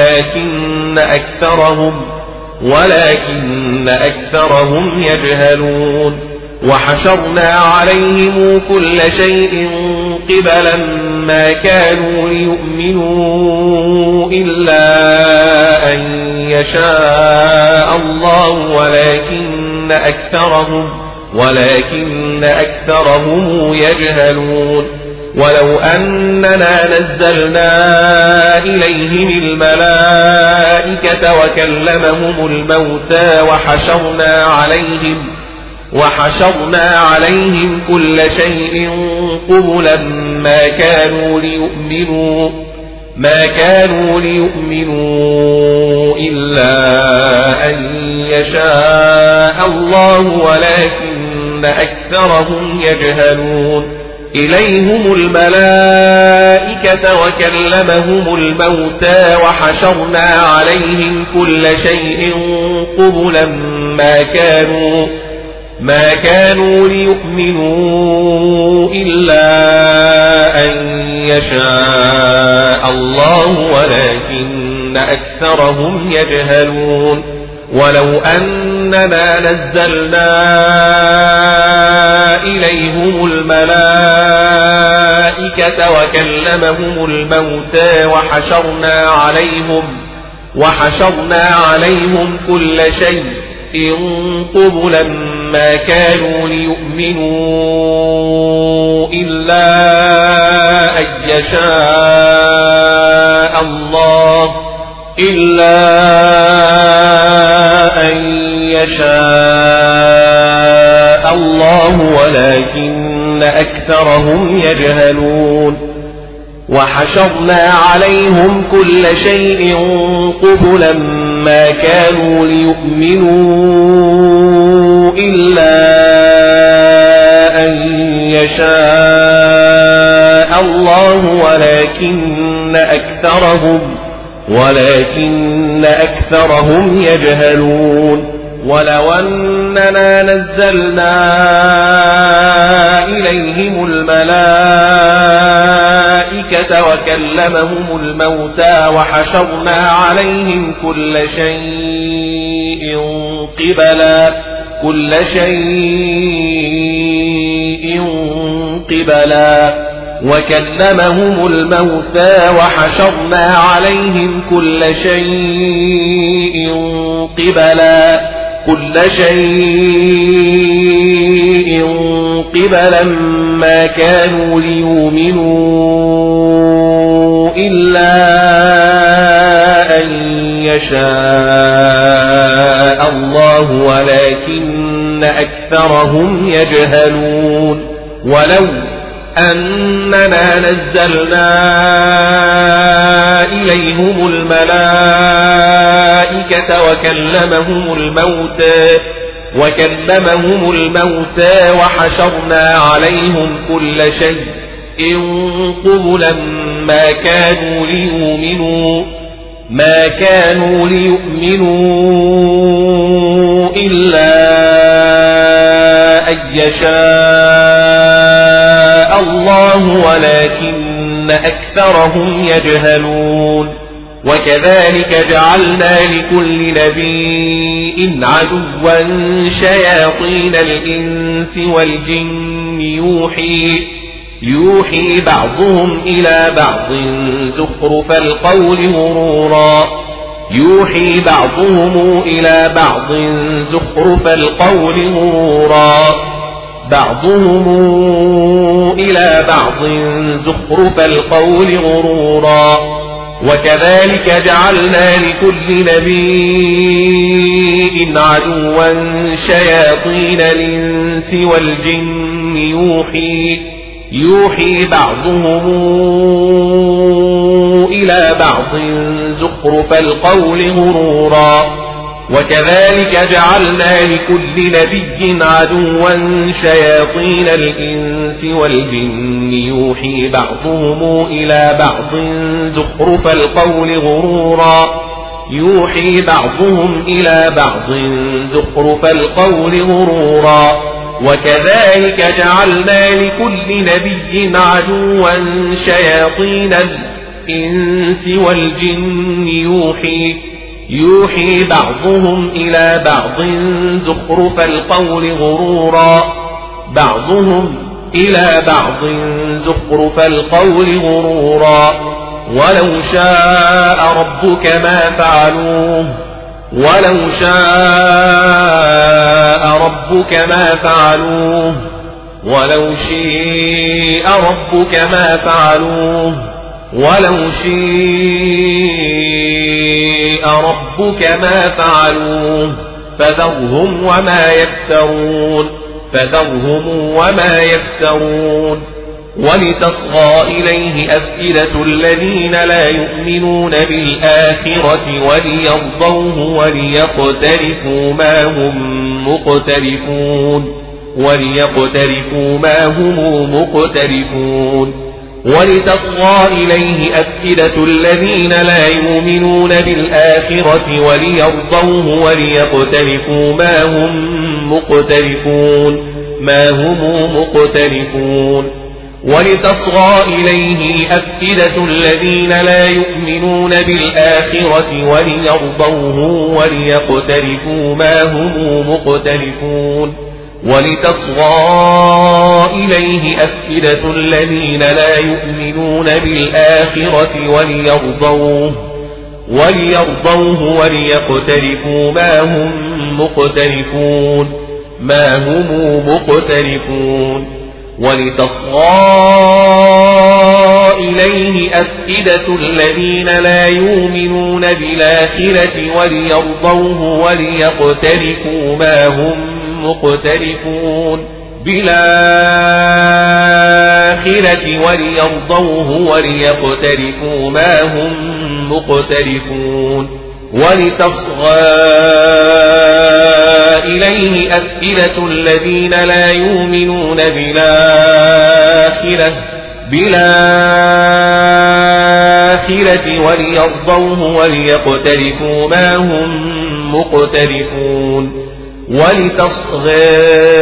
ولكن أكثرهم يجهلون وحشرنا عليهم كل شيء قبلا ما كانوا ليؤمنوا إلا أن يشاء الله ولكن أكثرهم يجهلون ولو أننا نزلنا إليهم الملائكة وكلمهم الموتى وحشرنا عليهم كل شيء قبلا ما كانوا ليؤمنوا إلا أن يشاء الله ولكن أكثرهم يجهلون إليهم الملائكة وكلمهم الموتى وحشرنا عليهم كل شيء قبلا ما كانوا ليؤمنوا إلا أن يشاء الله ولكن أكثرهم يجهلون ولو أننا نزلنا إليهم الملائكة وكلمهم الموتى وحشرنا عليهم كل شيء قبلا ما كانوا ليؤمنوا إلا أن يشاء الله ولكن أكثرهم يجهلون وحشرنا عليهم كل شيء قبلا ما كانوا ليؤمنوا إلا أن يشاء الله ولكن أكثرهم يجهلون ولو أننا نزلنا إليهم الملائكة وكلمهم الموتى وحشرنا عليهم كل شيء قبلا وكلمهم الموتى وحشرنا عليهم كل شيء قبلا ما كانوا ليؤمنوا إلا أن يشاء الله ولكن أكثرهم يجهلون ولو أننا نزلنا إليهم الملائكة وكلمهم الموتى وحشرنا عليهم كل شيء قبلا ما كانوا ليؤمنوا إلا أن يشاء الله ولكن أكثرهم يجهلون وكذلك جعلنا لكل نبي عدوا شياطين الإنس والجن يوحي بعضهم إلى بعض زخرف القول غرورا وكذلك جعلنا لكل نبي عدوا شياطين الإنس والجن يوحي بعضهم إلى بعض زخرف القول غرورا وكذلك جعلنا لكل نبي عدوا شياطين الإنس والجن يوحي بعضهم إلى بعض زخرف القول غرورا وكذلك جعلنا لكل نبي عدوا شياطين الإنس والجن يوحي بعضهم إلى بعض زخرف القول غرورا ولو شاء ربك ما فعلوه ولو شاء ربك ما فعلوه فذرهم وما يفترون ولتصغى إليه أفئدة الذين لا يؤمنون بالآخرة وليرضوه وليقترفوا ما هم مقترفون ولتصغى إليه أفئدة الذين لا يؤمنون بالآخرة وليرضوه وليقترفوا ما هم مقترفون ولتصغى إليه أفئدة الذين لا يؤمنون بالآخرة وليرضوه وليقترفوا ما هم مقترفون ولتصغى إليه أفئدة الذين لا يؤمنون بالآخرة وليرضوه وليقترفوا ما هم مقترفون ولتصغى إليه أفئدة الذين لا يؤمنون بالآخرة وليرضوه وليقترفوا ما هم مقترفون بالآخرة وليرضوه وليقترفوا ما هم مقترفون ولتصغى إليه أفئدة الذين لا يؤمنون بالآخرة بالآخرة وليرضوه وليقترفوا ما هم مقترفون ولتصغى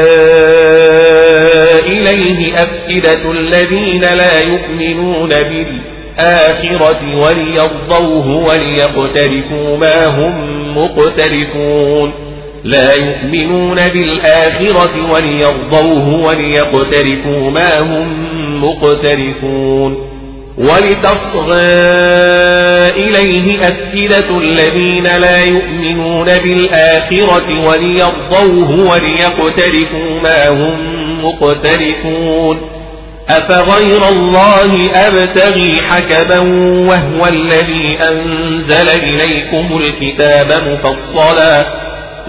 إليه أفئدة الذين لا يؤمنون بالآخرة وليرضوه وليقترفوا ما هم مقترفون لا يؤمنون بالآخرة وليرضوه وليقترفوا ما هم مقترفون ولتصغى إليه أفئدة الذين لا يؤمنون بالآخرة وليرضوه وليقترفوا ما هم مقترفون أفغير الله أبتغي حكما وهو الذي أنزل إليكم الكتاب مفصلا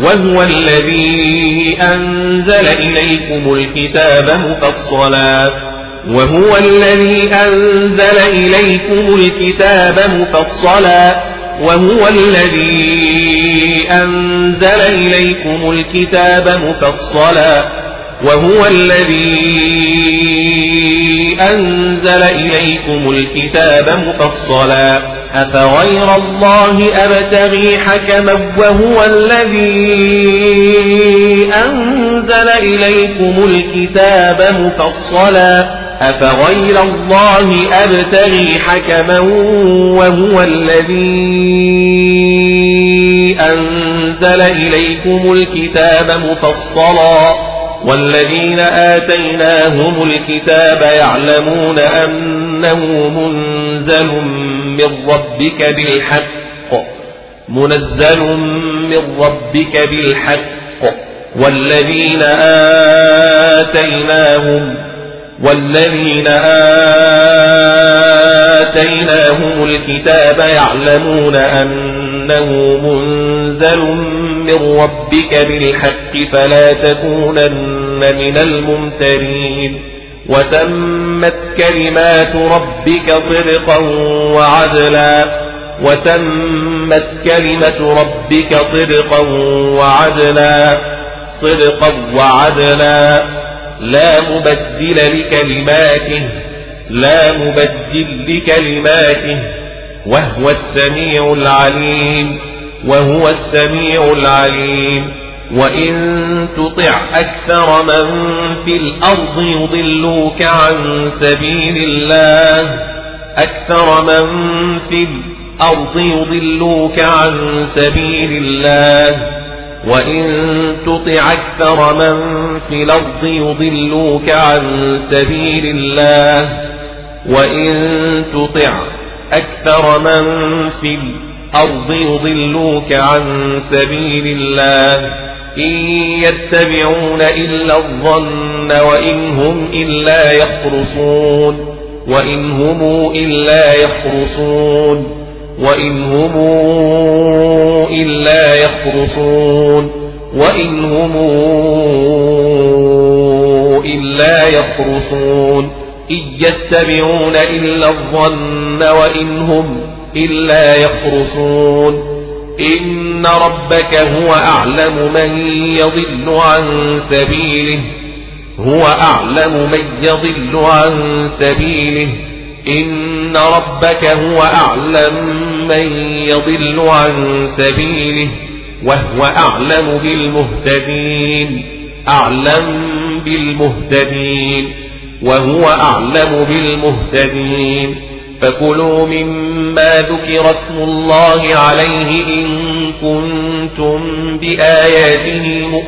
وهو الذي أنزل إليكم الكتاب مفصلا أفغير الله أبتغي حكما وهو الذي أنزل إليكم الكتاب مفصلا أفغير الله أبتغي حكما وهو الذي أنزل إليكم الكتاب مفصلا والذين آتيناهم الكتاب يعلمون أنه منزل من ربك بالحق والذين آتيناهم الكتاب يعلمون أنه منزل من ربك بالحق فلا تكونن من الممترين وتمت كلمات ربك صدقا وعدلا لا مبدل لكلماته وهو السميع العليم وإن تطع أكثر من في الأرض يضلوك عن سبيل الله وإن تطع أكثر من في الأرض يضلوك عن سبيل الله إن يتبعون إلا الظن وإن هم إلا يخرصون إن يتبعون إلا الظن وإن هم إلا يخرصون إن ربك هو أعلم من يضل عن سبيله إن ربك هو أعلم من يضل عن سبيله وهو أعلم بالمهتدين فكلوا مما ذكر اسم الله عليه إن كنتم بآياته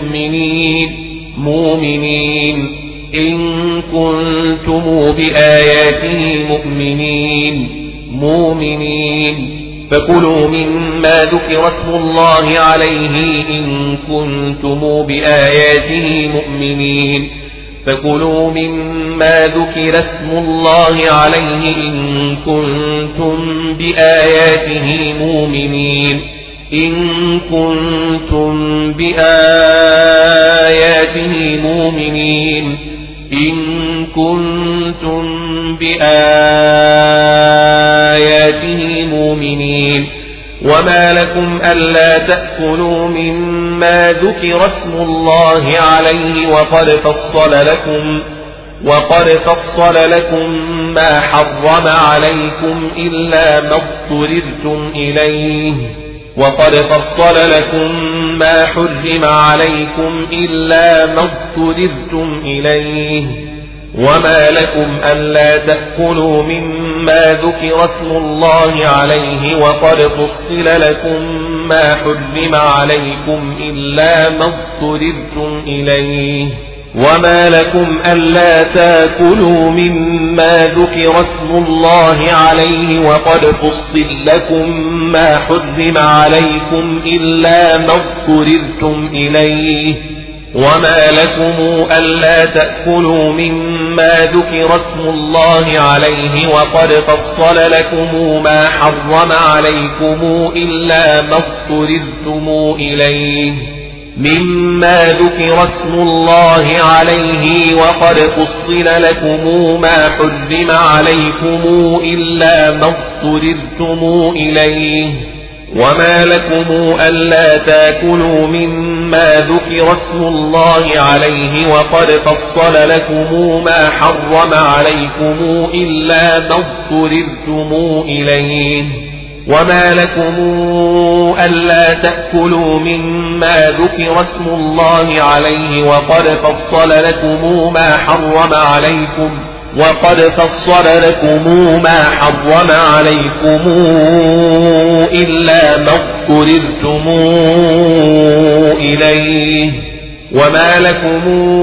مؤمنين فكلوا مما ذكر اسم الله عليه إن كنتم بآياته مؤمنين فكلوا مما ذكر اسم الله عليه إن كنتم بآياته مؤمنين وما لكم ألا تأكلوا مما ذكر اسم الله عليه وقد فصل لكم ما حرم عليكم إلا ما اضطررتم إليه وقد فصل لكم ما حرم عليكم إلا ما اضطررتم إليه وما لكم ألا تأكلوا مما ذكر اسم الله عليه وقد فصل لكم ما حرم عليكم إلا ما اضطررتم إليه وما لكم ألا تأكلوا مما ذكر اسم الله عليه وقد فصل لكم ما حرم عليكم إلا ما اضطررتم إليه وما لكم ألا تأكلوا مما ذكر اسم الله عليه وقد فصل لكم ما حرم عليكم إلا ما اضطررتم إليه مما ذكر اسم الله عليه وقد فصل لكم ما حرم عليكم إلا ما اضطررتم إليه وما لكم ألا تأكلوا مما ذكر اسم الله عليه وقد فصل لكم ما حرم عليكم إلا ما اضطررتم إليه وما لكم ألا تأكلوا مما ذكر اسم الله عليه وقد فصل لكم ما حرم عليكم إلا ما اضطررتم إليه وما لكم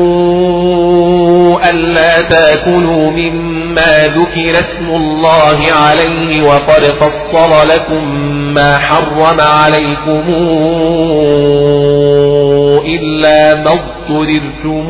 ألا تأكلوا مما ذكر اسم الله عليه وقد فصل لكم ما حرم عليكم إلا ما اضطررتم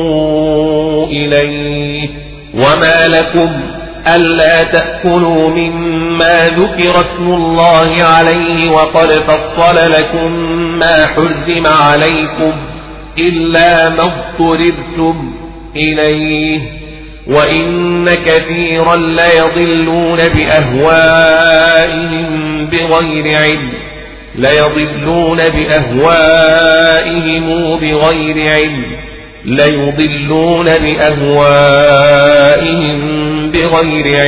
إليه وما لكم ألا تأكلوا مما ذكر اسم الله عليه وقد فصل لكم ما حرم عليكم إلا ما اضطررتم إليه وإن كثيرا ليضلون بأهوائهم بغير علم ليضلون بأهوائهم بغير علم ليضلون بأهوائهم بغير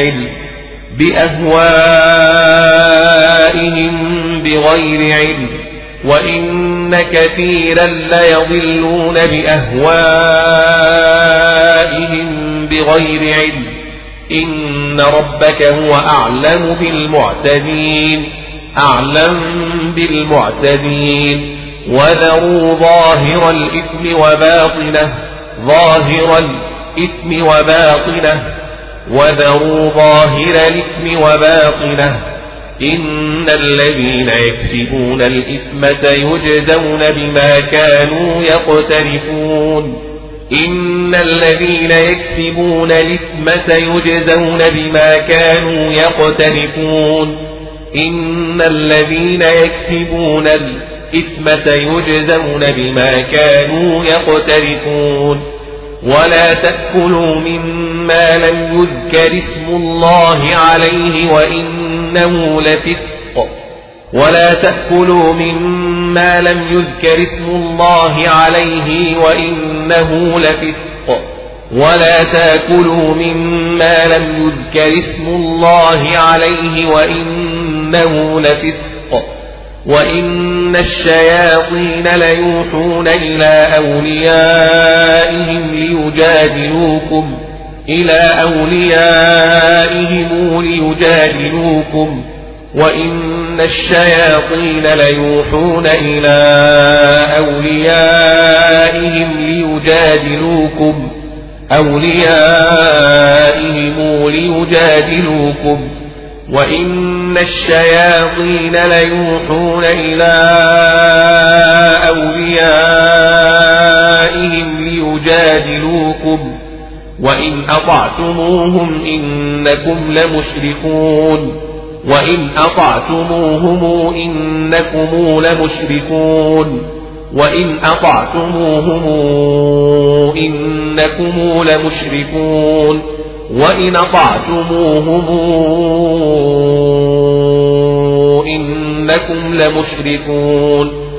علم وإن كثيرا ليضلون بأهوائهم بغير علم إن ربك هو أعلم بالمعتدين وذروا ظاهر الإثم وباطنه إن الذين يكسبون الإثم سيجزون بما كانوا يقترفون ولا تأكلوا مما لم يذكر اسم الله عليه وإنه لفسق ولا تأكلوا مما لم يذكر اسم الله عليه وإنه لفسق وإن الشياطين ليوحون إلى أوليائهم ليجادلوكم وإن الشياطين ليوحون إلى أوليائهم ليجادلوكم وإن الشياطين ليوحون إلى أوليائهم ليجادلوكم وإن أطعتموهم إنكم لمشركون وإن أطعتموهم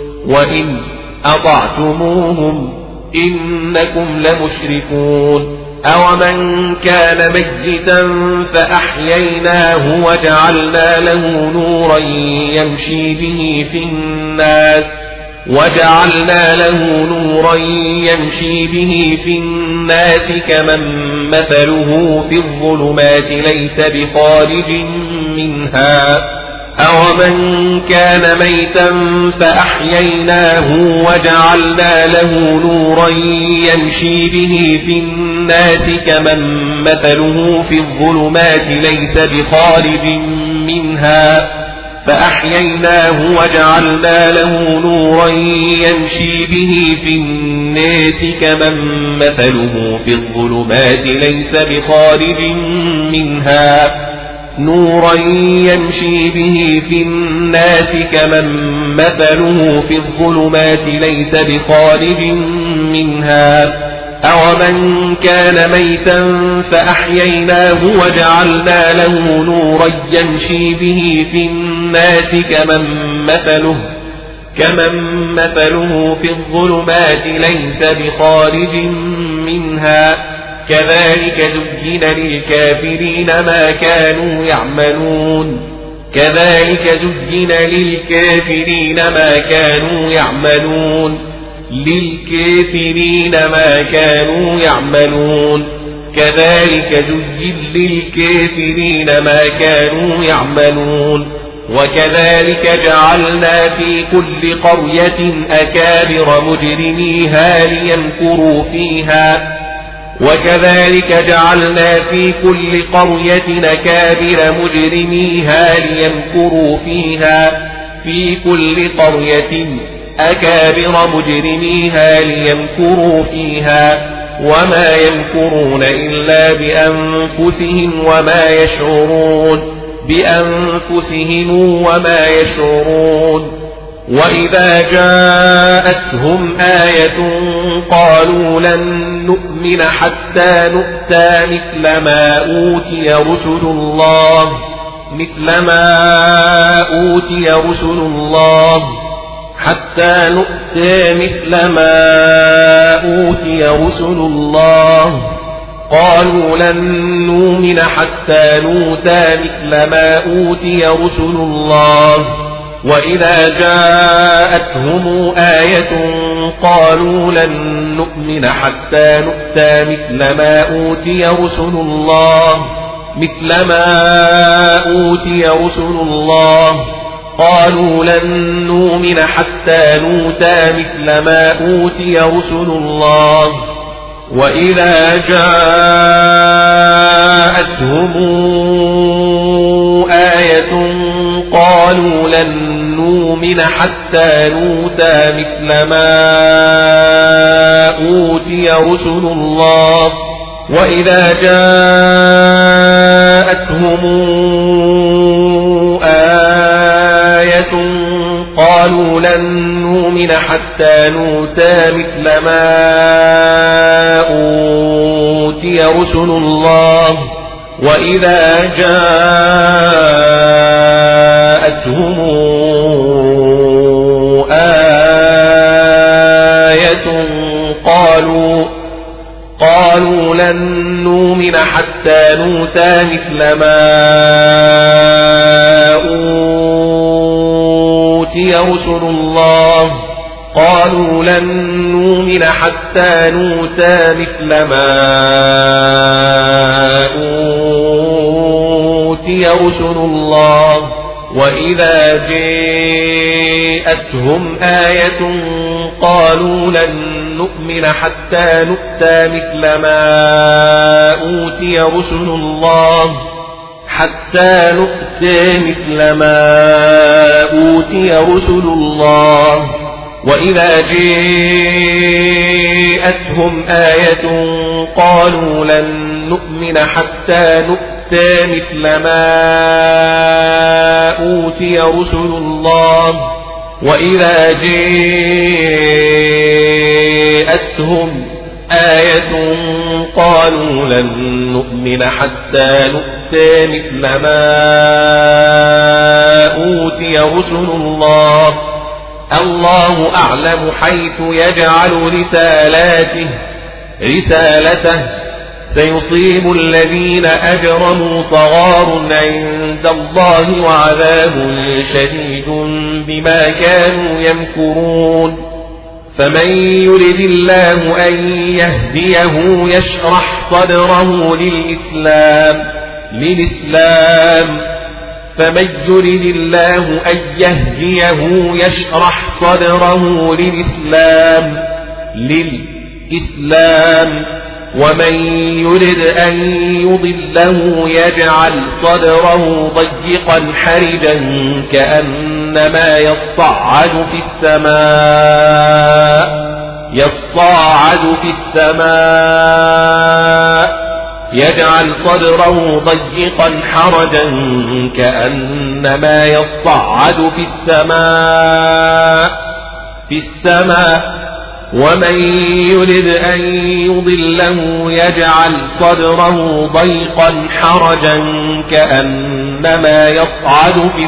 إنكم لمشركون أومن كان ميتا فأحييناه وجعلنا له نورا يمشي به في الناس كمن مثله في الظلمات ليس بخارج منها أومن كان ميتا فأحييناه وجعلنا له نورا يمشي به في الناس كمن مثله في الظلمات ليس بخارج منها فأحييناه وجعلنا له نورا يمشي به في الناس كمن مثله في الظلمات ليس بخارج منها نورا يمشي به في الناس كمن مثله في الظلمات ليس بخارج منها أومن كان ميتا فأحييناه وجعلنا له نورا يمشي به في الناس كمن مثله في الظلمات ليس بخارج منها كذلك زين للكافرين ما كانوا يعملون وكذلك جعلنا في كل قرية أكابر مجرميها ليمكروا فيها وما يمكرون إلا بأنفسهم وما يشعرون وإذا جاءتهم آية قالوا لن نؤمن حتى نؤتى مثل ما أوتي رسل الله قالوا لن نؤمن حتى نؤتى مثل ما أوتي رسل الله وإذا جاءتهم آية قالوا لن نؤمن حتى نؤتى مثل ما أوتي رسل الله قالوا لن نؤمن حتى نؤتى مثل ما أوتي رسل الله وإذا جاءتهم آية قالوا لن نؤمن حتى نؤتى مثل ما أوتي رسل الله وإذا جاءتهم آية قالوا لن نؤمن حتى نؤتى مثل ما أوتي رسل الله وإذا جاءتهم آية قالوا لن نؤمن حتى نؤتى مثل ما أوتي رسل الله قالوا لن نؤمن حتى نؤتى مثل ما أوتي رسل الله وإذا جاءتهم آية قالوا لن نؤمن حتى نؤتى مثل ما أوتي رسل الله وإذا جاءتهم آية قالوا لن نؤمن حتى نؤتى مثل ما أوتي رسل الله وإذا جاءتهم آية قالوا لن نؤمن حتى نؤتى مثل ما أوتي رسل الله الله أعلم حيث يجعل رسالته سيصيب الذين أجرموا صغار عند الله وعذاب شديد بما كانوا يمكرون فمن يرد الله أن يهديه يشرح صدره للإسلام فمن يرد الله أن يهديه يشرح صدره للإسلام ومن يرد أن يضله يجعل صدره ضيقا حرجا كأنما يصعد في السماء يجعل صدره ضيقا حرجا كأنما يصعد في السماء ومن يرد أن يضله يجعل صدره ضيقا حرجا كأنما يصعد في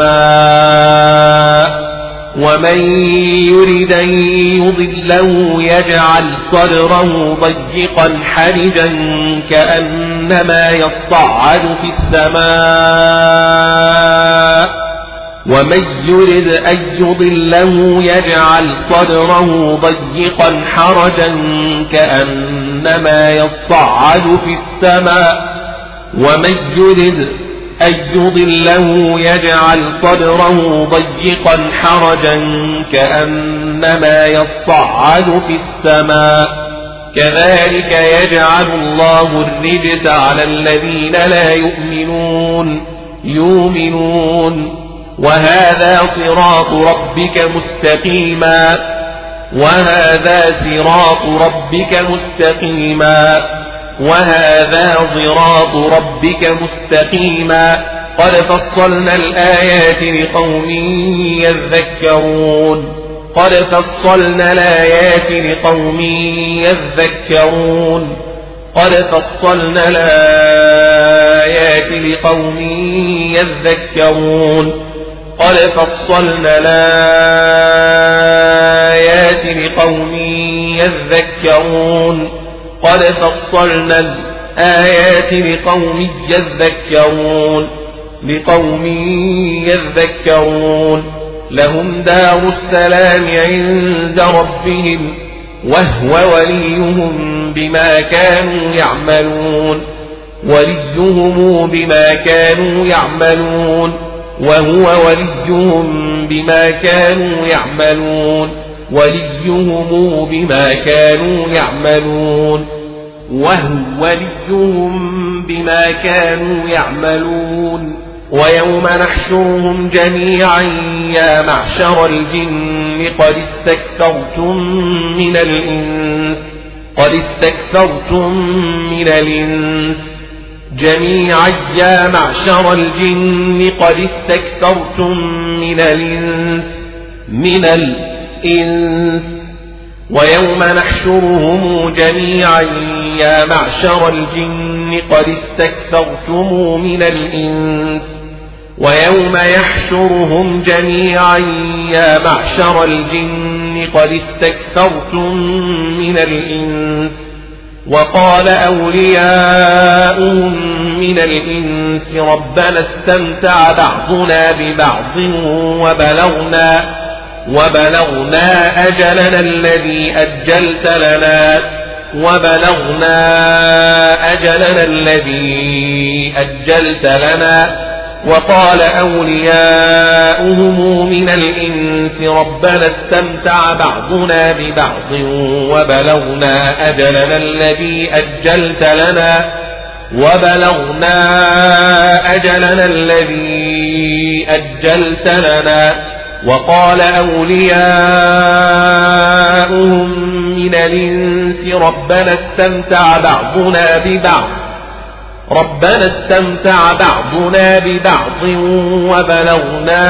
السماء ومن يرد أن يضله يجعل صدره ضيقا حرجا كأنما يصعد في السماء ومن يرد أن يضله يجعل صدره ضيقا حرجا كأنما يصعد في السماء ومن يرد أن يضله يجعل صدره ضيقا حرجا كأنما يصعد في السماء كذلك يجعل الله الرجس على الذين لا يؤمنون وهذا صراط ربك مستقيما قد فصلنا الآيات لقوم يذكرون قد فصلنا الآيات لقوم يذكرون لهم دار السلام عند ربهم وهو وليهم بما كانوا يعملون وهو وليهم بما كانوا يعملون ويوم نحشرهم جميعا يا معشر الجن قد استكثرتم من الإنس جميعا يا معشر الجن قد استكثرتم من الإنس ويوم نحشرهم جميعا يا معشر الجن قد استكثرتم من الإنس ويوم يحشرهم جميعا يا معشر الجن قد استكثرتم من الإنس وقال أولياؤهم من الإنس ربنا استمتع بعضنا ببعض وبلغنا أجلنا الذي أجلت لنا وقال أولياؤهم من الإنس ربنا استمتع بعضنا ببعض وبلغنا أجلنا الذي أجلت لنا وقال أولياؤهم من الإنس ربنا استمتع بعضنا ببعض وبلغنا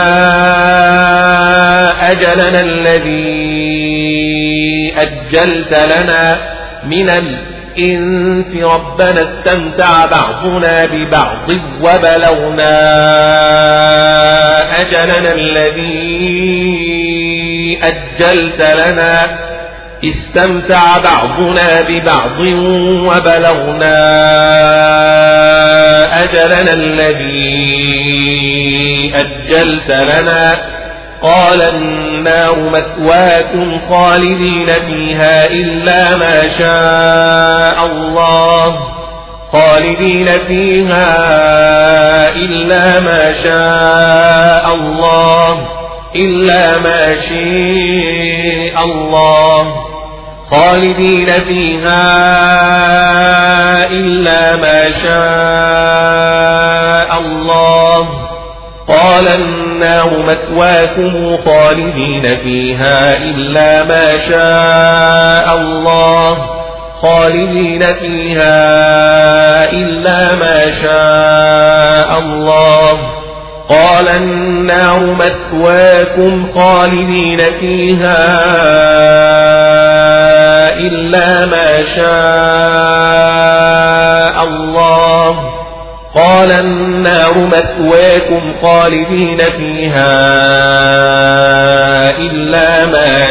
أجلنا الذي أجلت لنا من الإنس ربنا استمتع بعضنا ببعض وبلغنا أجلنا الذي أجلت لنا استمتع بعضنا ببعض وبلغنا أجلنا الذي أجلت لنا قال النار مثواكم خالدين فيها إلا ما شاء الله خالدين فيها إلا ما شاء الله إلا ما شاء الله خالدين فيها إلا ما شاء الله قال النار مثواكم خالدين فيها إلا ما شاء الله خالدين فيها إلا ما شاء الله قال النار مثواكم خالدين فيها إلا ما شاء الله قال النار مثواكم خالدين فيها إلا ما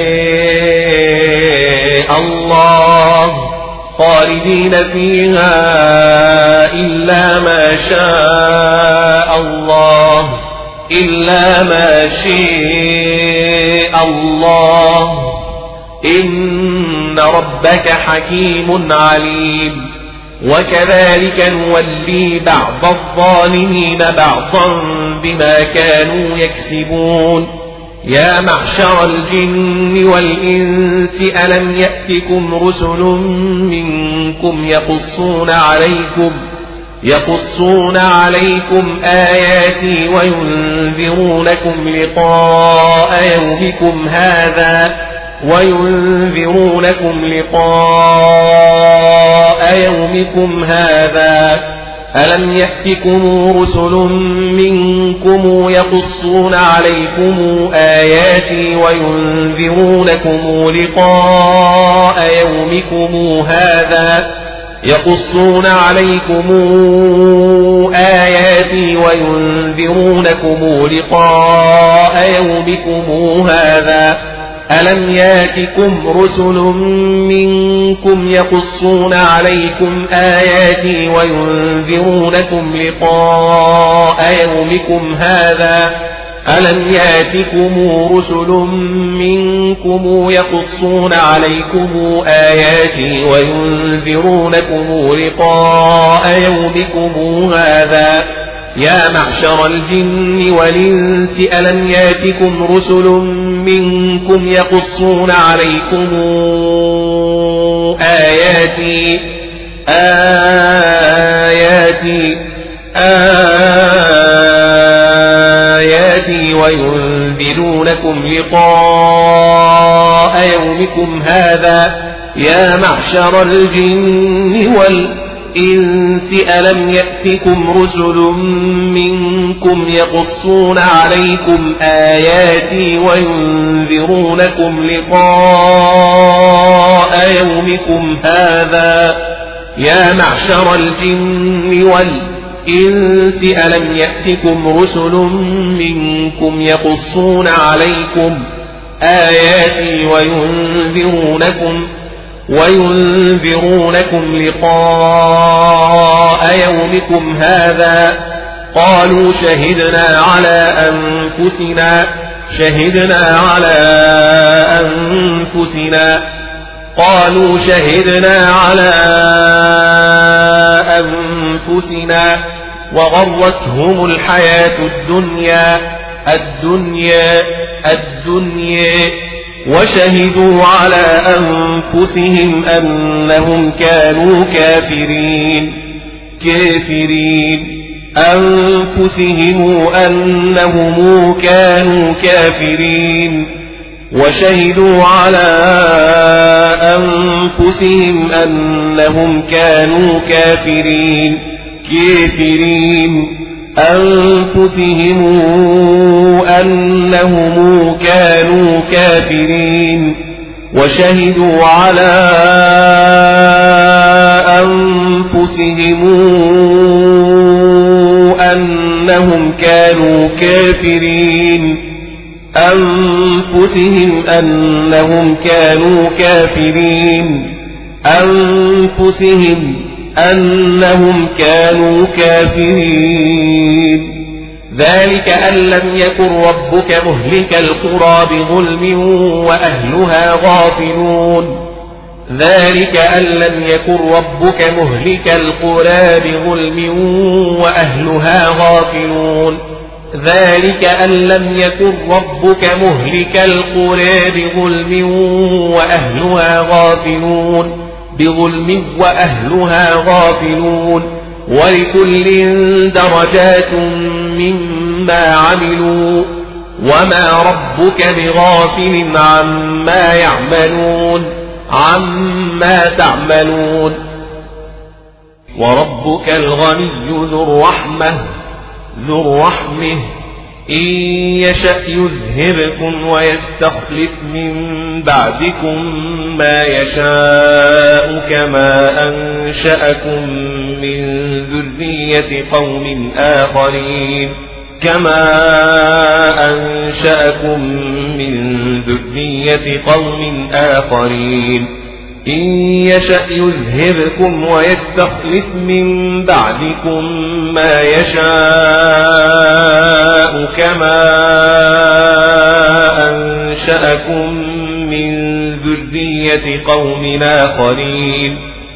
شاء الله خالدين فيها إلا ما شاء الله إلا ما شاء الله إن ربك حكيم عليم وكذلك نولي بعض الظالمين بعضا بما كانوا يكسبون يا معشر الجن والإنس ألم يأتكم رسل منكم يقصون عليكم آياتي وينذرونكم لقاء يومكم هذا ألم يأتكم رسل منكم يقصون عليكم آياتي وينذرونكم لقاء يومكم هذا يقصون عليكم آياتي وينذرونكم لقاء يومكم هذا ألم ياتكم رسل منكم يقصون عليكم آياتي وينذرونكم لقاء يومكم هذا ألم ياتكم رسل منكم يقصون عليكم آياتي وينذرونكم لقاء يومكم هذا يا معشر الجن والإنس ألم ياتكم رسل منكم يقصون عليكم آياتي وينذرونكم لقاء يومكم هذا يا معشر الجن والإنس ألم يأتكم رسل منكم يقصون عليكم آياتي وينذرونكم لقاء يومكم هذا يا معشر الجن والإنس ألم يأتكم رسل منكم يقصون عليكم آياتي وينذرونكم لقاء يومكم هذا قالوا شهدنا على أنفسنا وغرتهم الحياة الدنيا وشهدوا على أنفسهم أنهم كانوا كافرين وشهدوا على أنفسهم أنهم كانوا كافرين وشهدوا على أنفسهم أنهم كانوا كافرين أنفسهم أنهم كانوا كافرين أنفسهم أنهم كانوا كافرين ذلك أن لم يكن ربك مهلك القرى بظلم وأهلها غافلون ذلك أن لم يكن ربك مهلك القرى بظلم وأهلها غافلون ذلك أن لم يكن ربك مهلك القرى بظلم وأهلها غافلون ولكل درجات مما عملوا وما ربك بغافل عما تعملون وربك الغني ذو الرحمة إن يشأ يذهبكم ويستخلف من بعدكم ما يشاء كما أنشأكم من ذرية قوم آخرين إن يشأ يذهبكم ويستخلف من بعدكم ما يشاء كما أنشأكم من ذرية قوم آخرين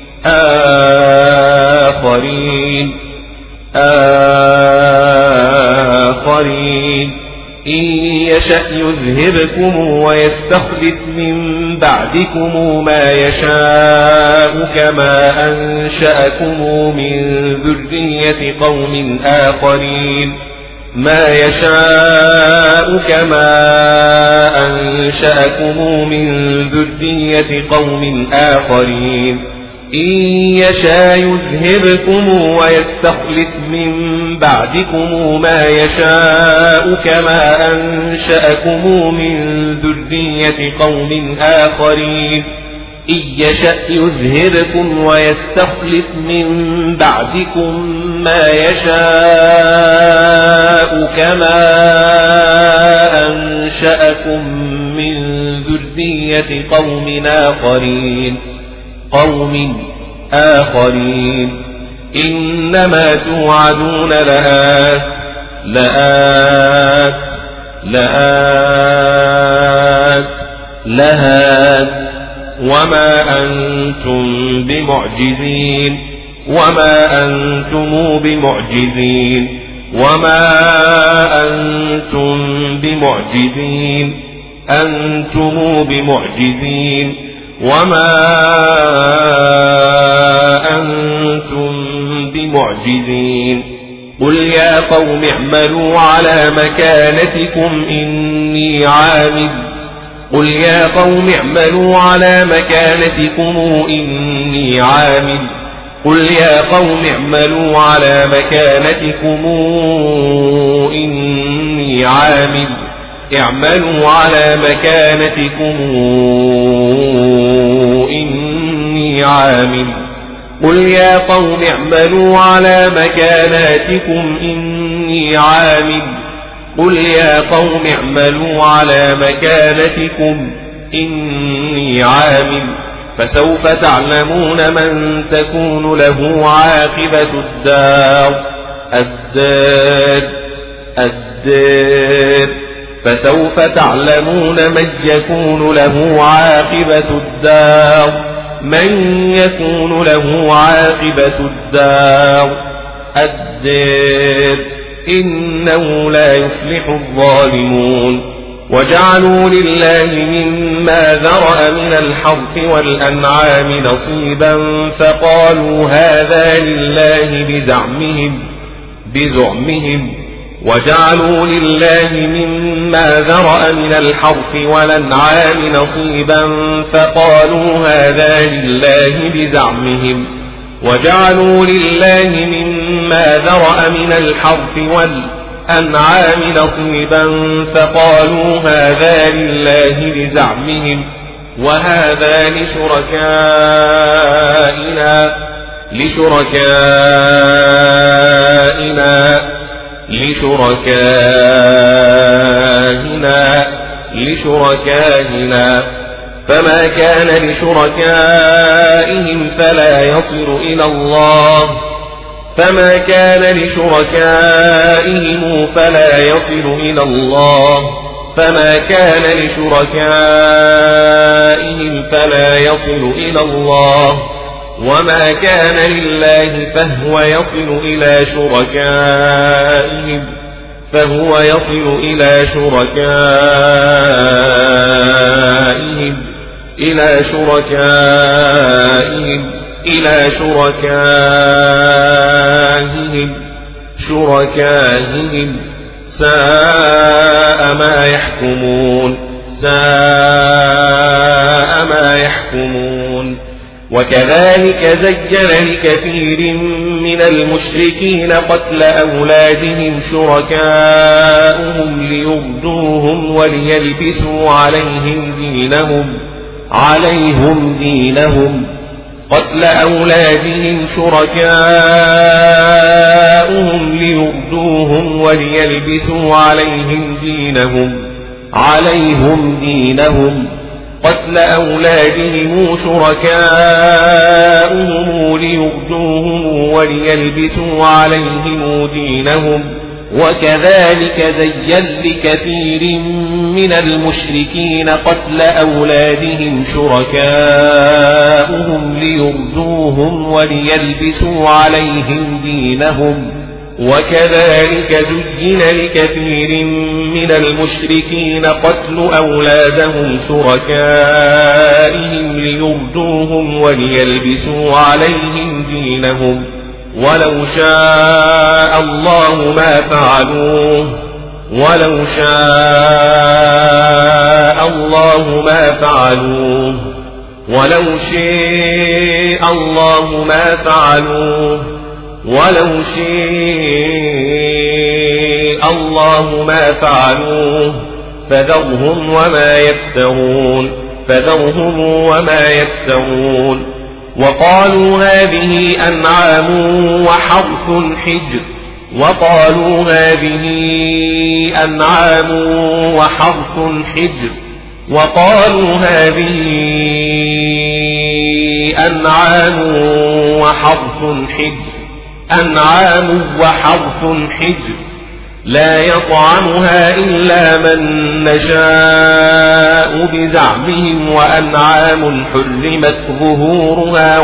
إن يشأ يذهبكم ويستخلف من بعدكم ما يشاء كما أنشأكم من ذرية قوم آخرين إن يشاء يذهبكم ويستخلف من بعدكم ما يشاء كما أنشأكم من ذرية قوم آخرين إن يشأ يذهبكم ويستخلف من بعدكم ما يشاء كما أنشأكم من ذرية قوم آخرين إنما توعدون لآت وما أنتم بمعجزين وما أنتم بمعجزين قل يا قوم اعملوا على مكانتكم إني عامل اعملوا على مكانتكم إني عامل قل يا قوم اعملوا على مكانتكم إني عامل فسوف تعلمون من تكون له عاقبة الدار فسوف تعلمون من يكون له عاقبة الدار إنه لا يفلح الظالمون وجعلوا لله مما ذرأ من الحرث والأنعام نصيبا فقالوا هذا لله بزعمهم وجعلوا لله مما ذرأ من الحرث والأنعام نصيبا فقالوا هذا لله بزعمهم وجعلوا لله مما ذرأ من الحرث والأنعام نصيبا فقالوا هذا لله بزعمهم وهذا لشركائنا لشركائنا فما كان لشركائهم فلا يصل إلى الله فما كان لشركائهم فلا يصل إلى الله فما كان لشركائهم فلا يصل إلى الله وما كان لله فهو يصل إلى شركائهم فهو يصل إلى شركائهم إلى شركائهم إلى شركائهم ساء ما يحكمون ساء ما يحكمون وكذلك زين لكثير من المشركين قتل أولادهم شركاؤهم ليردوهم وليلبسوا عليهم دينهم قتل أولادهم شركاؤهم ليردوهم وليلبسوا عليهم دينهم قتل أولادهم شركاؤهم ليردوهم وليلبسوا عليهم دينهم وكذلك زين لكثير من المشركين قتل أولادهم شركاؤهم ليردوهم وليلبسوا عليهم دينهم وكذلك زين لكثير من المشركين قتل أولادهم شركائهم ليردوهم وليلبسوا عليهم دينهم ولو شاء الله ما فعلوه ولو شاء الله ما فعلوه ولو شاء الله ما فعلوه ولو شاء الله ما فعلوه فذرهم وما يفترون وقالوا هذه أنعام وحرث حجر وقالوا هذه أنعام وحرث حجر وقالوا هذه أنعام وحرث حجر لا يطعمها إلا من نشاء بزعمهم وأنعام حرمت ظهورها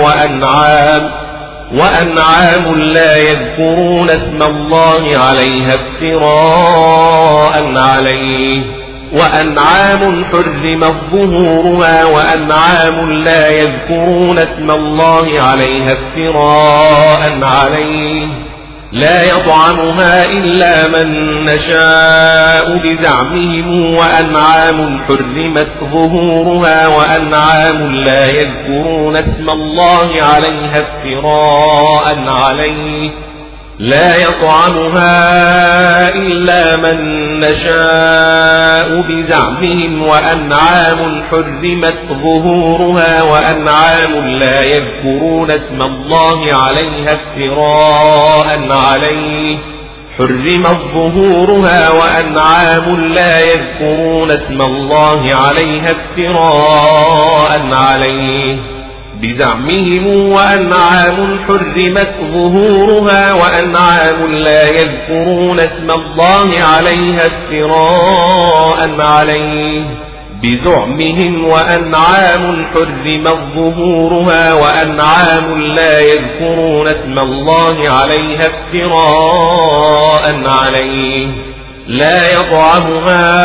وأنعام لا يذكرون اسم الله عليها افتراء عليه وأنعام حرمت ظهورها وأنعام لا يذكرون اسم الله عليها افتراء عليه لا يطعمها إلا من نشاء بزعمهم وأنعام حرمت ظهورها وأنعام لا يذكرون اسم الله عليها افتراء عليه لا يطعمها إلا من نشاء بزعمهم وأنعام حرمت ظهورها وأنعام لا يذكرون اسم الله عليها افتراء عليه حرمت ظهورها وأنعام لا يذكرون اسم الله عليها افتراء عليه بزعمهم وأنعام حرمت ظهورها وأنعام لا يذكرون اسم الله عليها افتراء عليه بزعمهم وأنعام حرمت ظهورها وأنعام لا يذكرون اسم الله عليها افتراء عليه لا يطعمها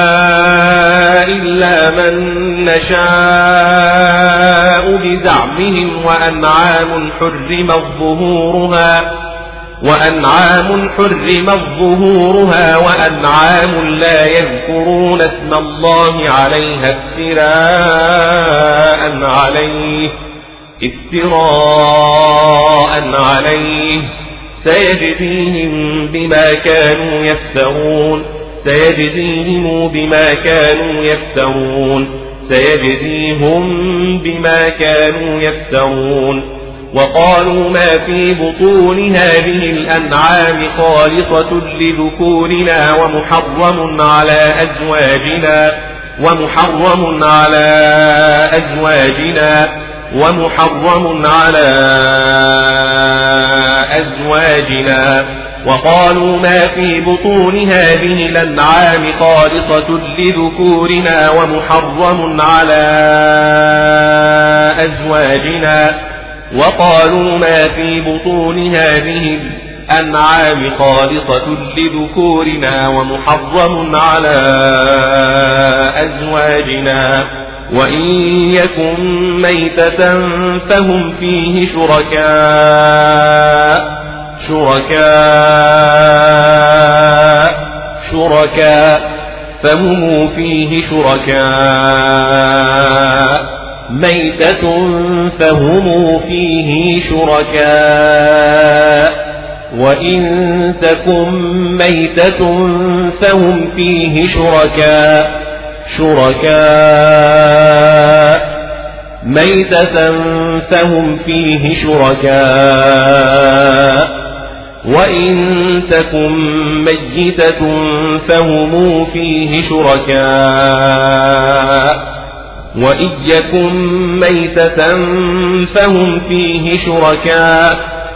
إلا من نشاء بزعمهم وأنعام حرمت ظهورها وأنعام لا يذكرون اسم الله عليها افتراء عليه سيجزيهم بما كانوا يفترون وقالوا ما في بطون هذه الأنعام خالصة لذكورنا ومحرم على أزواجنا وقالوا ما في بطون هذه الأنعام خالصة لذكورنا ومحرم على أزواجنا وقالوا ما في بطون هذه الأنعام خالصة لذكورنا ومحرم على أزواجنا وإن يكن ميتة فهم فيه ميتة فهم فيه شركاء وإن تكن ميتة فهم فيه شركاء وإن تكن ميتة فهم فيه شركاء وإن يكن ميتة فهم فيه شركاء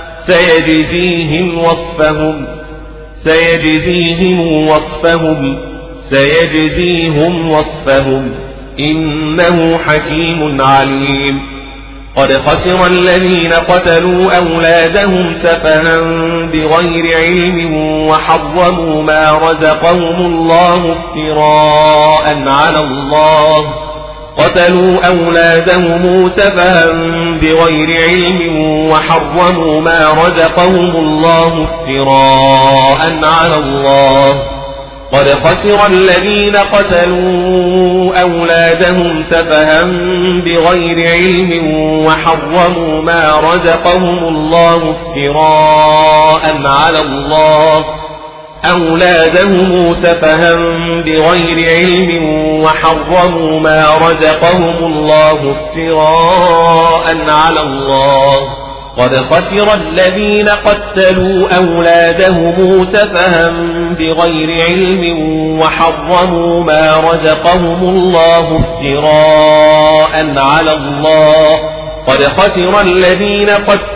سيجزيهم وصفهم إنه حكيم عليم. قد خسر الذين قتلوا أولادهم سفها بغير علم وحرموا ما رزقهم الله افتراء على الله قتلوا أولادهم سفها بغير علم وحرموا ما رزقهم الله افتراء على الله قد خسر الذين قتلوا أولادهم سفها بغير علم وحرموا ما رزقهم الله افتراء على الله أولادهم سفها بغير علم وحرموا ما رزقهم الله افتراء على الله قد خسر الذين قتلوا أولادهم سفها بغير علم وحرموا ما رزقهم الله افتراء على الله قد خسر الذين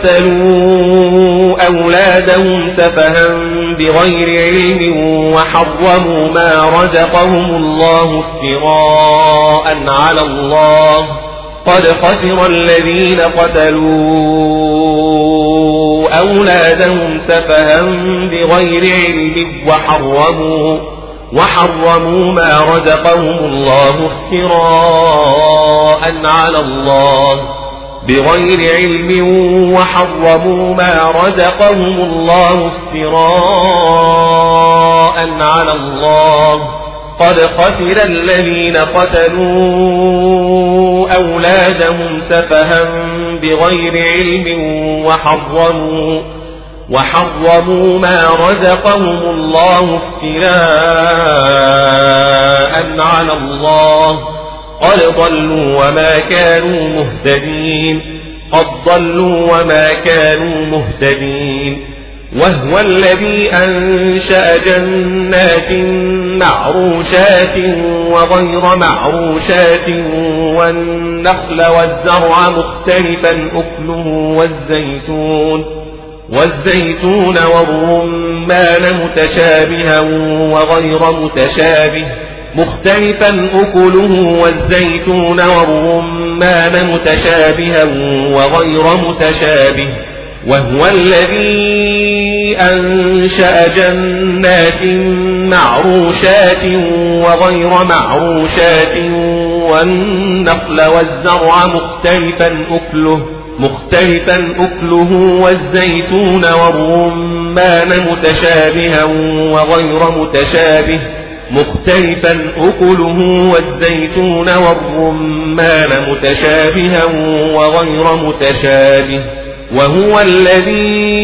قتلوا أولادهم سفها بغير علم وحرموا ما رزقهم الله افتراء على الله قد خسر الذين قتلوا أولادهم سفها بغير علم وحرموا ما رزقهم الله افتراء على الله بغير علم وحرموا ما رزقهم الله افتراء على الله قد خسر الذين قتلوا أولادهم سفها بغير علم وحرموا ما رزقهم الله افتراء على الله قد ضلوا وما كانوا مهتدين وهو الذي أنشأ جنات معروشات وغير معروشات والنخل والزرع مختلفا أكله والزيتون والرمان متشابها وغير متشابه مختلفا أكله والزيتون والرمان متشابها وغير متشابه وهو الذي أنشأ جنات معروشات وغير معروشات والنخل والزرع مختلفا أكله والزيتون والرمان متشابها وغير متشابه مختلفا أكله والزيتون والرمان متشابها وغير متشابه وهو الذي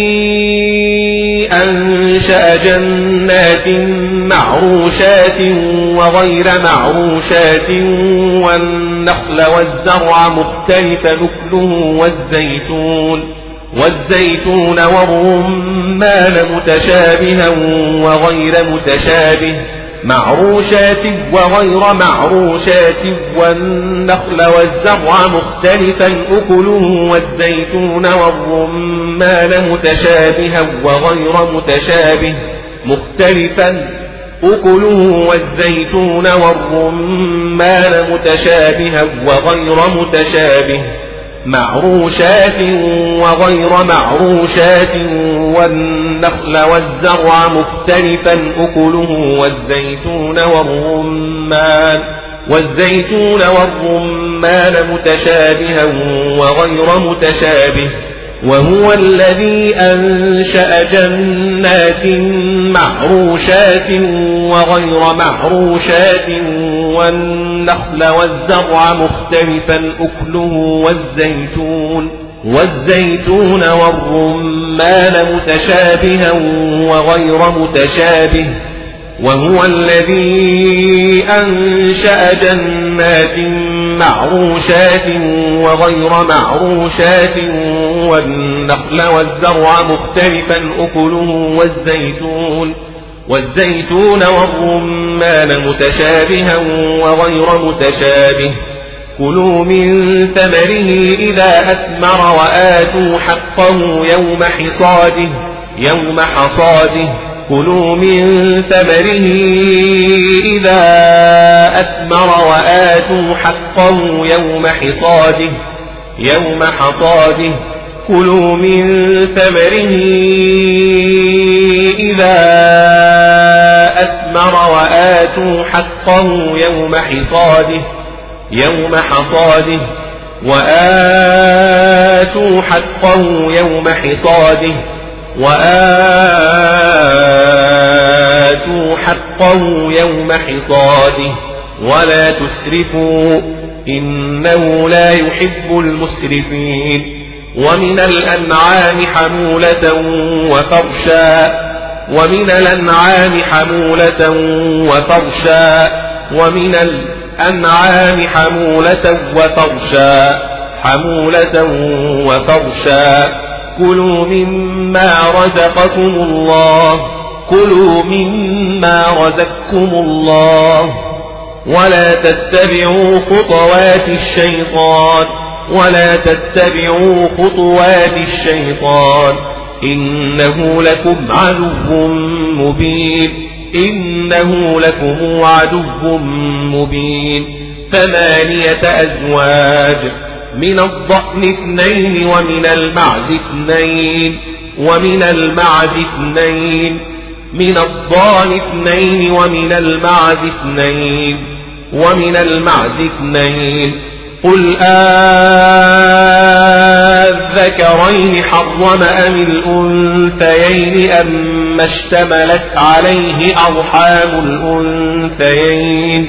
أنشأ جنات معروشات وغير معروشات والنخل والزرع مختلفا أكله والزيتون والرمان متشابها وغير متشابه معروشات وغير معروشات والنخل والزرع مختلفا أكله والزيتون والرمان متشابها وغير متشابه مختلفا أكله والزيتون والرمان متشابها وغير متشابه معروشات وغير معروشات والنخل والزرع مختلفا أكله والزيتون والرمان متشابها وغير متشابه وهو الذي أنشأ جنات معروشات وغير معروشات والنخل والزرع مختلفا أكله والزيتون والرمان متشابها وغير متشابه وهو الذي أنشأ جنات معروشات وغير معروشات والنخل والزرع مختلفا أكله والزيتون والرمان متشابها وغير متشابه كلوا من ثمره إذا أثمر وآتوا حقه يوم حصاده كلوا من ثمره إذا أثمر وآتوا حقه يوم حصاده كلوا من ثمره إذا أثمر وآتوا حقه يوم حصاده وآتوا حقه يوم حصاده ولا تسرفوا إنه لا يحب المسرفين ومن الأنعام حمولة وفرشا كلوا مما رزقكم الله ولا تتبعوا خطوات الشيطان إنه لكم عدو مبين 8 أزواج من الضأن 2 ومن المعز 2 ومن الضان 2 ومن المعز 2 قل الذكرين حرم أم الأنثيين أما اشتملت عليه أرحام الأنثيين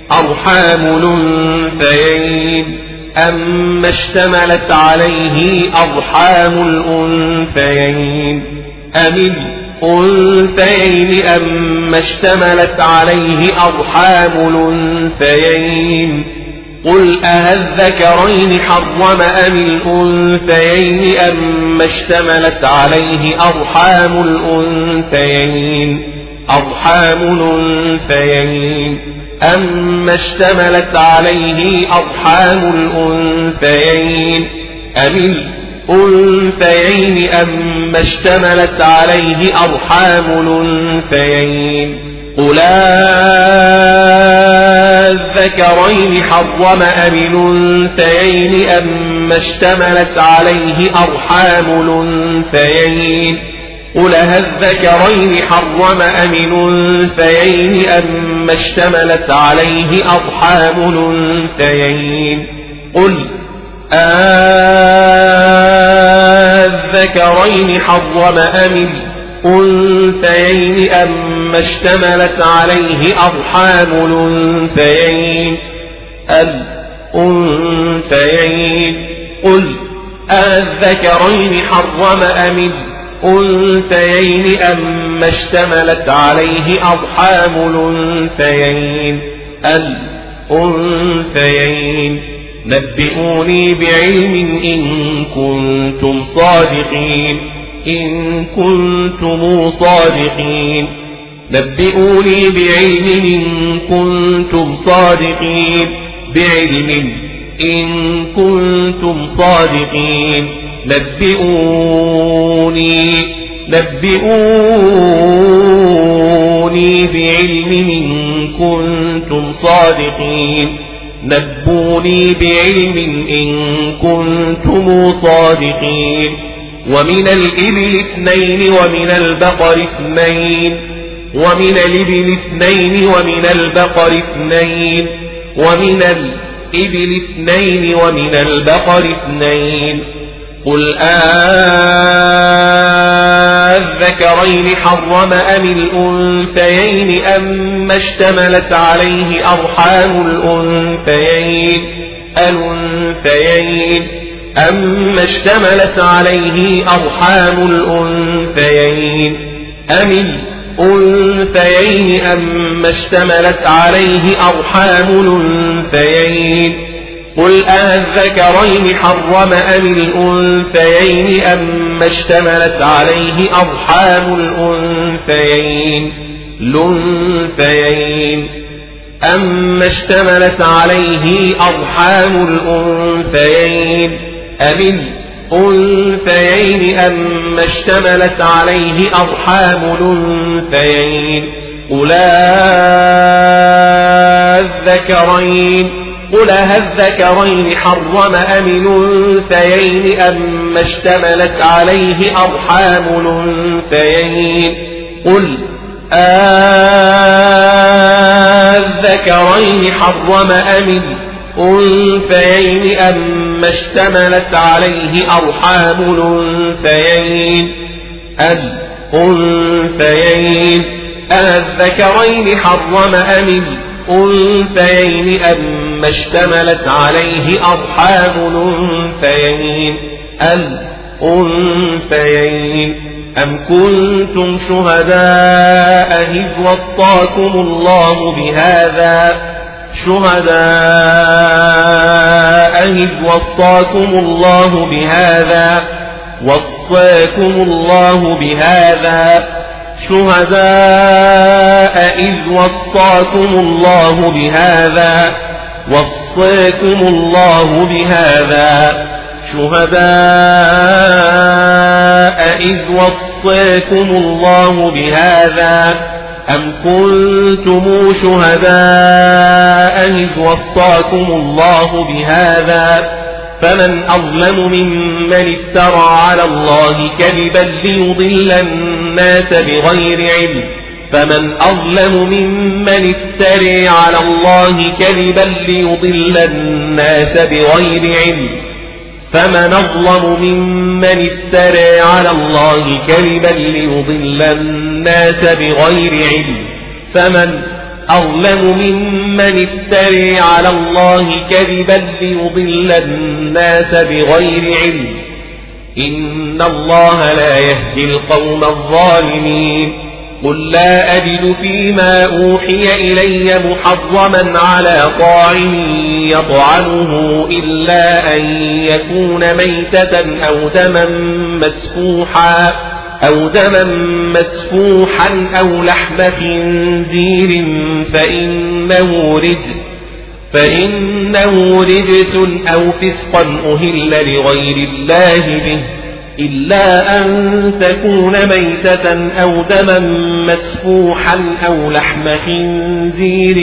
أما اشتملت عليه أرحام الأنثيين أم الأنثيين أما اشتملت عليه أرحام الأنثيين قل الذكرين حرم أم الأنثيين أما اشتملت عليه أرحام الأنثيين أما اشتملت عليه أرحام الأنثيين أم الأنثيين أما اشتملت عليه أرحام الأنثيين قل الذكرين حرم أم الأنثيين أما اشتملت عليه أرحام الأنثيين قل الذكرين حرم أم الأنثيين أما اشتملت عليه أرحام الأنثيين قل الذكرين حرم أم الأنثيين أما اشتملت عليه أرحام الأنثيين قل الذكرين حرم أم الأنثيين أما اشتملت عليه أرحام الأنثيين نبئوني بعلم إن كنتم صادقين إن كنتم صادقين نبئوني بعلم إن كنتم صادقين بعلم إن كنتم صادقين نبئوني بعلم إن كنتم صادقين نبوني بعلم إن كنتم صادقين ومن الإبل 2 ومن البقر 2 ومن الإبل 2 ومن البقر 2 ومن الإبل 2 ومن البقر 2 قل الذكرين حرم أم الأنثيين أم اشتملت عليه أرحام الأنثيين أم اشتملت عليه أرحام الأنثيين أم الأنثيين أم اشتملت عليه أرحام الأنثيين قل الذكرين حرم أم الأنثيين أم اشتملت عليه أرحام الأنثيين أم اشتملت عليه أرحام الأنثيين أم الأنثيين أم اشتملت عليه أرحام الأنثيين قل الذكرين حرم أم الأنثيين أم اشتملت عليه أرحام الأنثيين قل الذكرين حرم أم الأنثيين أم اشتملت عليه أرحام الأنثيين الذكرين حرم أم الأنثيين أم اشتملت عليه أرحام الأنثيين أم كنتم شهداء إذ وصاكم الله بهذا أم كنتم شهداء إذ وصاكم الله بهذا فمن أظلم ممن افترى على الله كذبا ليضل الناس بغير علم فمن أظلم ممن افترى على الله كذبا ليضل الناس بغير علم فمن أظلم ممن افترى على الله كذبا ليضل الناس بغير علم فمن أظلم ممن افترى على الله كذبا ليضل الناس بغير علم إن الله لا يهدي القوم الظالمين قل لا أجد فيما أوحي إلي محرما على طاعم يطعمه إلا أن يكون ميتة أو دما مسفوحا أو لحم خنزير فإنه رجس أو فسقا أهل لغير الله به إلا أن تكون ميتة أو دما مسفوحا أو لحم خنزير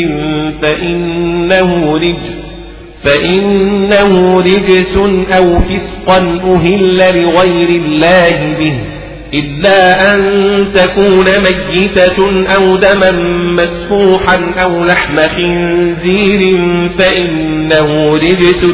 فإنه رجس أو فسقا أهل لغير الله به إلا أن تكون ميتة أو دما مسفوحا أو لحم خنزير فإنه رجس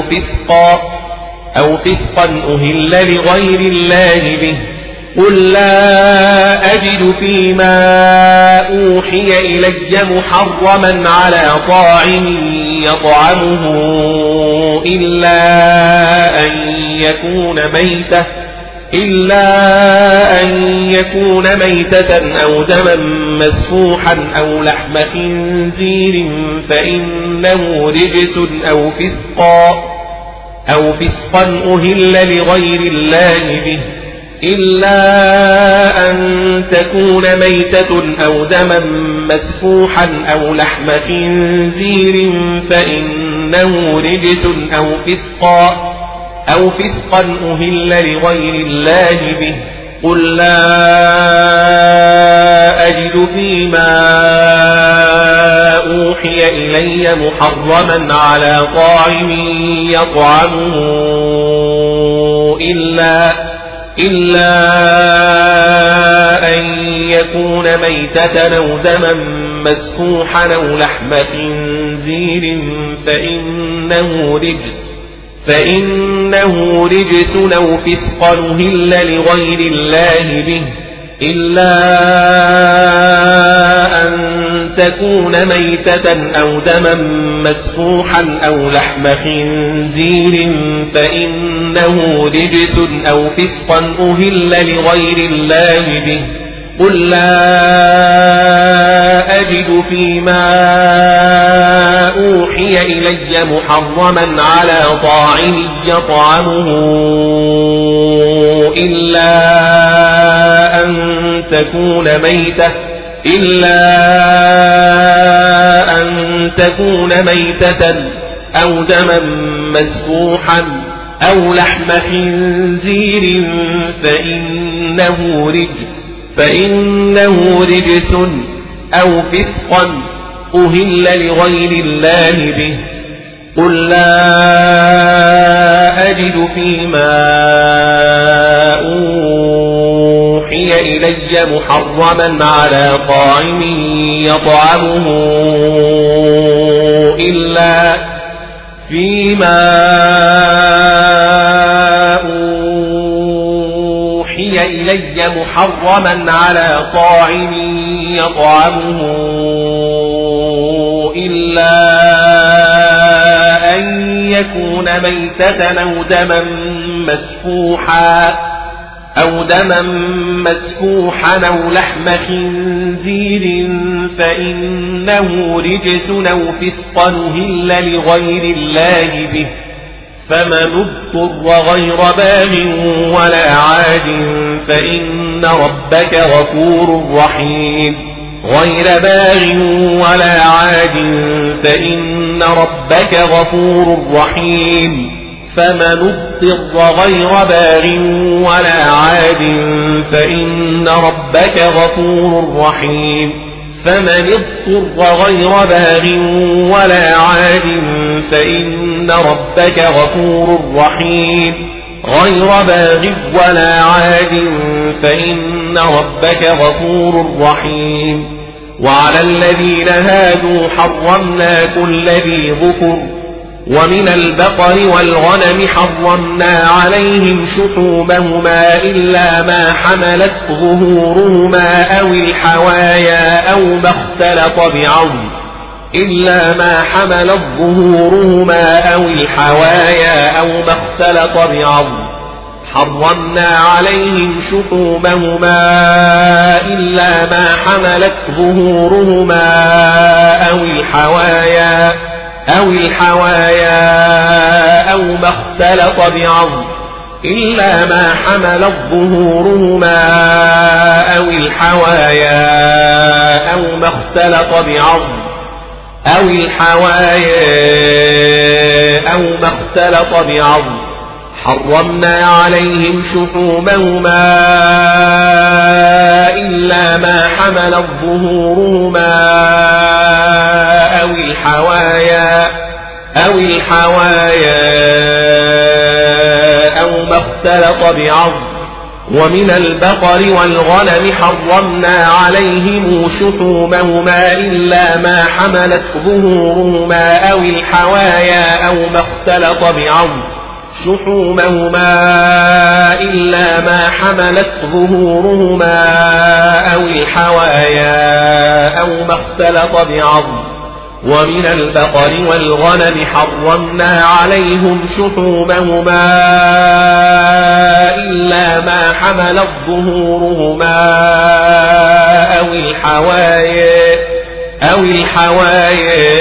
أو فسقا أهل لغير الله به قل لا أجد فيما أوحي إلي محرما على طاعم يطعمه إلا أن يكون ميتة أو دما مسفوحا أو لحم خنزير فإنه رجس أو فسقا أهل لغير الله به إلا أن تكون ميتة أو دما مسفوحا أو لحم خنزير فإنه رجس أو فسقا أهل لغير الله به قل لا أجد فيما أوحي إلي محرما على طاعم يطعمه إلا أن يكون ميتة أو دما مسفوحا أو لحم خنزير فإنه رجس أو فسقا أهل لغير الله به إلا أن تكون ميتة أو دما مسفوحا أو لحم خنزير فإنه رجس أو فسقا أهل لغير الله به قل لا أجد فيما أوحي إلي محرما على طاعم يطعمه إلا أن تكون ميتة أو دما مسفوحا أو لحم خنزير فإنه رجس أو فسقا أهل لغير الله به قل لا أجد فيما أوحي إلي محرما على طاعم يطعمه إلا فيما إلي محرما على طاعم يطعمه إلا أن يكون ميتة أو دما مسفوحا أو لحم خنزير فإنه رجس أو فسقا أهل لغير الله به فمن اضطر غير باغ ولا عاد فإن ربك غفور رحيم غير باغ ولا عاد فإن ربك غفور رحيم فمن اضطر غير باغ ولا عاد فإن ربك غفور رحيم فمن اضطر غير باغ ولا عاد فإن ربك غفور رحيم غير باغ ولا عاد فإن ربك غفور رحيم وعلى الذين هادوا حرمنا كل ذي ظفر ومن البقر والغنم حرمنا عليهم شحومهما إلا ما حملت ظهورهما أو الحوايا أو ما اختلط بعظم حرمنا عليهم شحومهما إلا ما حملت ظهورهما أو الحوايا أو ما اختلط بعظم إلا ما حملت ظهورهما أو الحوايا أو ما اختلط بعظم حرمنا عليهم شحومهما إلا ما حملت ظهورهما أو الحوايا أو ما اختلط بعظم ومن البقر والغنم حرمنا عليهم شحومهما إلا ما حملت ظهورهما أو الحوايا أو ما اختلط بعظم ومن البقر والغنم حرمنا عليهم شحومهما إلا ما حملت ظهورهما أو الحوايا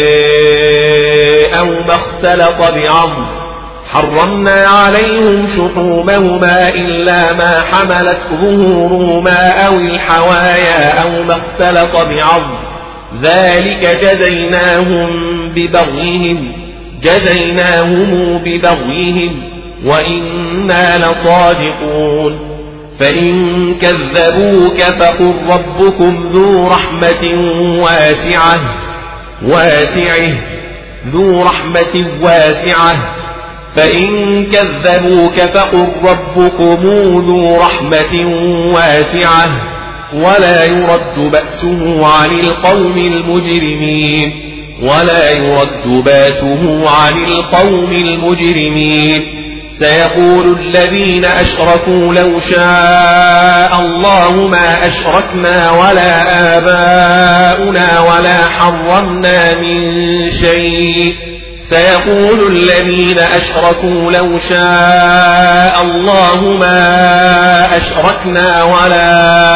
أو ما اختلط بعظم حرمنا عليهم شحومهما إلا ما حملت ظهورهما أو الحوايا أو ما اختلط بعظم ذلك جزيناهم ببغيهم وإنا لصادقون فإن كذبوك فقل ربكم ذو رحمة واسعة فإن كذبوك فقل ربكم ذو رحمة واسعة ولا يرد بأسه عن القوم المجرمين سيقول الذين أشركوا لو شاء الله ما أشركنا ولا آباؤنا ولا حرمنا من شيء سيقول الذين أشركوا لو شاء الله ما أشركنا ولا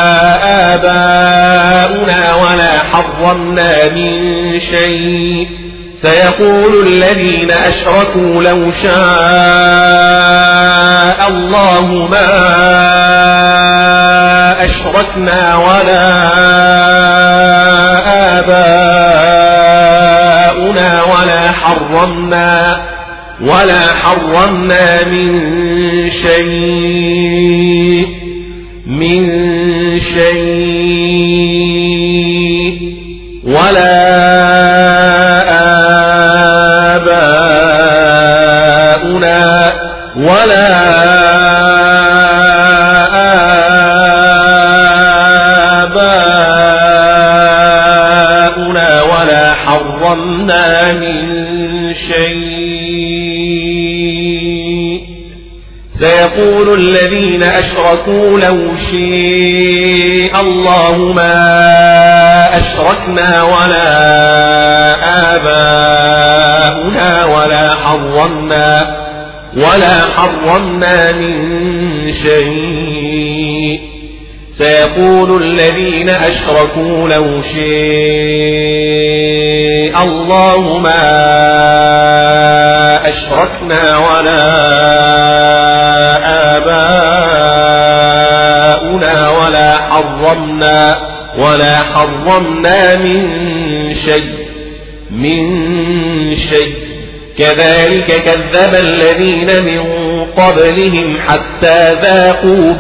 آباؤنا ولا حرمنا من شيء سيقول الذين أشركوا لو شاء الله ما أشركنا ولا آباؤنا ولا حرمنا من شيء ولا آباؤنا ولا حرمنا من شيء سيقول الذين أشركوا لو شاء الله ما أشركنا ولا آباؤنا ولا حرمنا من شيء سيقول الذين أشركوا لو شاء الله ما أشركنا ولا آباؤنا ولا حرمنا من شيء كذلك كذب الذين من قبلهم حتى ذاقوا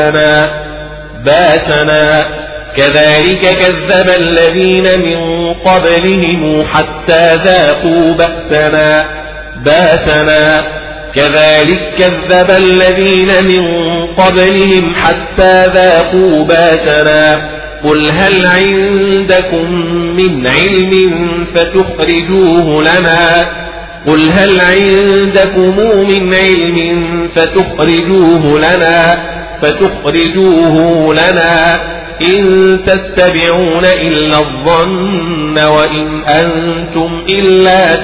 بأسنا كذلك كذب الذين من قبلهم حتى ذاقوا بأسنا كذلك كذب الذين من قبلهم حتى ذاقوا بأسنا قل هل عندكم من علم فتخرجوه لنا إن تتبعون إلا الظن وإن أنتم إلا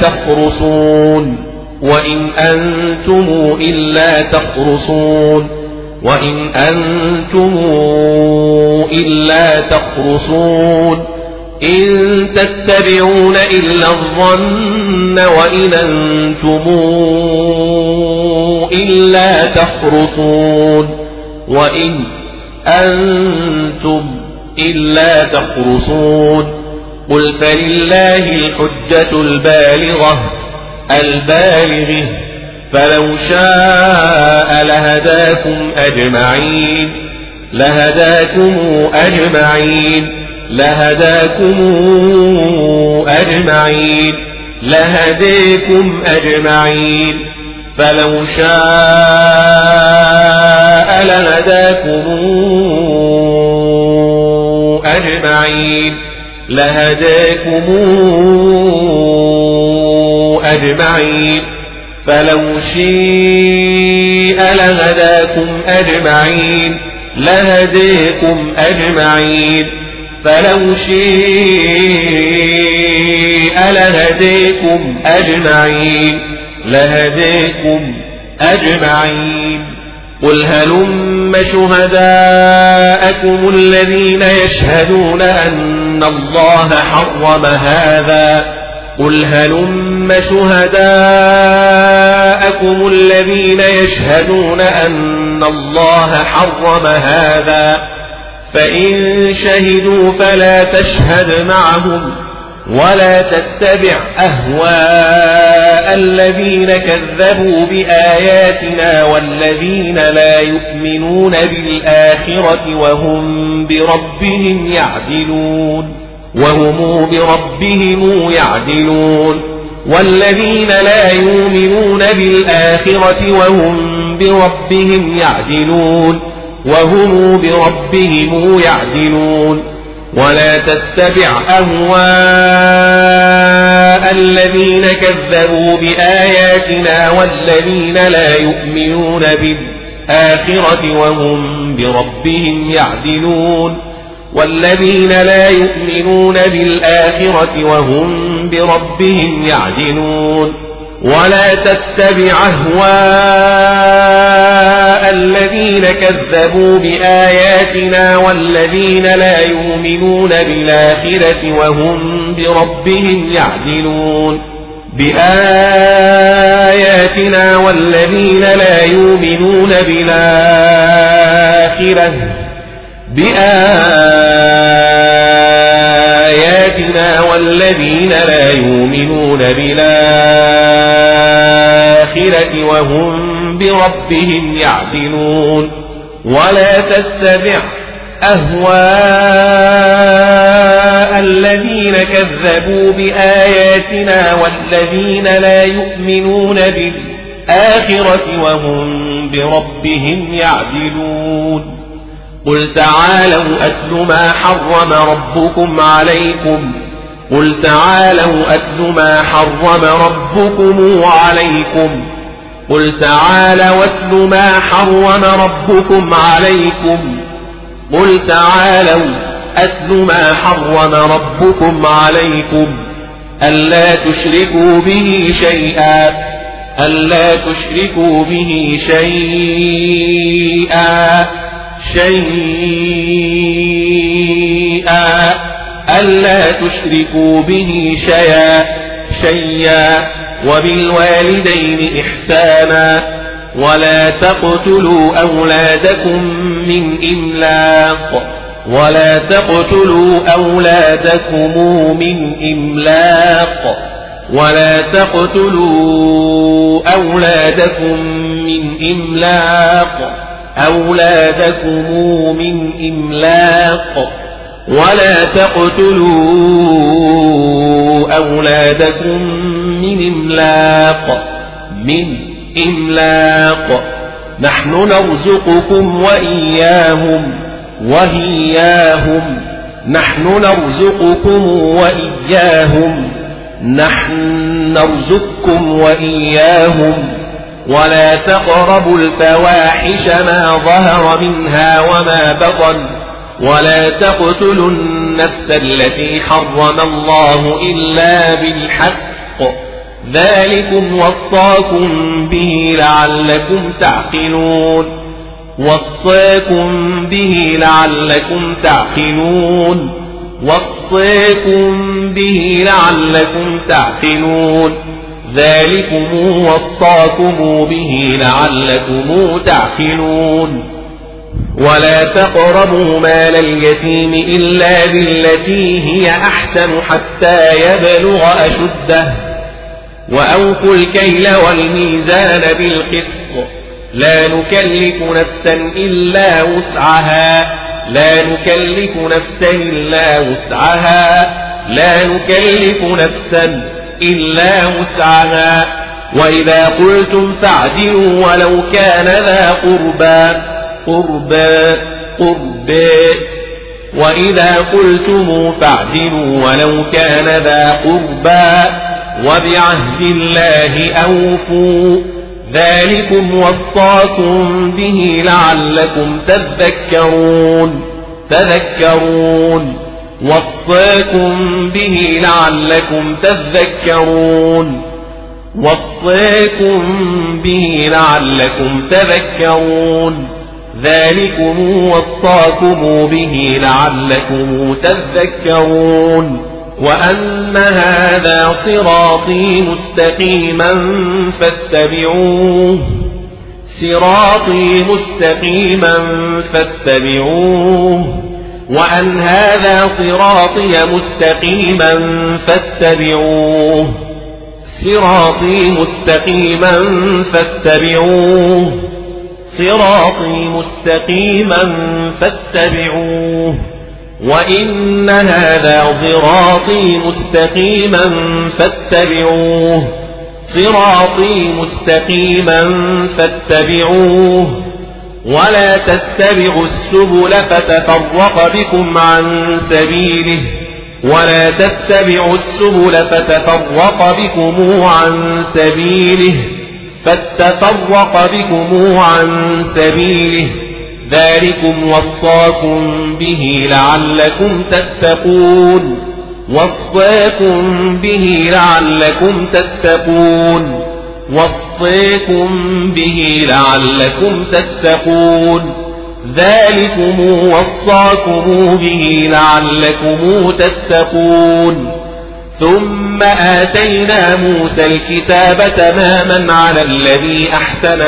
تخرصون إن تتبعون إلا الظن وإن أنتم إلا تخرصون قل فلله الحجة البالغة فلو شاء لهداكم أجمعين فلو شاء لهداكم أجمعين فلو شيء لهداكم أجمعين لهديكم أجمعين فلو شيء لهديكم أجمعين. قل هلم شهداءكم الذين يشهدون أن الله حرم هذا قل هلم شهداءكم الذين يشهدون أن الله حرم هذا فإن شهدوا فلا تشهد معهم ولا تتبع أهواء الذين كذبوا بآياتنا والذين لا يؤمنون بالآخرة وهم بربهم يعدلون والذين لا يؤمنون بالآخرة وهم بربهم يعدلون ولا تتبع أهواء الذين كذبوا بآياتنا والذين لا يؤمنون بالآخرة وهم بربهم يعدلون ولا تتبع أهواء الذين كذبوا بآياتنا والذين لا يؤمنون بالآخرة وهم بربهم يعدلون ولا تتبع أهواء الذين كذبوا بآياتنا والذين لا يؤمنون بالآخرة وهم بربهم يعدلون قل تعالوا أتل ما حرم ربكم عليكم قل تعالوا أتل ما حرم ربكم عليكم قل تعالوا أتل ما حرم ربكم عليكم قل تعالوا أتل ما حرم ربكم عليكم ألا تشركوا به شيئا ألا تشركوا به شيئا ألا تشركوا به شيئا وبالوالدين إحسانا ولا تقتلوا أولادكم من إملاق ولا تقتلوا أولادكم من إملاق ولا تقتلوا أولادكم من إملاق أولادكم من إملاق ولا تقتلوا أولادكم من إملاق نحن نرزقكم وإياهم نحن نرزقكم وإياهم ولا تقربوا الفواحش ما ظهر منها وما بطن ولا تقتلوا النفس التي حرم الله إلا بالحق ذلكم وصاكم به لعلكم تعقلون ذلكم وصاكم به لعلكم تعقلون ولا تقربوا مال اليتيم إلا بالتي هي أحسن حتى يبلغ أشده وأوفوا الكيل والميزان بالقسط لا نكلف نفسا إلا وسعها وإذا قلتم فاعدلوا ولو كان ذا قربى وإذا قلتم فاعدلوا ولو كان ذا قربى وبعهد الله أوفوا ذلكم وصاكم به لعلكم تذكرون وصاكم به لعلكم تذكرون وصاكم به لعلكم تذكرون ذلكم وصاكم به لعلكم تذكرون وأن هذا صراطي مستقيما فاتبعوه صراطي مستقيما فاتبعوه وأن هذا صراطي مستقيما فاتبعوه صراطي مستقيما فاتبعوه صراطي مستقيما فاتبعوه وإن هذا صراطي مستقيما فاتبعوه صراطي مستقيما فاتبعوه ولا تتبعوا السبل فتفرق بكم عن سبيله ولا تتبعوا السبل فتفرق بكم عن سبيله ذلكم وصاكم به لعلكم تتقون وصاكم به لعلكم تتقون وصاكم به لعلكم تتقون ذلكم وصاكم به لعلكم تتقون ثم آتينا موسى الكتاب تماما على الذي أحسن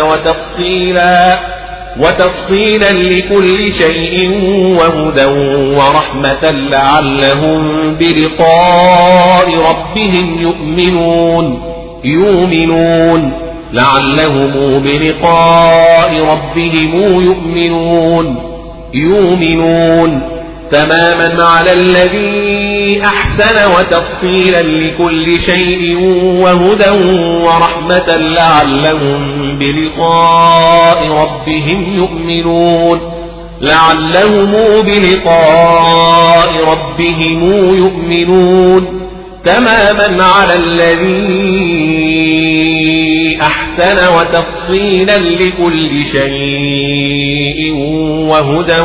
وتفصيلا لكل شيء وهدى ورحمة لعلهم بلقاء ربهم يؤمنون لعلهم بلقاء ربهم يؤمنون تماما على الذي أحسن وتفصيلا لكل شيء وهدى ورحمة لعلهم بلقاء ربهم يؤمنون تماما على الذي أحسن وتفصيلا لكل شيء وهدى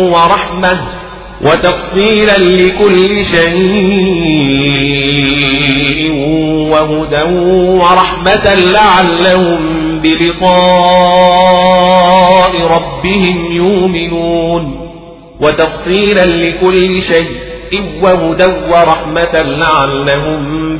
ورحمة لعلهم بلقاء ربهم يؤمنون وتفصيلا لكل شيء وهدى ورحمة لعلهم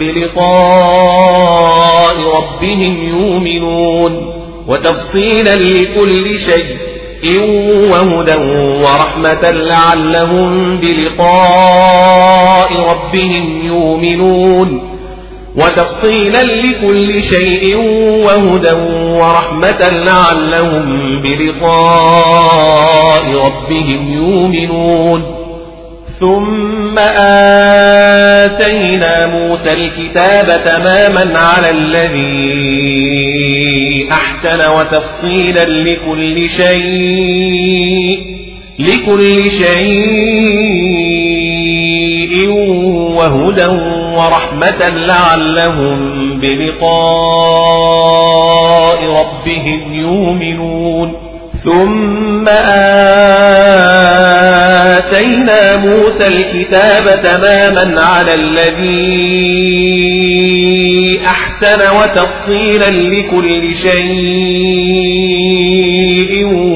بلقاء ربهم يؤمنون وتفصيلا لكل شيء وهدى ورحمة لعلهم بلقاء ربهم يؤمنون وتفصيلا لكل شيء وهدى ورحمة لعلهم بلقاء ربهم يؤمنون ثم آتينا موسى الكتاب تماما على الذي أحسن وتفصيلا لكل شيء وهدى ورحمة لعلهم بلقاء ربهم يؤمنون ثم آتينا موسى الكتاب تماما على الذي أحسن وتفصيلا لكل شيء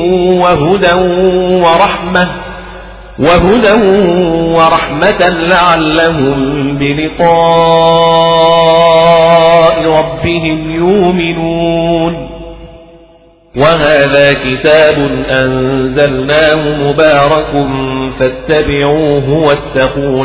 وهدى ورحمة لعلهم بلقاء ربهم يؤمنون وهذا كتاب أنزلناه مبارك فاتبعوه واتقوا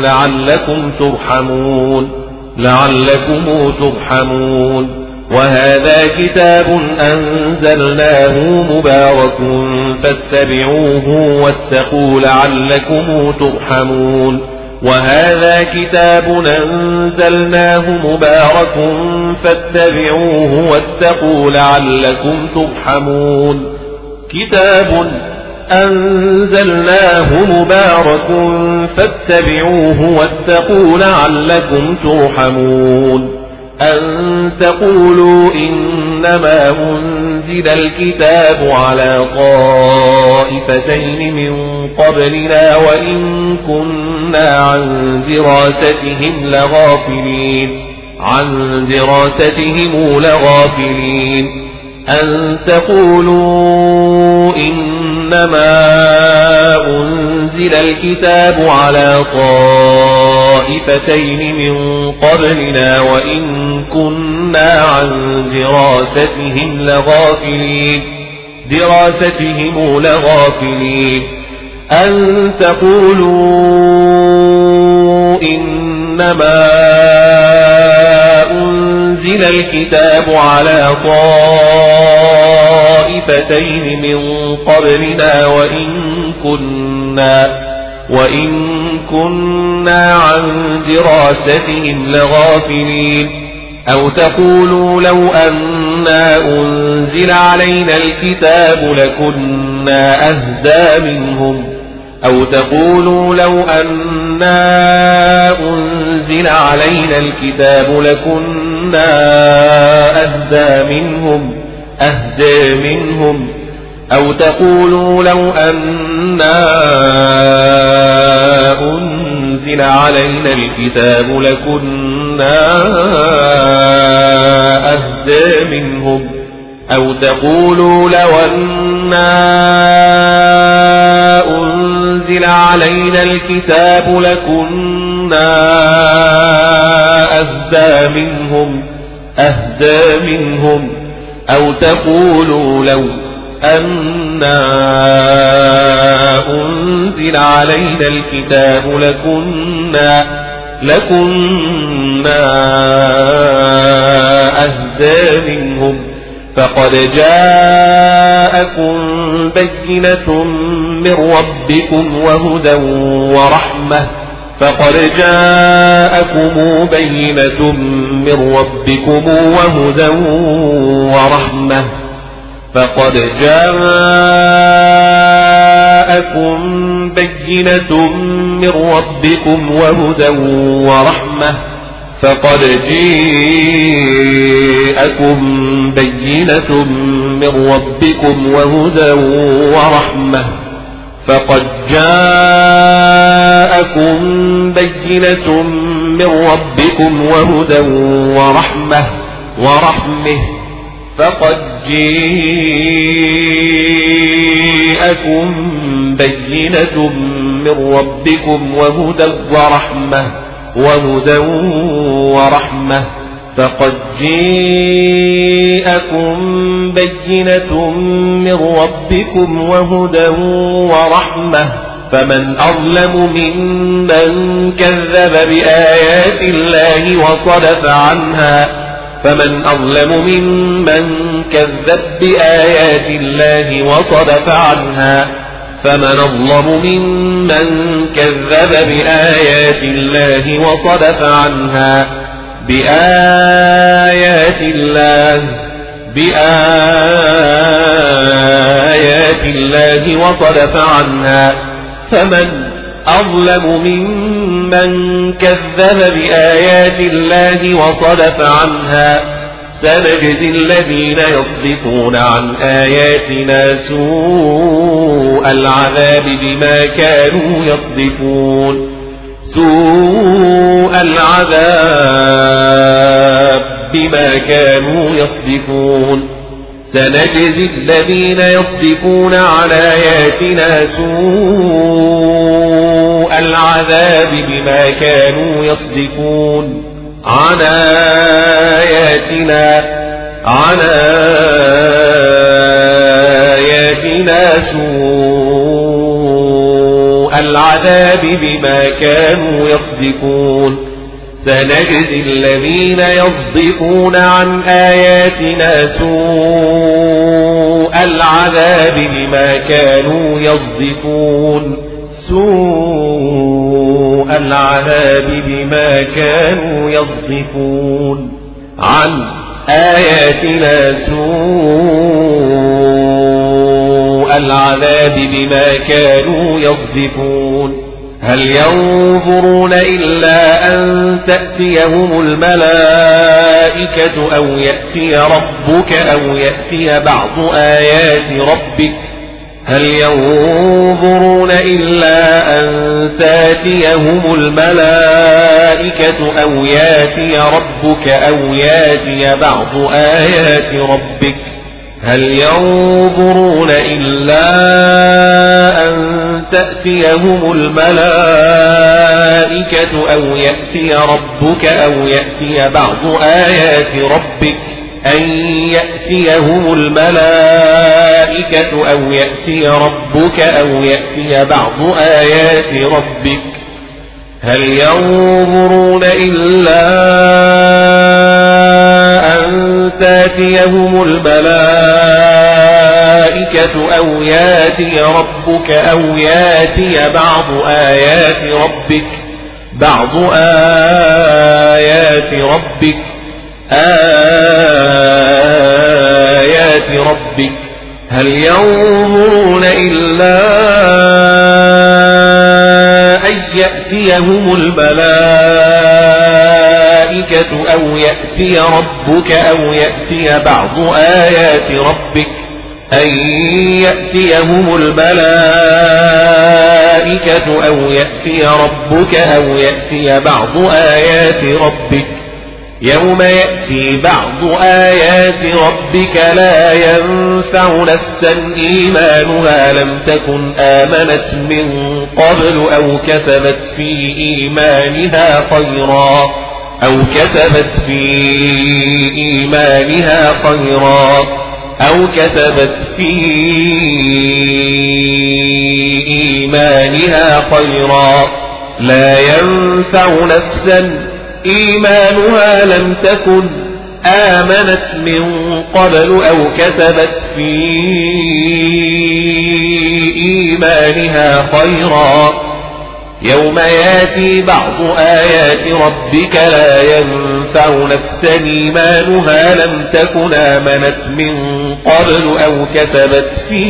لعلكم ترحمون وهذا كتاب أنزلناه مبارك فاتبعوه واتقوا لعلكم ترحمون وهذا كتاب أنزلناه مبارك فاتبعوه واتقوا لعلكم ترحمون كتاب أنزلناه مبارك فاتبعوه واتقوا لعلكم ترحمون أن تقولوا إنما أنزل أنزل الكتاب على طائفتين من قبلنا وإن كنا عن دراستهم لغافلين أن تقولوا إنما أنزل الكتاب على طائفتين من قبلنا وإن كنا عن دراستهم لغافلين أن تقولوا إنما أنزل الكتاب على طائفتين من قبلنا وإن كنا عن دراستهم لغافلين أو تقولوا لو أنا أنزل علينا الكتاب لكنا أهدى منهم أو تقولوا لو أنا أنزل علينا الكتاب لكنا أهدى منهم أو تقولوا لو أنا أنزل علينا الكتاب لكنا أهدى منهم أو تقولوا لو أنا أنزل علينا الكتاب لكنا أهدى منهم أو تقولوا لو أنا أنزل علينا الكتاب لكنا أهدى منهم فقد جاءكم بينة من ربكم وهدى ورحمة فقد جاءكم بينة من ربكم وهدى ورحمة فقد جاءكم بينة من ربكم وهدى ورحمة فقد جاءكم بينة من ربكم وهدى ورحمة فقد جاءكم بينة من ربكم وهدى ورحمة فقد جاءكم بينة من ربكم وهدى ورحمة فمن أظلم ممن كذب بآيات الله وصدف عنها فمن أظلم ممن كذب بآيات الله وصدف عنها بآيات الله وصدف عنها فمن أظلم ممن كذب بآيات الله وصدف عنها سنجزي الذين يصدفون عن آياتنا سوء العذاب بما كانوا يصدفون سنجزي الذين يصدفون عن آياتنا سوء العذاب بما كانوا يصدفون عن آياتنا سوء العذاب بما كانوا يصدفون سنجزي الذين يصدفون عن آياتنا سوء العذاب بما كانوا يصدفون عن آياتنا سوء العذاب بما كانوا يصدفون هل ينظرون إلا أن تأتيهم الملائكة أو يأتي ربك أو يأتي بعض آيات ربك هل ينظرون إلا أن تأتيهم الملائكة أو يأتي ربك أو يأتي بعض آيات ربك هل ينظرون إلا أن تأتيهم الملائكة أو يأتي ربك أو يأتي بعض آيات ربك أن يأتيهم الملائكة أو يأتي ربك أو يأتي بعض آيات ربك هل ينظرون إلا أن تأتيهم الملائكة أو يأتي ربك أو يأتي بعض آيات ربك آيات ربك هل ينظرون إلا أن يأتيهم الملائكة أو يأتي ربك أو يأتي بعض آيات ربك أن يأتيهم الملائكة أو يأتي ربك أو يأتي بعض آيات ربك يوم يأتي بعض آيات ربك لا ينفع نفسا إيمانها لم تكن آمنت من قبل أو كسبت في إيمانها خيرا لا ينفع نفسا إيمانها لم تكن آمنت من قبل أو كسبت في إيمانها خيرا يوم يأتي بعض آيات ربك لا ينفع نفسا إيمانها لم تكن آمنت من قبل أو كسبت في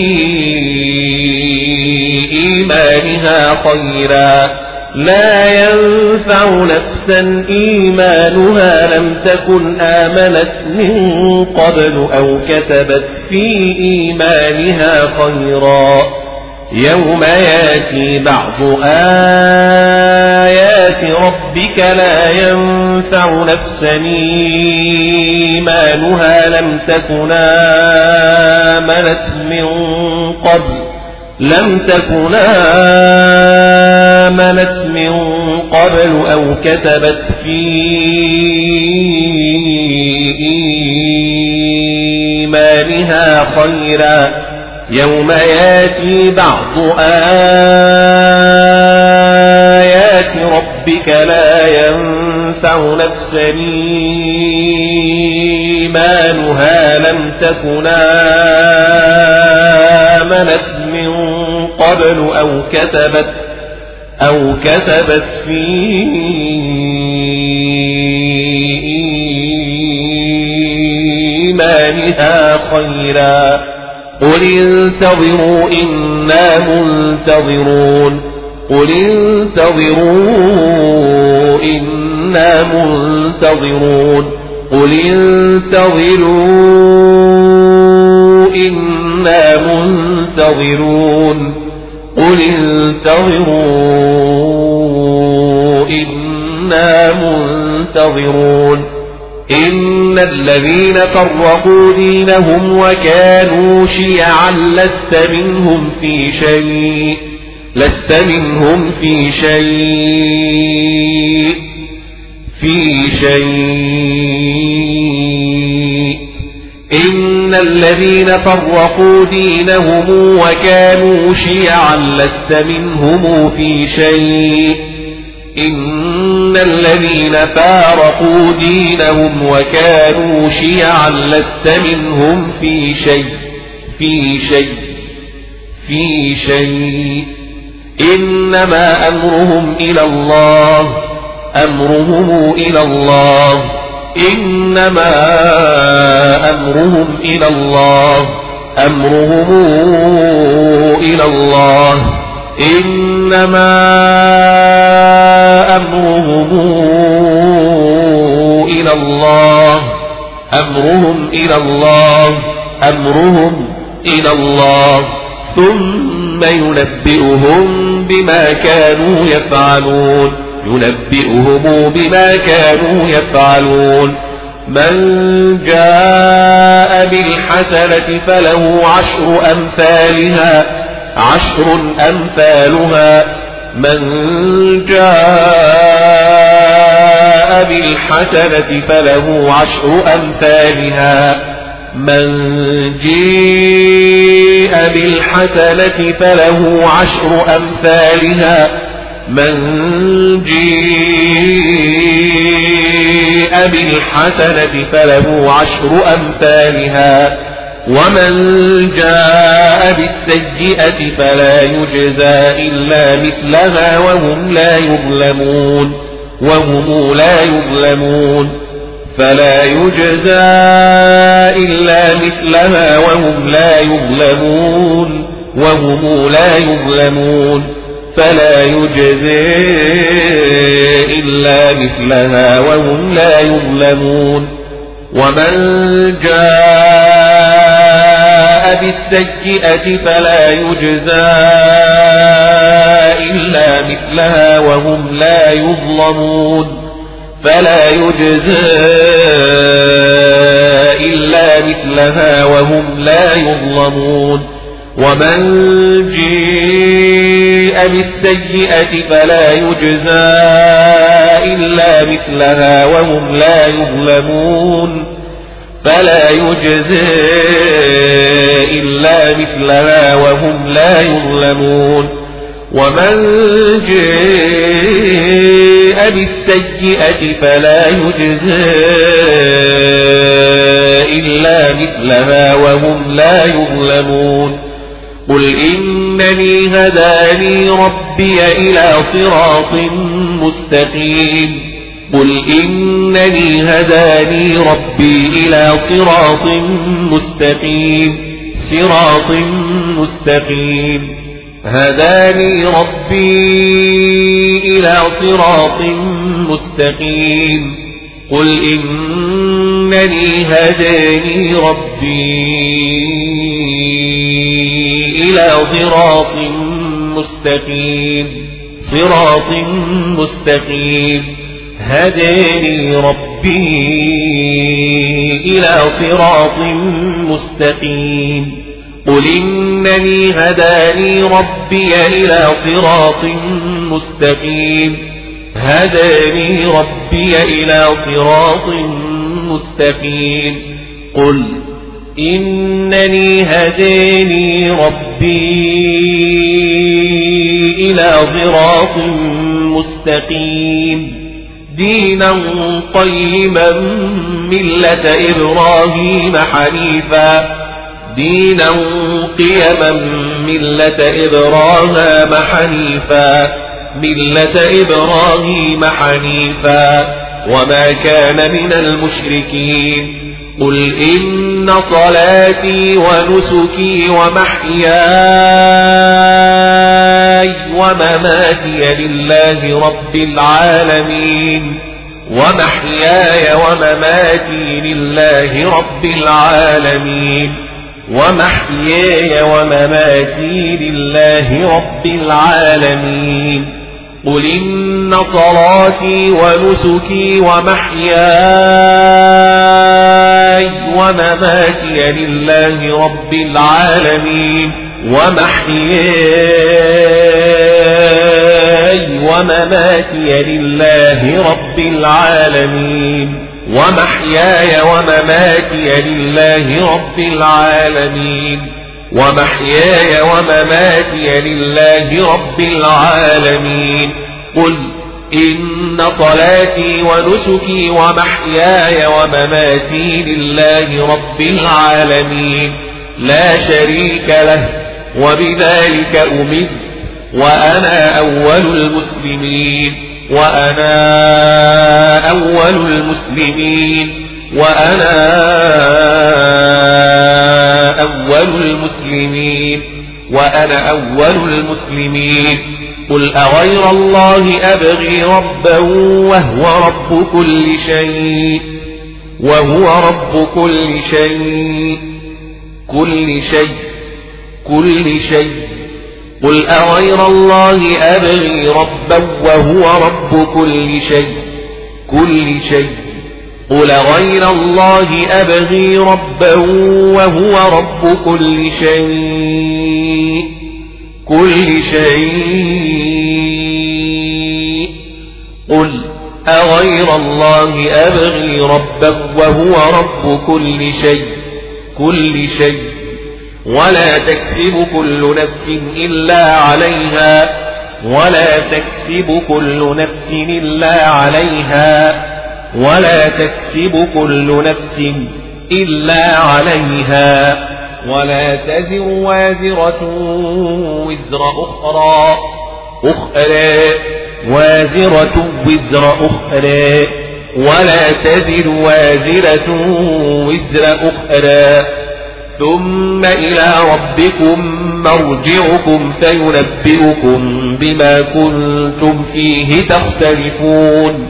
إيمانها خيرا لا ينفع نفسا إيمانها لم تكن آمنت من قبل أو كسبت في إيمانها خيرا يوم يأتي بعض آيات ربك لا ينفع نفسا إيمانها لم تكن آمنت من قبل أو كسبت في إيمانها خيرا يوم يأتي بعض آيات ربك لا ينفع نفسا إيمانها لم تكن آمنت من قبل أو كسبت في إيمانها خيرا قل انتظروا إنا منتظرون قل انتظروا إنا منتظرون قل انتظروا إنا منتظرون قل انتظروا إنا منتظرون إن الذين فرقوا دينهم وكانوا شيعا لست منهم في شيء إن الذين فرقوا دينهم وكانوا شيعا لست منهم في شيء إن الذين فارقوا دينهم وكانوا شيعا لست منهم في شيء إنما أمرهم إلى الله إنما أمرهم إلى الله إنما أمرهم إلى الله أمرهم إلى الله ثم ينبئهم بما كانوا يفعلون من جاء بالحسنة فله عشر أمثالها من جاء بالحسنة فله عشر أمثالها من جاء بالحسنة فله عشر أمثالها من جاء بالحسنة فله عشر أمثالها ومن جاء بالسيئة فلا يجزى إلا مثلها وهم لا يظلمون فلا يجزى إلا مثلها وهم لا يظلمون فلا يجزى إلا مثلها وهم لا يظلمون ومن جاء بالسيئة فلا يجزى إلا مثلها وهم لا يظلمون فلا يجزى إلا مثلها وهم لا يظلمون ومن جاء بالسيئة فلا يجزى إلا مثلها وهم لا يظلمون فلا يجزى إلا مثلها وهم لا يظلمون ومن جاء بالسيئة فلا يجزى إلا مثلها وهم لا يظلمون قل إنني هداني ربي إلى صراط مستقيم هداني ربي إلى صراط مستقيم قل إنني هداني ربي إلى صراط مستقيم هداني ربي إلى صراط مستقيم قل إنني هداني ربي إلى صراط مستقيم هداني ربي إلى صراط مستقيم قل إنني هداني ربي إلى صراط مستقيم دينا قيما ملة إبراهيم حنيفا دينا قيما ملة إبراهيم حنيفا وما كان من المشركين قل إن صلاتي ونسكي ومحياي ومماتي لله رب العالمين قل إن صلاتي ونسكي ومحياي ومماتي لله رب العالمين ومحياي ومماتي لله رب العالمين قل إن صلاتي ونسكي ومحياي ومماتي لله رب العالمين لا شريك له وبذلك أمرت وأنا أول المسلمين قل أغير الله أبغي ربا وهو رب كل شيء كل شيء قل أغير الله أبغي ربا وهو رب كل شيء قل غير الله أبغي ربا وهو رب كل شيء قل أغير الله أبغي ربا وهو رب كل شيء ولا تكسب كل نفس إلا عليها ولا تزر وازرة وزر أخرى ولا تزر وازرة وزر أخرى ثم إلى ربكم مرجعكم فينبئكم بما كنتم فيه تختلفون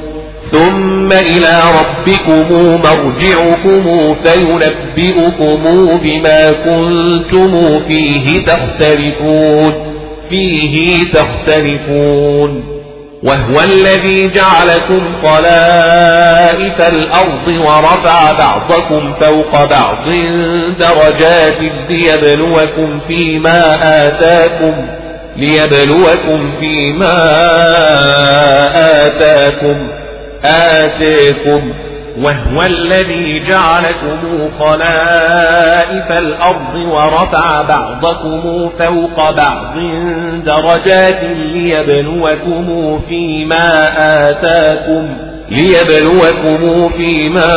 وهو الذي جعلكم خلائف الأرض ورفع بعضكم فوق بعض درجات ليبلوكم فيما آتاكم وهو الذي جعلكم خلائف الأرض ورفع بعضكم فوق بعض درجات ليبلوكم فيما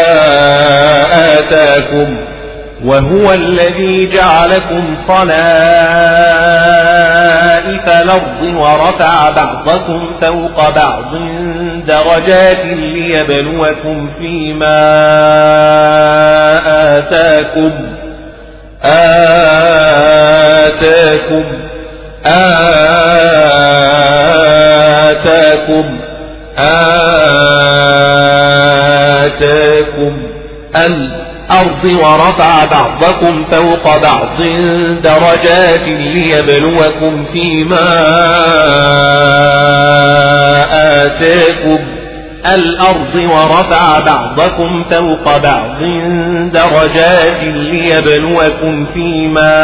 آتاكم وهو الذي جعلكم خلائف الأرض ورفع بعضكم فوق بعض درجات ليبلوكم فيما آتاكم الأرض ورفع بعضكم فوق بعض درجات ليبلوكم فيما آتاكم الأرض ورفع بعضكم فوق بعض درجات ليبلوكم فيما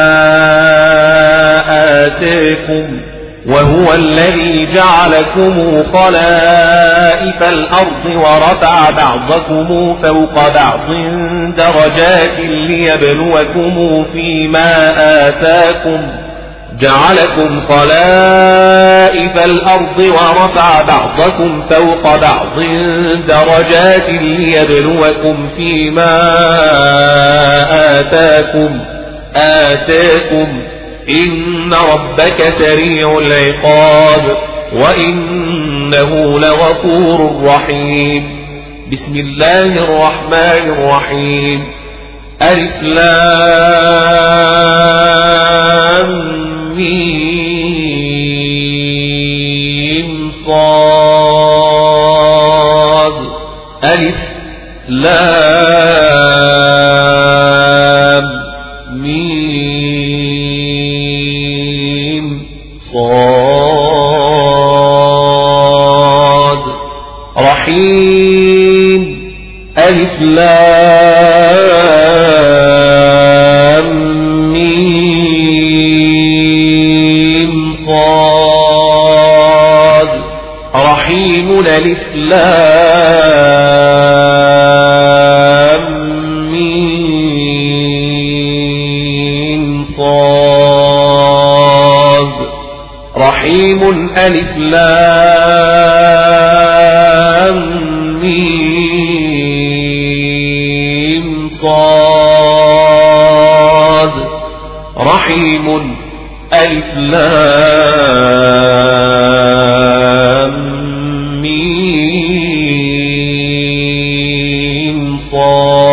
آتاكم وهو الذي جعلكم خلائف الأرض ورفع بعضكم فوق بعض درجات ليبلوكم فيما آتاكم جعلكم خلائف الأرض ورفع بعضكم فوق بعض درجات ليبلوكم فيما آتاكم إن ربك سريع العقاب وإنه لغفور رحيم. بسم الله الرحمن الرحيم. ألف لام ميم صاد. ألف لام ميم صاد. رحيم. ألف لام ميم صاد. رحيم. ألف لام ميم صاد. رحيم. ألف لام ميم صاد. رحيم. ألف لام ميم صاد.